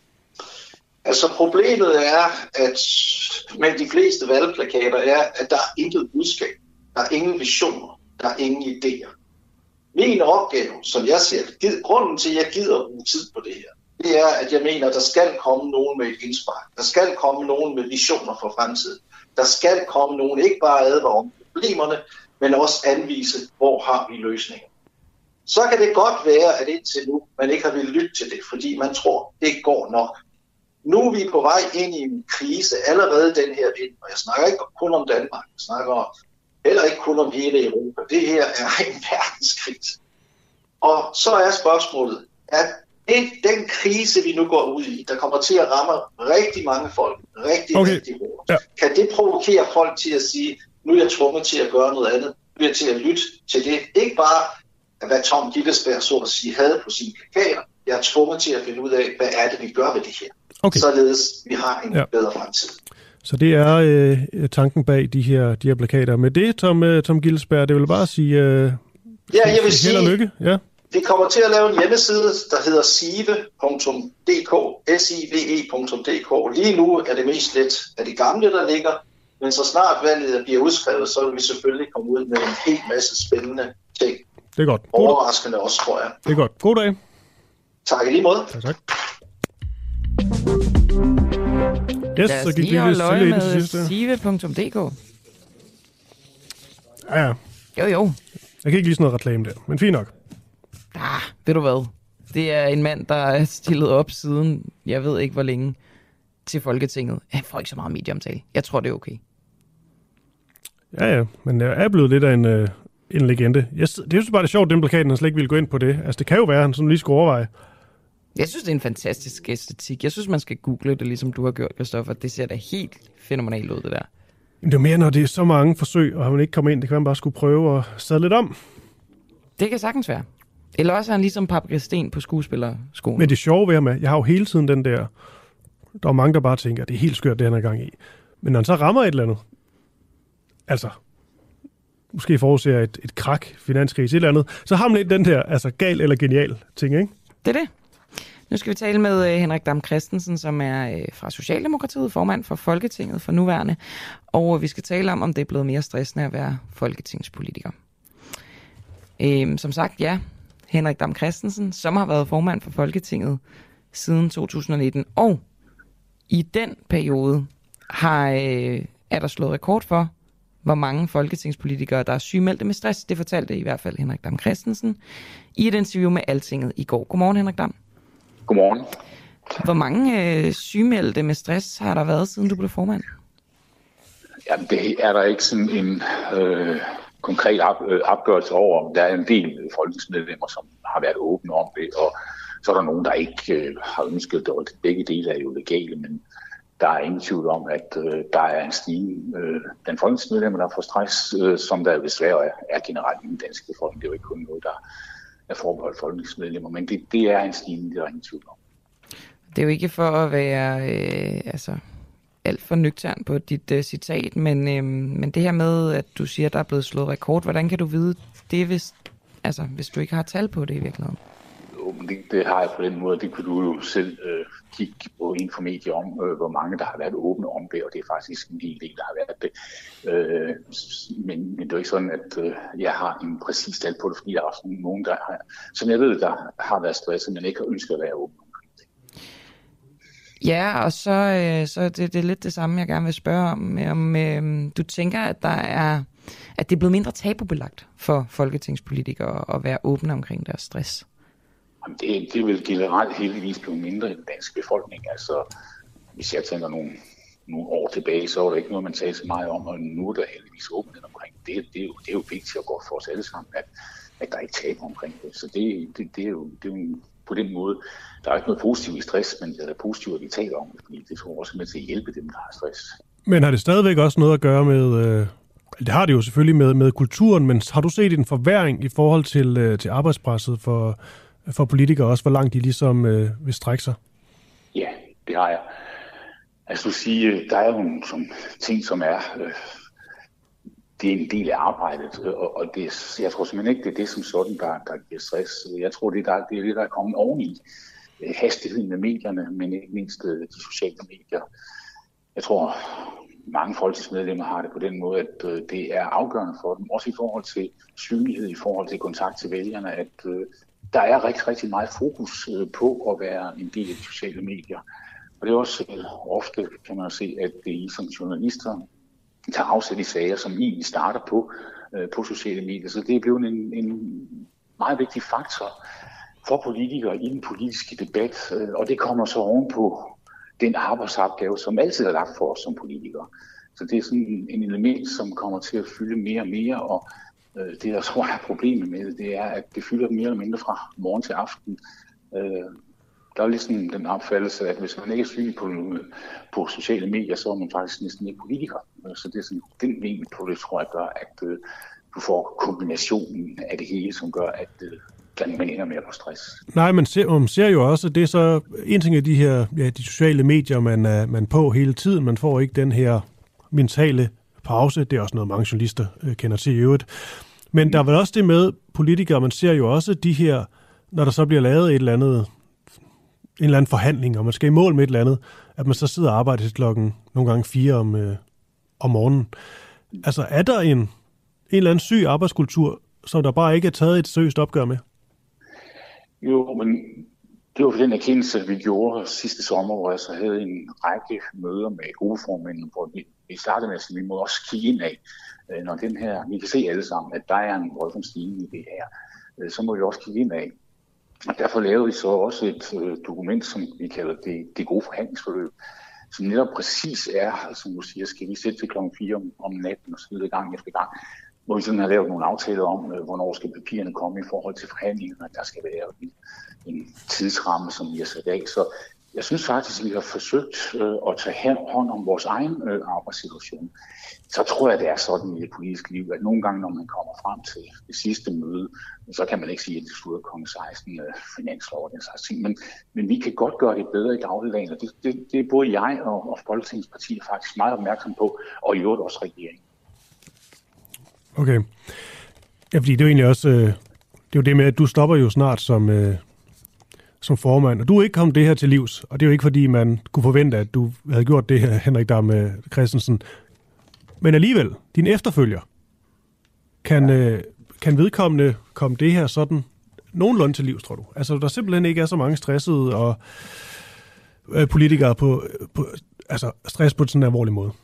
Altså problemet er, at med de fleste valgplakater er, at der er intet budskab. Der er ingen visioner. Der er ingen idéer. Min opgave, som jeg ser det, grunden til, at jeg gider at bruge tid på det her, det er, at jeg mener, at der skal komme nogen med et indspark. Der skal komme nogen med visioner for fremtiden. Der skal komme nogen, ikke bare advare om problemerne, men også anvise, hvor har vi løsninger. Så kan det godt være, at indtil nu, man ikke har ville lytte til det, fordi man tror, det går nok. Nu er vi på vej ind i en krise allerede den her vind, og jeg snakker ikke kun om Danmark, jeg snakker heller ikke kun om hele Europa. Det her er en verdenskrise. Og så er spørgsmålet, at den krise, vi nu går ud i, der kommer til at ramme rigtig mange folk, rigtig hårdt, kan det provokere folk til at sige, nu er jeg tvunget til at gøre noget andet, nu er jeg til at lytte til det. Ikke bare, hvad Tom Gillesberg så at sige havde på sine plakater, jeg er tvunget til at finde ud af, hvad er det, vi gør ved det her. Således vi har en bedre fremtid. Så det er tanken bag de her plakater. Med det, Tom Gillesberg, det vil bare sige jeg vil sige, held og lykke. Ja. Vi kommer til at lave en hjemmeside, der hedder sive.dk, sive.dk. Lige nu er det mest lidt af det gamle, der ligger, men så snart valget bliver udskrevet, så vil vi selvfølgelig komme ud med en helt masse spændende ting. Det er godt. Overraskende også, tror jeg. Det er godt. God dag. Tak i lige måde. Tak. Yes, lad os lige holde øje med sive.dk. Ja. Jo. Jeg kan ikke lige sådan noget reklame der, men fint nok. Ved du hvad? Det er en mand, der er stillet op siden, jeg ved ikke hvor længe, til Folketinget. Han får ikke så meget medieomtale. Jeg tror, det er okay. Ja, men jeg er blevet lidt af en legende. Det er jo bare det sjovt, den plakaten, han slet ikke ville gå ind på det. Altså, det kan jo være, han sådan lige skulle overveje. Jeg synes, det er en fantastisk æstetik. Jeg synes, man skal google det, ligesom du har gjort, Christoffer. Det ser da helt fænomenalt ud, det der. Det er mere, når det er så mange forsøg, og han ikke kommer ind. Det kan man bare skulle prøve at sadle lidt om. Det kan sagtens være. Eller også er han ligesom Paprika Steen på skuespillerskolen. Men det sjove ved ham er, jeg har jo hele tiden den der... Der er mange, der bare tænker, det er helt skørt, det han er gang i. Men når han så rammer et eller andet... Altså... Måske forudser et krak, finanskrise, et eller andet. Så har man lidt den der gal eller genial ting, ikke? Det er det. Nu skal vi tale med Henrik Dam Kristensen, som er fra Socialdemokratiet, formand for Folketinget for nuværende. Og vi skal tale om det er blevet mere stressende at være folketingspolitiker. Som sagt, ja, Henrik Dam Kristensen, som har været formand for Folketinget siden 2019. Og i den periode er der slået rekord for, hvor mange folketingspolitikere, der er sygemeldte med stress. Det fortalte i hvert fald Henrik Dam Kristensen i et interview med Altinget i går. Godmorgen, Henrik Dam. Godmorgen. Hvor mange sygemeldte med stress har der været, siden du blev formand? Jamen, det er der ikke sådan en konkret opgørelse over. Der er en del folketingsmedlemmer, som har været åbne om det, og så er der nogen, der ikke har ønsket det, og begge dele er jo legale, men der er ingen tvivl om, at der er en stigning blandt folketingsmedlemmer, der får stress, som der jo desværre er generelt i den danske befolkning. Det er jo ikke kun noget, der er forbeholdt folketingsmedlemmer, men det er en stigning, det er ingen tvivl om. Det er jo ikke for at være alt for nøgtern på dit citat, men det her med, at du siger, at der er blevet slået rekord, hvordan kan du vide det, hvis du ikke har tal på det i virkeligheden? Det har jeg på den måde. Det kunne du jo selv kigge på Infomedia om, hvor mange der har været åbne om det, og det er faktisk en hel del, der har været det. Men det er jo ikke sådan, at jeg har en præcis tal på det, fordi der er også nogen, der har, som jeg ved, der har været stresset, men ikke har ønsket at være åbne omkring det. Ja, og så det er lidt det samme, jeg gerne vil spørge om du tænker, at det er blevet mindre tabubelagt for folketingspolitikere at være åbne omkring deres stress? Det er vel generelt heldigvis blevet mindre i den danske befolkning. Altså, hvis jeg tænker nogle år tilbage, så var der ikke noget, man talte så meget om, og nu er der heldigvis åbenhed omkring det. Det er jo vigtigt at gå for os alle sammen, at der ikke taber omkring det. Så det er jo på den måde, der er ikke noget positivt i stress, men det er positivt, at vi taler om det, fordi det tror også med til at hjælpe dem, der har stress. Men har det stadigvæk også noget at gøre med, det har det jo selvfølgelig med kulturen, men har du set en forværring i forhold til arbejdspresset for politikere også, hvor langt de ligesom vil strække sig? Ja, det har jeg. Altså du siger, der er jo nogle ting, som er, det er en del af arbejdet, og jeg tror simpelthen ikke, det er det som sådan, der giver stress. Jeg tror, det er det, der er kommet oveni. Hastigheden med medierne, men ikke mindst de sociale medier. Jeg tror, mange folketingsmedlemmer har det på den måde, at det er afgørende for dem, også i forhold til synlighed, i forhold til kontakt til vælgerne, at der er rigtig, rigtig meget fokus på at være en del af de sociale medier. Og det er også ofte, kan man se, at I som journalister tager afsæt i sager, som egentlig starter på sociale medier. Så det er blevet en meget vigtig faktor for politikere i den politiske debat, og det kommer så ovenpå den arbejdsopgave, som altid er lagt for os som politikere. Så det er sådan en element, som kommer til at fylde mere og mere, og det, jeg tror er problemet med det, er, at det fylder mere eller mindre fra morgen til aften. Der er ligesom den opfattelse, at hvis man ikke er synlig på sociale medier, så er man faktisk næsten ikke politiker. Så det er sådan den vinkel på det, tror jeg, gør, at du får kombinationen af det hele, som gør, at man ender mere på stress. Nej, man ser jo også, at det er så en ting af de sociale medier, man på hele tiden. Man får ikke den her mentale pause. Det er også noget, mange journalister kender til i øvrigt. Men der er vel også det med politikere, man ser jo også de her, når der så bliver lavet en eller anden forhandling, og man skal i mål med et eller andet, at man så sidder og arbejder til klokken nogle gange 4 om morgenen. Altså er der en eller anden syg arbejdskultur, som der bare ikke er taget et seriøst opgør med? Jo, men det var for den erkendelse, vi gjorde sidste sommer, hvor jeg så havde en række møder med gruppeformændene, hvor vi startede med, at vi må også kigge ind af, når den her, vi kan se alle sammen, at der er en voldsom stigning i det her, så må vi også kigge ind af. Og derfor lavede vi så også et dokument, som vi kalder det gode forhandlingsforløb, som netop præcis er, som du siger, skal vi sætte til klokken 4 om natten og så videre gang efter gang, hvor vi sådan har lavet nogle aftaler om, hvornår skal papirerne komme i forhold til forhandlingerne, der skal være en tidsramme, som vi har sat af. Så jeg synes faktisk, at vi har forsøgt at tage hånd om vores egen arbejdssituation. Så tror jeg, det er sådan i det politiske liv, at nogle gange, når man kommer frem til det sidste møde, så kan man ikke sige, at det slutter kong 16 finanslov og den slags ting. Men vi kan godt gøre det bedre i dagligdagen, og det er både jeg og Folketingets partier faktisk meget opmærksom på, og i øvrigt også regeringen. Okay. Ja, fordi det er jo egentlig også, det er jo det med, at du stopper jo snart som formand, og du er ikke kommet det her til livs, og det er jo ikke, fordi man kunne forvente, at du havde gjort det her, Henrik Dam Kristensen. Men alligevel, din efterfølger, kan vedkommende komme det her sådan nogenlunde til livs, tror du? Altså, der simpelthen ikke er så mange stressede og politikere på stress på sådan en alvorlig måde.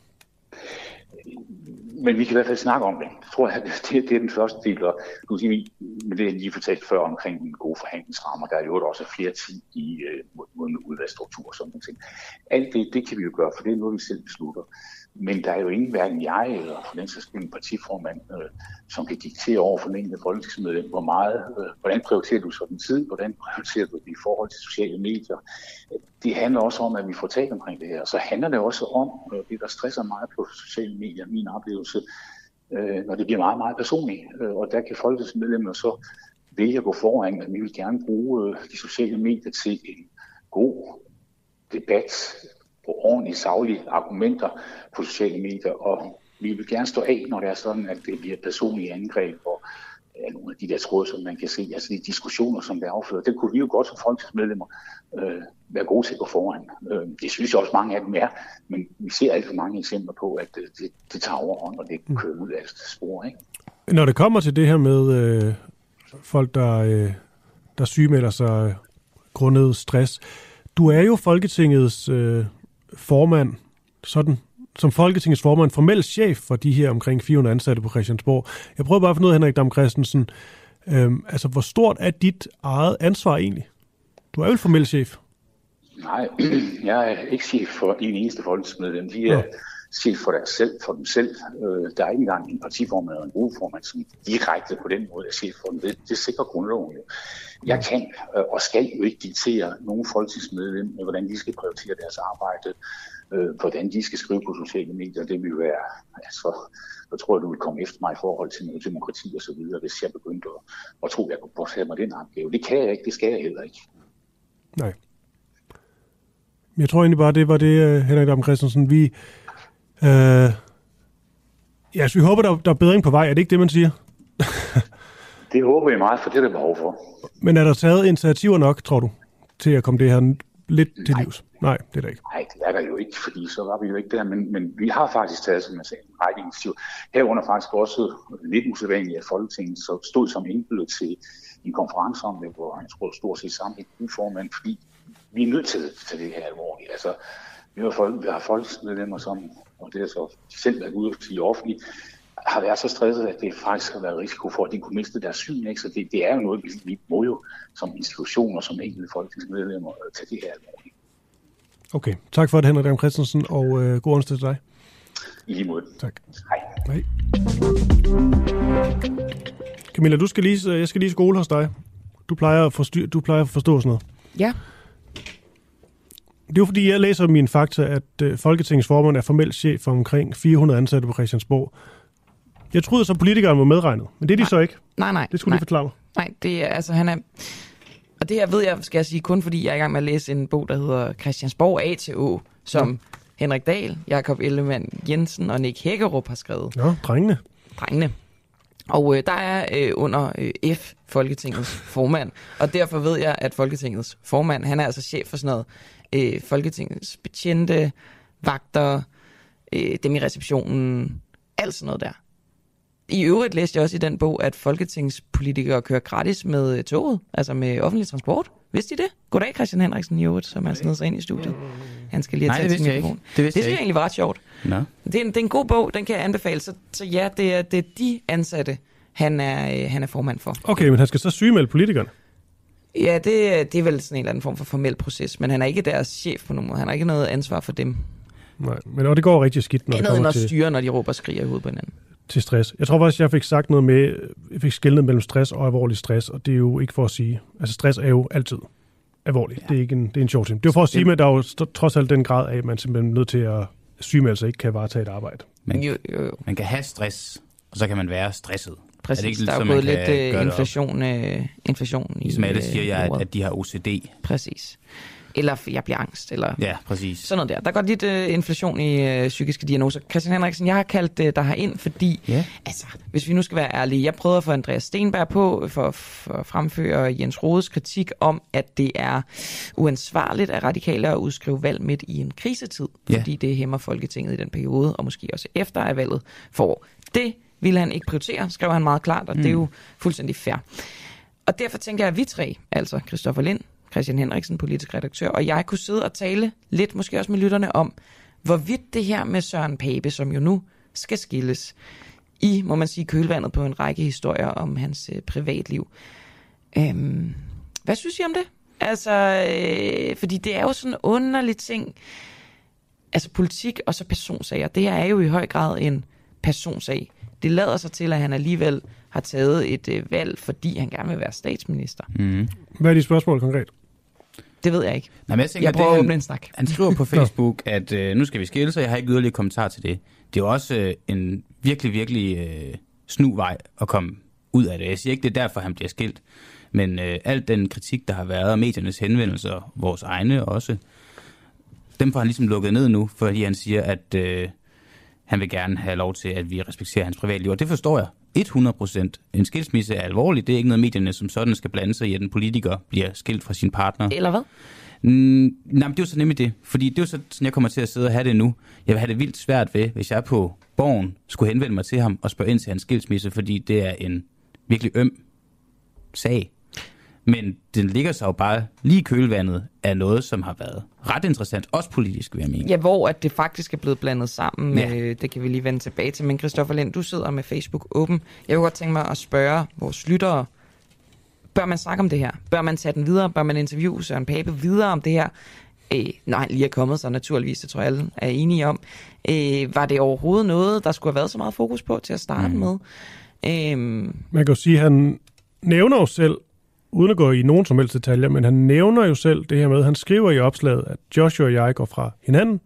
Men vi kan i hvert fald snakke om det. Jeg tror, at det er den første del. Og du kan sige, med det, jeg lige fortalte før omkring den gode forhandlingsrammer, der er jo også flere ting i udvalgsstruktur og sådan noget. Alt det kan vi jo gøre, for det er noget, vi selv beslutter. Men der er jo ingen, hverken jeg eller for den sags skyld en partiformand, som kan diktere over for den enkelte folketingsmedlem, hvordan prioriterer du så den tid, hvordan prioriterer du det i forhold til sociale medier. Det handler også om, at vi får talt omkring det her. Så handler det også om, det der stresser meget på sociale medier, min oplevelse, når det bliver meget, meget personligt. Og der kan folketingsmedlemmer så vælge at gå foran, at vi vil gerne bruge de sociale medier til en god debat, på ordentlige, saglige argumenter på sociale medier, og vi vil gerne stå af, når det er sådan, at det bliver personlige angreb og nogle af de der tråde, som man kan se, altså de diskussioner, som der er afført. Det kunne vi jo godt som folketingsmedlemmer være gode til at gå foran. Det synes jeg også mange af dem er, men vi ser alt for mange eksempler på, at det tager overhånd, og det kører ud af spor, ikke? Når det kommer til det her med folk, der sygemelder sig grundet stress, du er jo Folketingets formand, sådan som Folketingets formand, formel chef for de her omkring 400 ansatte på Christiansborg. Jeg prøver bare at finde ud af, Henrik Dam Kristensen, altså hvor stort er dit eget ansvar egentlig? Du er jo formel chef. Nej, jeg er ikke chef for en eneste folketingsmedlem. De er chef for dem selv. Der er ikke engang en partiformand eller en gruppeformand, som direkte på den måde er chef for dem. Det sikrer grundloven jo. Jeg kan og skal jo ikke diktere nogen folketingsmedlem, hvordan de skal prioritere deres arbejde, hvordan de skal skrive på sociale medier. Det vil være, altså, jeg tror, du vil komme efter mig i forhold til noget demokrati og så videre, hvis jeg begyndte at tro, at jeg kunne påtage mig den opgave. Det kan jeg ikke, det skal jeg heller ikke. Nej. Jeg tror egentlig bare, det var det, Henrik Dam Kristensen. Vi håber, der er bedring på vej. Er det ikke det, man siger? Det håber jeg meget, for det er der behov for. Men er der taget initiativer nok, tror du, til at komme det her lidt til livs? Nej, det er der ikke. Nej, det er der jo ikke, fordi så var vi jo ikke der. Men vi har faktisk taget, som jeg sagde, en række initiativer. Herunder faktisk også lidt usædvanligt, at Folketinget så stod som indbyder til en konference om det, hvor jeg tror stort set sammen med formand, fordi vi er nødt til at tage det her alvorligt. Altså, vi har folketingsmedlemmer, som, og det er så selv været ude til offentligt, har været så stresset, at det faktisk har været risiko for, at de kunne miste deres syn. Ikke? Så det er jo noget, vi må jo som institutioner, som enkelte folketingsmedlemmer, tage det her alvorligt. Okay, tak for det, Henrik Dam Kristensen, og god onsdag til dig. I lige måde. Tak. Hej. Camilla, jeg skal lige i skole hos dig. Du plejer at forstå sådan noget. Ja. Det er jo fordi, jeg læser mine fakta, at Folketingets formand er formelt chef for omkring 400 ansatte på Christiansborg. Jeg troede så, politikerne var medregnet, men det er de så ikke. Nej. Det skulle de forklare mig. Nej, det er, altså han er... Og det her ved jeg, skal jeg sige, kun fordi jeg er i gang med at læse en bog, der hedder Christiansborg A til Å, som Henrik Dahl, Jakob Ellemann Jensen og Nick Hækkerup har skrevet. Nå, drengene. Og der er under F Folketingets formand, og derfor ved jeg, at Folketingets formand, han er altså chef for sådan noget Folketingets betjente, vagter, dem i receptionen, alt sådan noget der. I øvrigt læste jeg også i den bog, at folketingspolitikere kører gratis med toget, altså med offentlig transport. Vidste I det? Goddag, Christian Henriksen i øvrigt, som er snedet sig ind i studiet. Han skal lige have taget sin mikrofon. Det synes jeg egentlig var ret sjovt. No. Det er en god bog, den kan jeg anbefale. Så ja, det er de ansatte, han er formand for. Okay, men han skal så sygemelde politikerne? Ja, det er vel sådan en eller anden form for formel proces, men han er ikke deres chef på nogen måde. Han har ikke noget ansvar for dem. Nej, men det går rigtig skidt, når det kommer til... styre, når de råber og skriger i hovedet på hinanden. Til stress. Jeg tror faktisk, jeg fik sagt noget med, jeg fik skelnet mellem stress og alvorlig stress, og det er jo ikke for at sige. Altså stress er jo altid alvorligt. Ja. Det er en sjov ting. Det er for at sige, at der er jo trods alt den grad af, at man simpelthen er nødt til at sygemelde sig, ikke kan varetage et arbejde. Man kan have stress, og så kan man være stresset. Præcis, det ikke, der er jo gået lidt inflation i... Som alle siger, at de har OCD. Præcis. eller jeg bliver angst, eller ja, præcis. Sådan noget der. Der går lidt inflation i psykiske diagnoser. Christian Henriksen, jeg har kaldt dig herind, fordi, altså, hvis vi nu skal være ærlige, jeg prøvede at få Andreas Steenberg på for at fremføre Jens Rohdes kritik om, at det er uansvarligt af radikale at udskrive valg midt i en krisetid, fordi det hæmmer Folketinget i den periode, og måske også efter at valget får. Det ville han ikke prioritere, skrev han meget klart, og det er jo fuldstændig fair. Og derfor tænker jeg, at vi tre, altså Christoffer Lind, Christian Henriksen, politisk redaktør, og jeg kunne sidde og tale lidt, måske også med lytterne, om hvorvidt det her med Søren Pape, som jo nu skal skilles i, må man sige, kølvandet på en række historier om hans privatliv. Hvad synes I om det? Altså, fordi det er jo sådan en underlig ting, altså politik og så personsager. Det her er jo i høj grad en personsag. Det lader sig til, at han alligevel har taget et valg, fordi han gerne vil være statsminister. Hvad er de spørgsmål konkret? Det ved jeg ikke. Nej, men jeg prøver at åbne en snak. Han skriver på Facebook, at nu skal vi skille, så jeg har ikke yderligere kommentar til det. Det er jo også en virkelig, virkelig snu vej at komme ud af det. Jeg siger ikke, det er derfor, han bliver skilt. Men al den kritik, der har været, og mediernes henvendelser, vores egne også, dem får han ligesom lukket ned nu, fordi han siger, at han vil gerne have lov til, at vi respekterer hans privatliv. Og det forstår jeg 100%. En skilsmisse er alvorlig. Det er ikke noget, medierne som sådan skal blande sig i, at en politiker bliver skilt fra sin partner. Eller hvad? Nej, men det er jo så nemlig det. Fordi det er jo sådan, jeg kommer til at sidde og have det nu. Jeg vil have det vildt svært ved, hvis jeg på Borgen skulle henvende mig til ham og spørge ind til hans skilsmisse, fordi det er en virkelig øm sag. Men den ligger så jo bare lige i kølvandet af noget, som har været ret interessant, også politisk, vil jeg mene. Ja, hvor at det faktisk er blevet blandet sammen. Ja. Det kan vi lige vende tilbage til. Men Christoffer Lind, du sidder med Facebook åben. Jeg kunne godt tænke mig at spørge vores lyttere, bør man snakke om det her? Bør man tage den videre? Bør man interviewe Søren Pape videre om det her? Når han lige er kommet, så naturligvis, det tror jeg alle er enige om. Var det overhovedet noget, der skulle have været så meget fokus på til at starte med? Man kan jo sige, at han nævner jo selv, uden at gå i nogen som helst detaljer, men han nævner jo selv det her med, han skriver i opslaget, at Joshua og jeg går fra hinanden.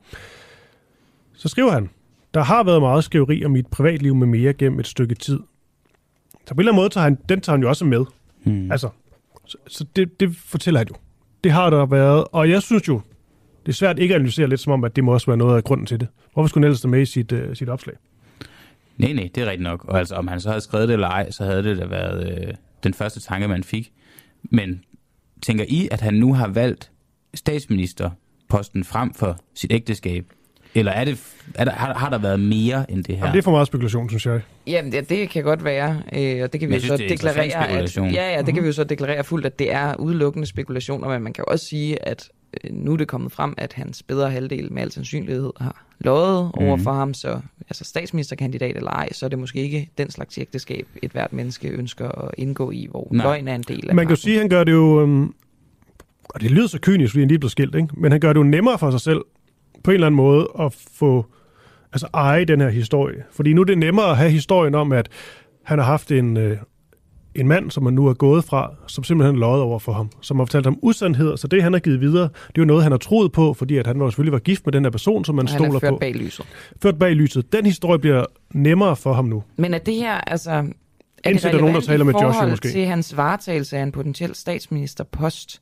Så skriver han, der har været meget skriveri om mit privatliv med mere gennem et stykke tid. Så på en eller anden måde tager han jo også med. Altså, så det fortæller han jo. Det har der været, og jeg synes jo, det er svært ikke at analysere lidt som om, at det må også være noget af grunden til det. Hvorfor skulle han ellers med i sit opslag? Nej, det er rigtigt nok. Og altså, om han så havde skrevet det eller ej, så havde det da været den første tanke, man fik. Men tænker I, at han nu har valgt statsministerposten frem for sit ægteskab? Eller har der været mere end det her? Jamen, det er for meget spekulation, synes jeg. Jamen, det kan godt være, og det kan vi jo så deklarere, at, det kan vi jo så deklarere fuldt, at det er udelukkende spekulationer, men man kan jo også sige, at nu er det kommet frem, at hans bedre halvdel med al sandsynlighed har løjet over for ham, så altså statsministerkandidat eller ej, så er det måske ikke den slags ægteskab, et hvert menneske ønsker at indgå i, hvor løgn er en del af. Man kan jo sige, at han gør det jo, og det lyder så kynisk, fordi han lige blev skilt, ikke? Men han gør det jo nemmere for sig selv, på en eller anden måde, at få eje den her historie. Fordi nu er det nemmere at have historien om, at han har haft en mand, som han nu er gået fra, som simpelthen løjet over for ham, som har fortalt ham usandheder, så det, han har givet videre, det er jo noget, han har troet på, fordi at han selvfølgelig var gift med den her person, som man stoler på. Han er ført bag lyset. Ført bag lyset. Den historie bliver nemmere for ham nu. Men er det her, altså, er det relevant nogen, der taler med Joshua, måske? Til hans varetagelse af en potentiel statsministerpost,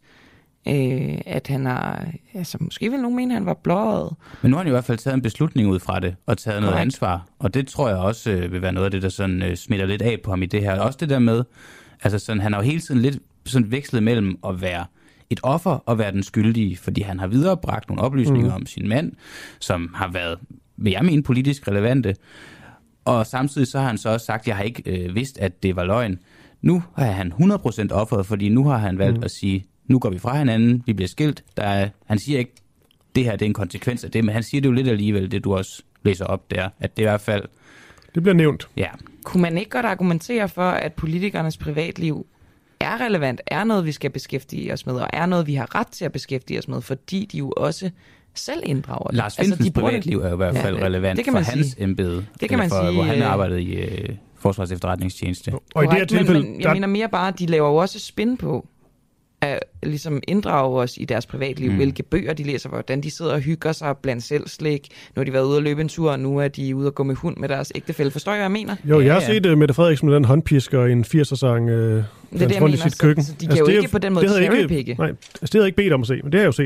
at han har, altså måske vil nogen mene, at han var blåret. Men nu har han i hvert fald taget en beslutning ud fra det, og taget noget ansvar, og det tror jeg også vil være noget af det, der sådan smitter lidt af på ham i det her. Også det der med, altså sådan, han har jo hele tiden lidt sådan vekslet mellem at være et offer og være den skyldige, fordi han har viderebragt nogle oplysninger om sin mand, som har været, vil jeg mene, politisk relevante, og samtidig så har han så også sagt, at jeg har ikke vidst, at det var løgn. Nu er han 100% offeret, fordi nu har han valgt at sige, nu går vi fra hinanden, vi bliver skilt. Han siger ikke, det her det er en konsekvens af det, men han siger det jo lidt alligevel, det du også læser op der, at det i hvert fald... Det bliver nævnt. Ja. Kunne man ikke godt argumentere for, at politikernes privatliv er relevant, er noget, vi skal beskæftige os med, og er noget, vi har ret til at beskæftige os med, fordi de jo også selv inddrager det. Lars Findsens privatliv er jo i hvert fald relevant for hans embede, det kan man sige, hvor han arbejdede i Forsvars Efterretningstjeneste. Og i det her tilfælde... Men jeg mener mere bare, at de laver jo også spin på, at ligesom inddrage os i deres privatliv, hvilke bøger de læser, hvordan de sidder og hygger sig blandt selv slæg. Nu har de været ude at løbe en tur, og nu er de ude at gå med hund med deres ægtefælle. Forstår I, hvad jeg mener? Jo, jeg har set Mette Frederiksen med den håndpisker i en 80'er-sang. Det er det, jeg mener. Sit køkken. Så de kan jo ikke på den måde cherrypicke. Nej, det havde jeg ikke bedt om at se, men det har jeg jo set.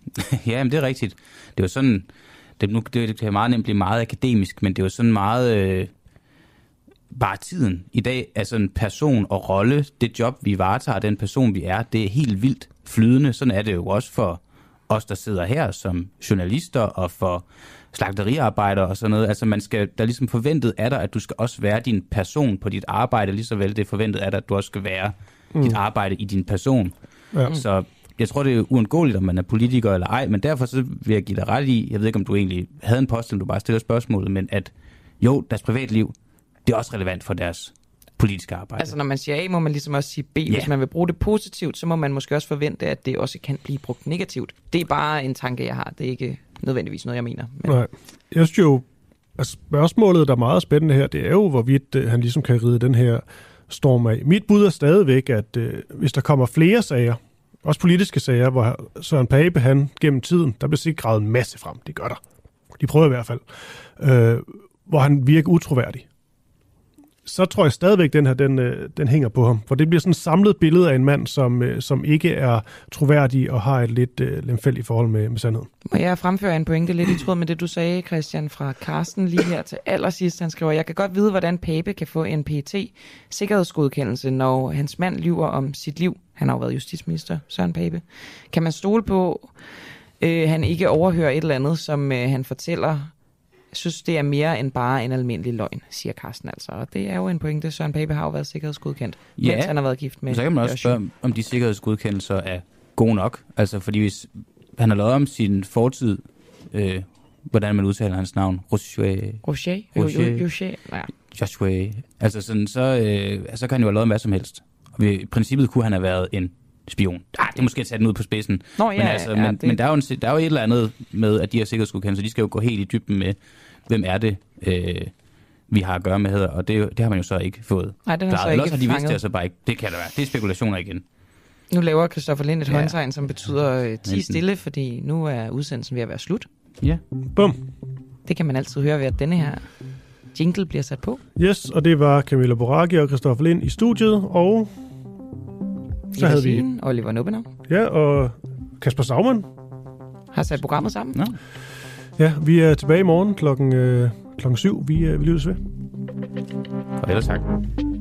Ja, men det er rigtigt. Det er jo sådan, det kan meget nemt blive meget akademisk, men det er jo sådan meget bare tiden. I dag er sådan en person og rolle, det job, vi varetager, den person, vi er, det er helt vildt flydende. Sådan er det jo også for os, der sidder her som journalister og for slagteriarbejdere og sådan noget. Altså der er ligesom forventet af dig, at du skal også være din person på dit arbejde, lige så vel det er forventet af dig, at du også skal være dit arbejde i din person. Ja. Så jeg tror, det er uundgåeligt, om man er politiker eller ej, men derfor så vil jeg give dig ret i, jeg ved ikke, om du egentlig havde en post, eller du bare stiller spørgsmålet, men at jo, deres privatliv, det er også relevant for deres politiske arbejde. Altså når man siger A, må man ligesom også sige B. Yeah. Hvis man vil bruge det positivt, så må man måske også forvente, at det også kan blive brugt negativt. Det er bare en tanke, jeg har. Det er ikke nødvendigvis noget, jeg mener. Men... Nej. Jeg synes jo, at spørgsmålet, der er meget spændende her, det er jo, hvorvidt han ligesom kan ride den her storm af. Mit bud er stadigvæk, at hvis der kommer flere sager, også politiske sager, hvor Søren Pape, han gennem tiden, der bliver sikkert gravet en masse frem. Det gør der. De prøver i hvert fald. Hvor han virker utroværdig. Så tror jeg stadigvæk, den her, den hænger på ham. For det bliver sådan et samlet billede af en mand, som ikke er troværdig og har et lidt lemfældigt forhold med sandheden. Må jeg fremføre en pointe lidt i tråd med det, du sagde, Christian, fra Carsten lige her til allersidst. Han skriver, jeg kan godt vide, hvordan Pape kan få en PET-sikkerhedsgodkendelse, når hans mand lyver om sit liv. Han har jo været justitsminister, Søren Pape. Kan man stole på, han ikke overhører et eller andet, som han fortæller? Jeg synes, det er mere end bare en almindelig løgn, siger Carsten altså. Og det er jo en pointe. Søren Pape har jo været sikkerhedsgodkendt, mens han har været gift med. Så kan man også spørge, om de sikkerhedsgodkendelser er gode nok. Altså, fordi hvis han har lavet om sin fortid, hvordan man udtaler hans navn, Rocher. Joshua. Altså sådan, så kan han jo have lavet hvad som helst. Og i princippet kunne han have været en spion. Det er måske at tage den ud på spidsen. Nå, ja, men der er jo et eller andet med, at de her sikkerhedsgodkendelser, de skal jo gå helt i dybden med, hvem er det, vi har at gøre med her, og det har man jo så ikke fået. Nej, den er så ikke fanget. De vidste det altså bare ikke. Det kan der være. Det er spekulationer igen. Nu laver Christoffer Lind et håndtegn, som betyder 10 stille, fordi nu er udsendelsen ved at være slut. Ja. Bum. Det kan man altid høre ved, at denne her jingle bliver sat på. Yes, og det var Camilla Boraghi og Christoffer Lind i studiet, og så havde vi Oliver Nubbenau. Ja, og Kasper Saumann har sat programmet sammen. Ja. Ja, vi er tilbage i morgen klokken 7. Vi lyttes ved. Og ellers tak.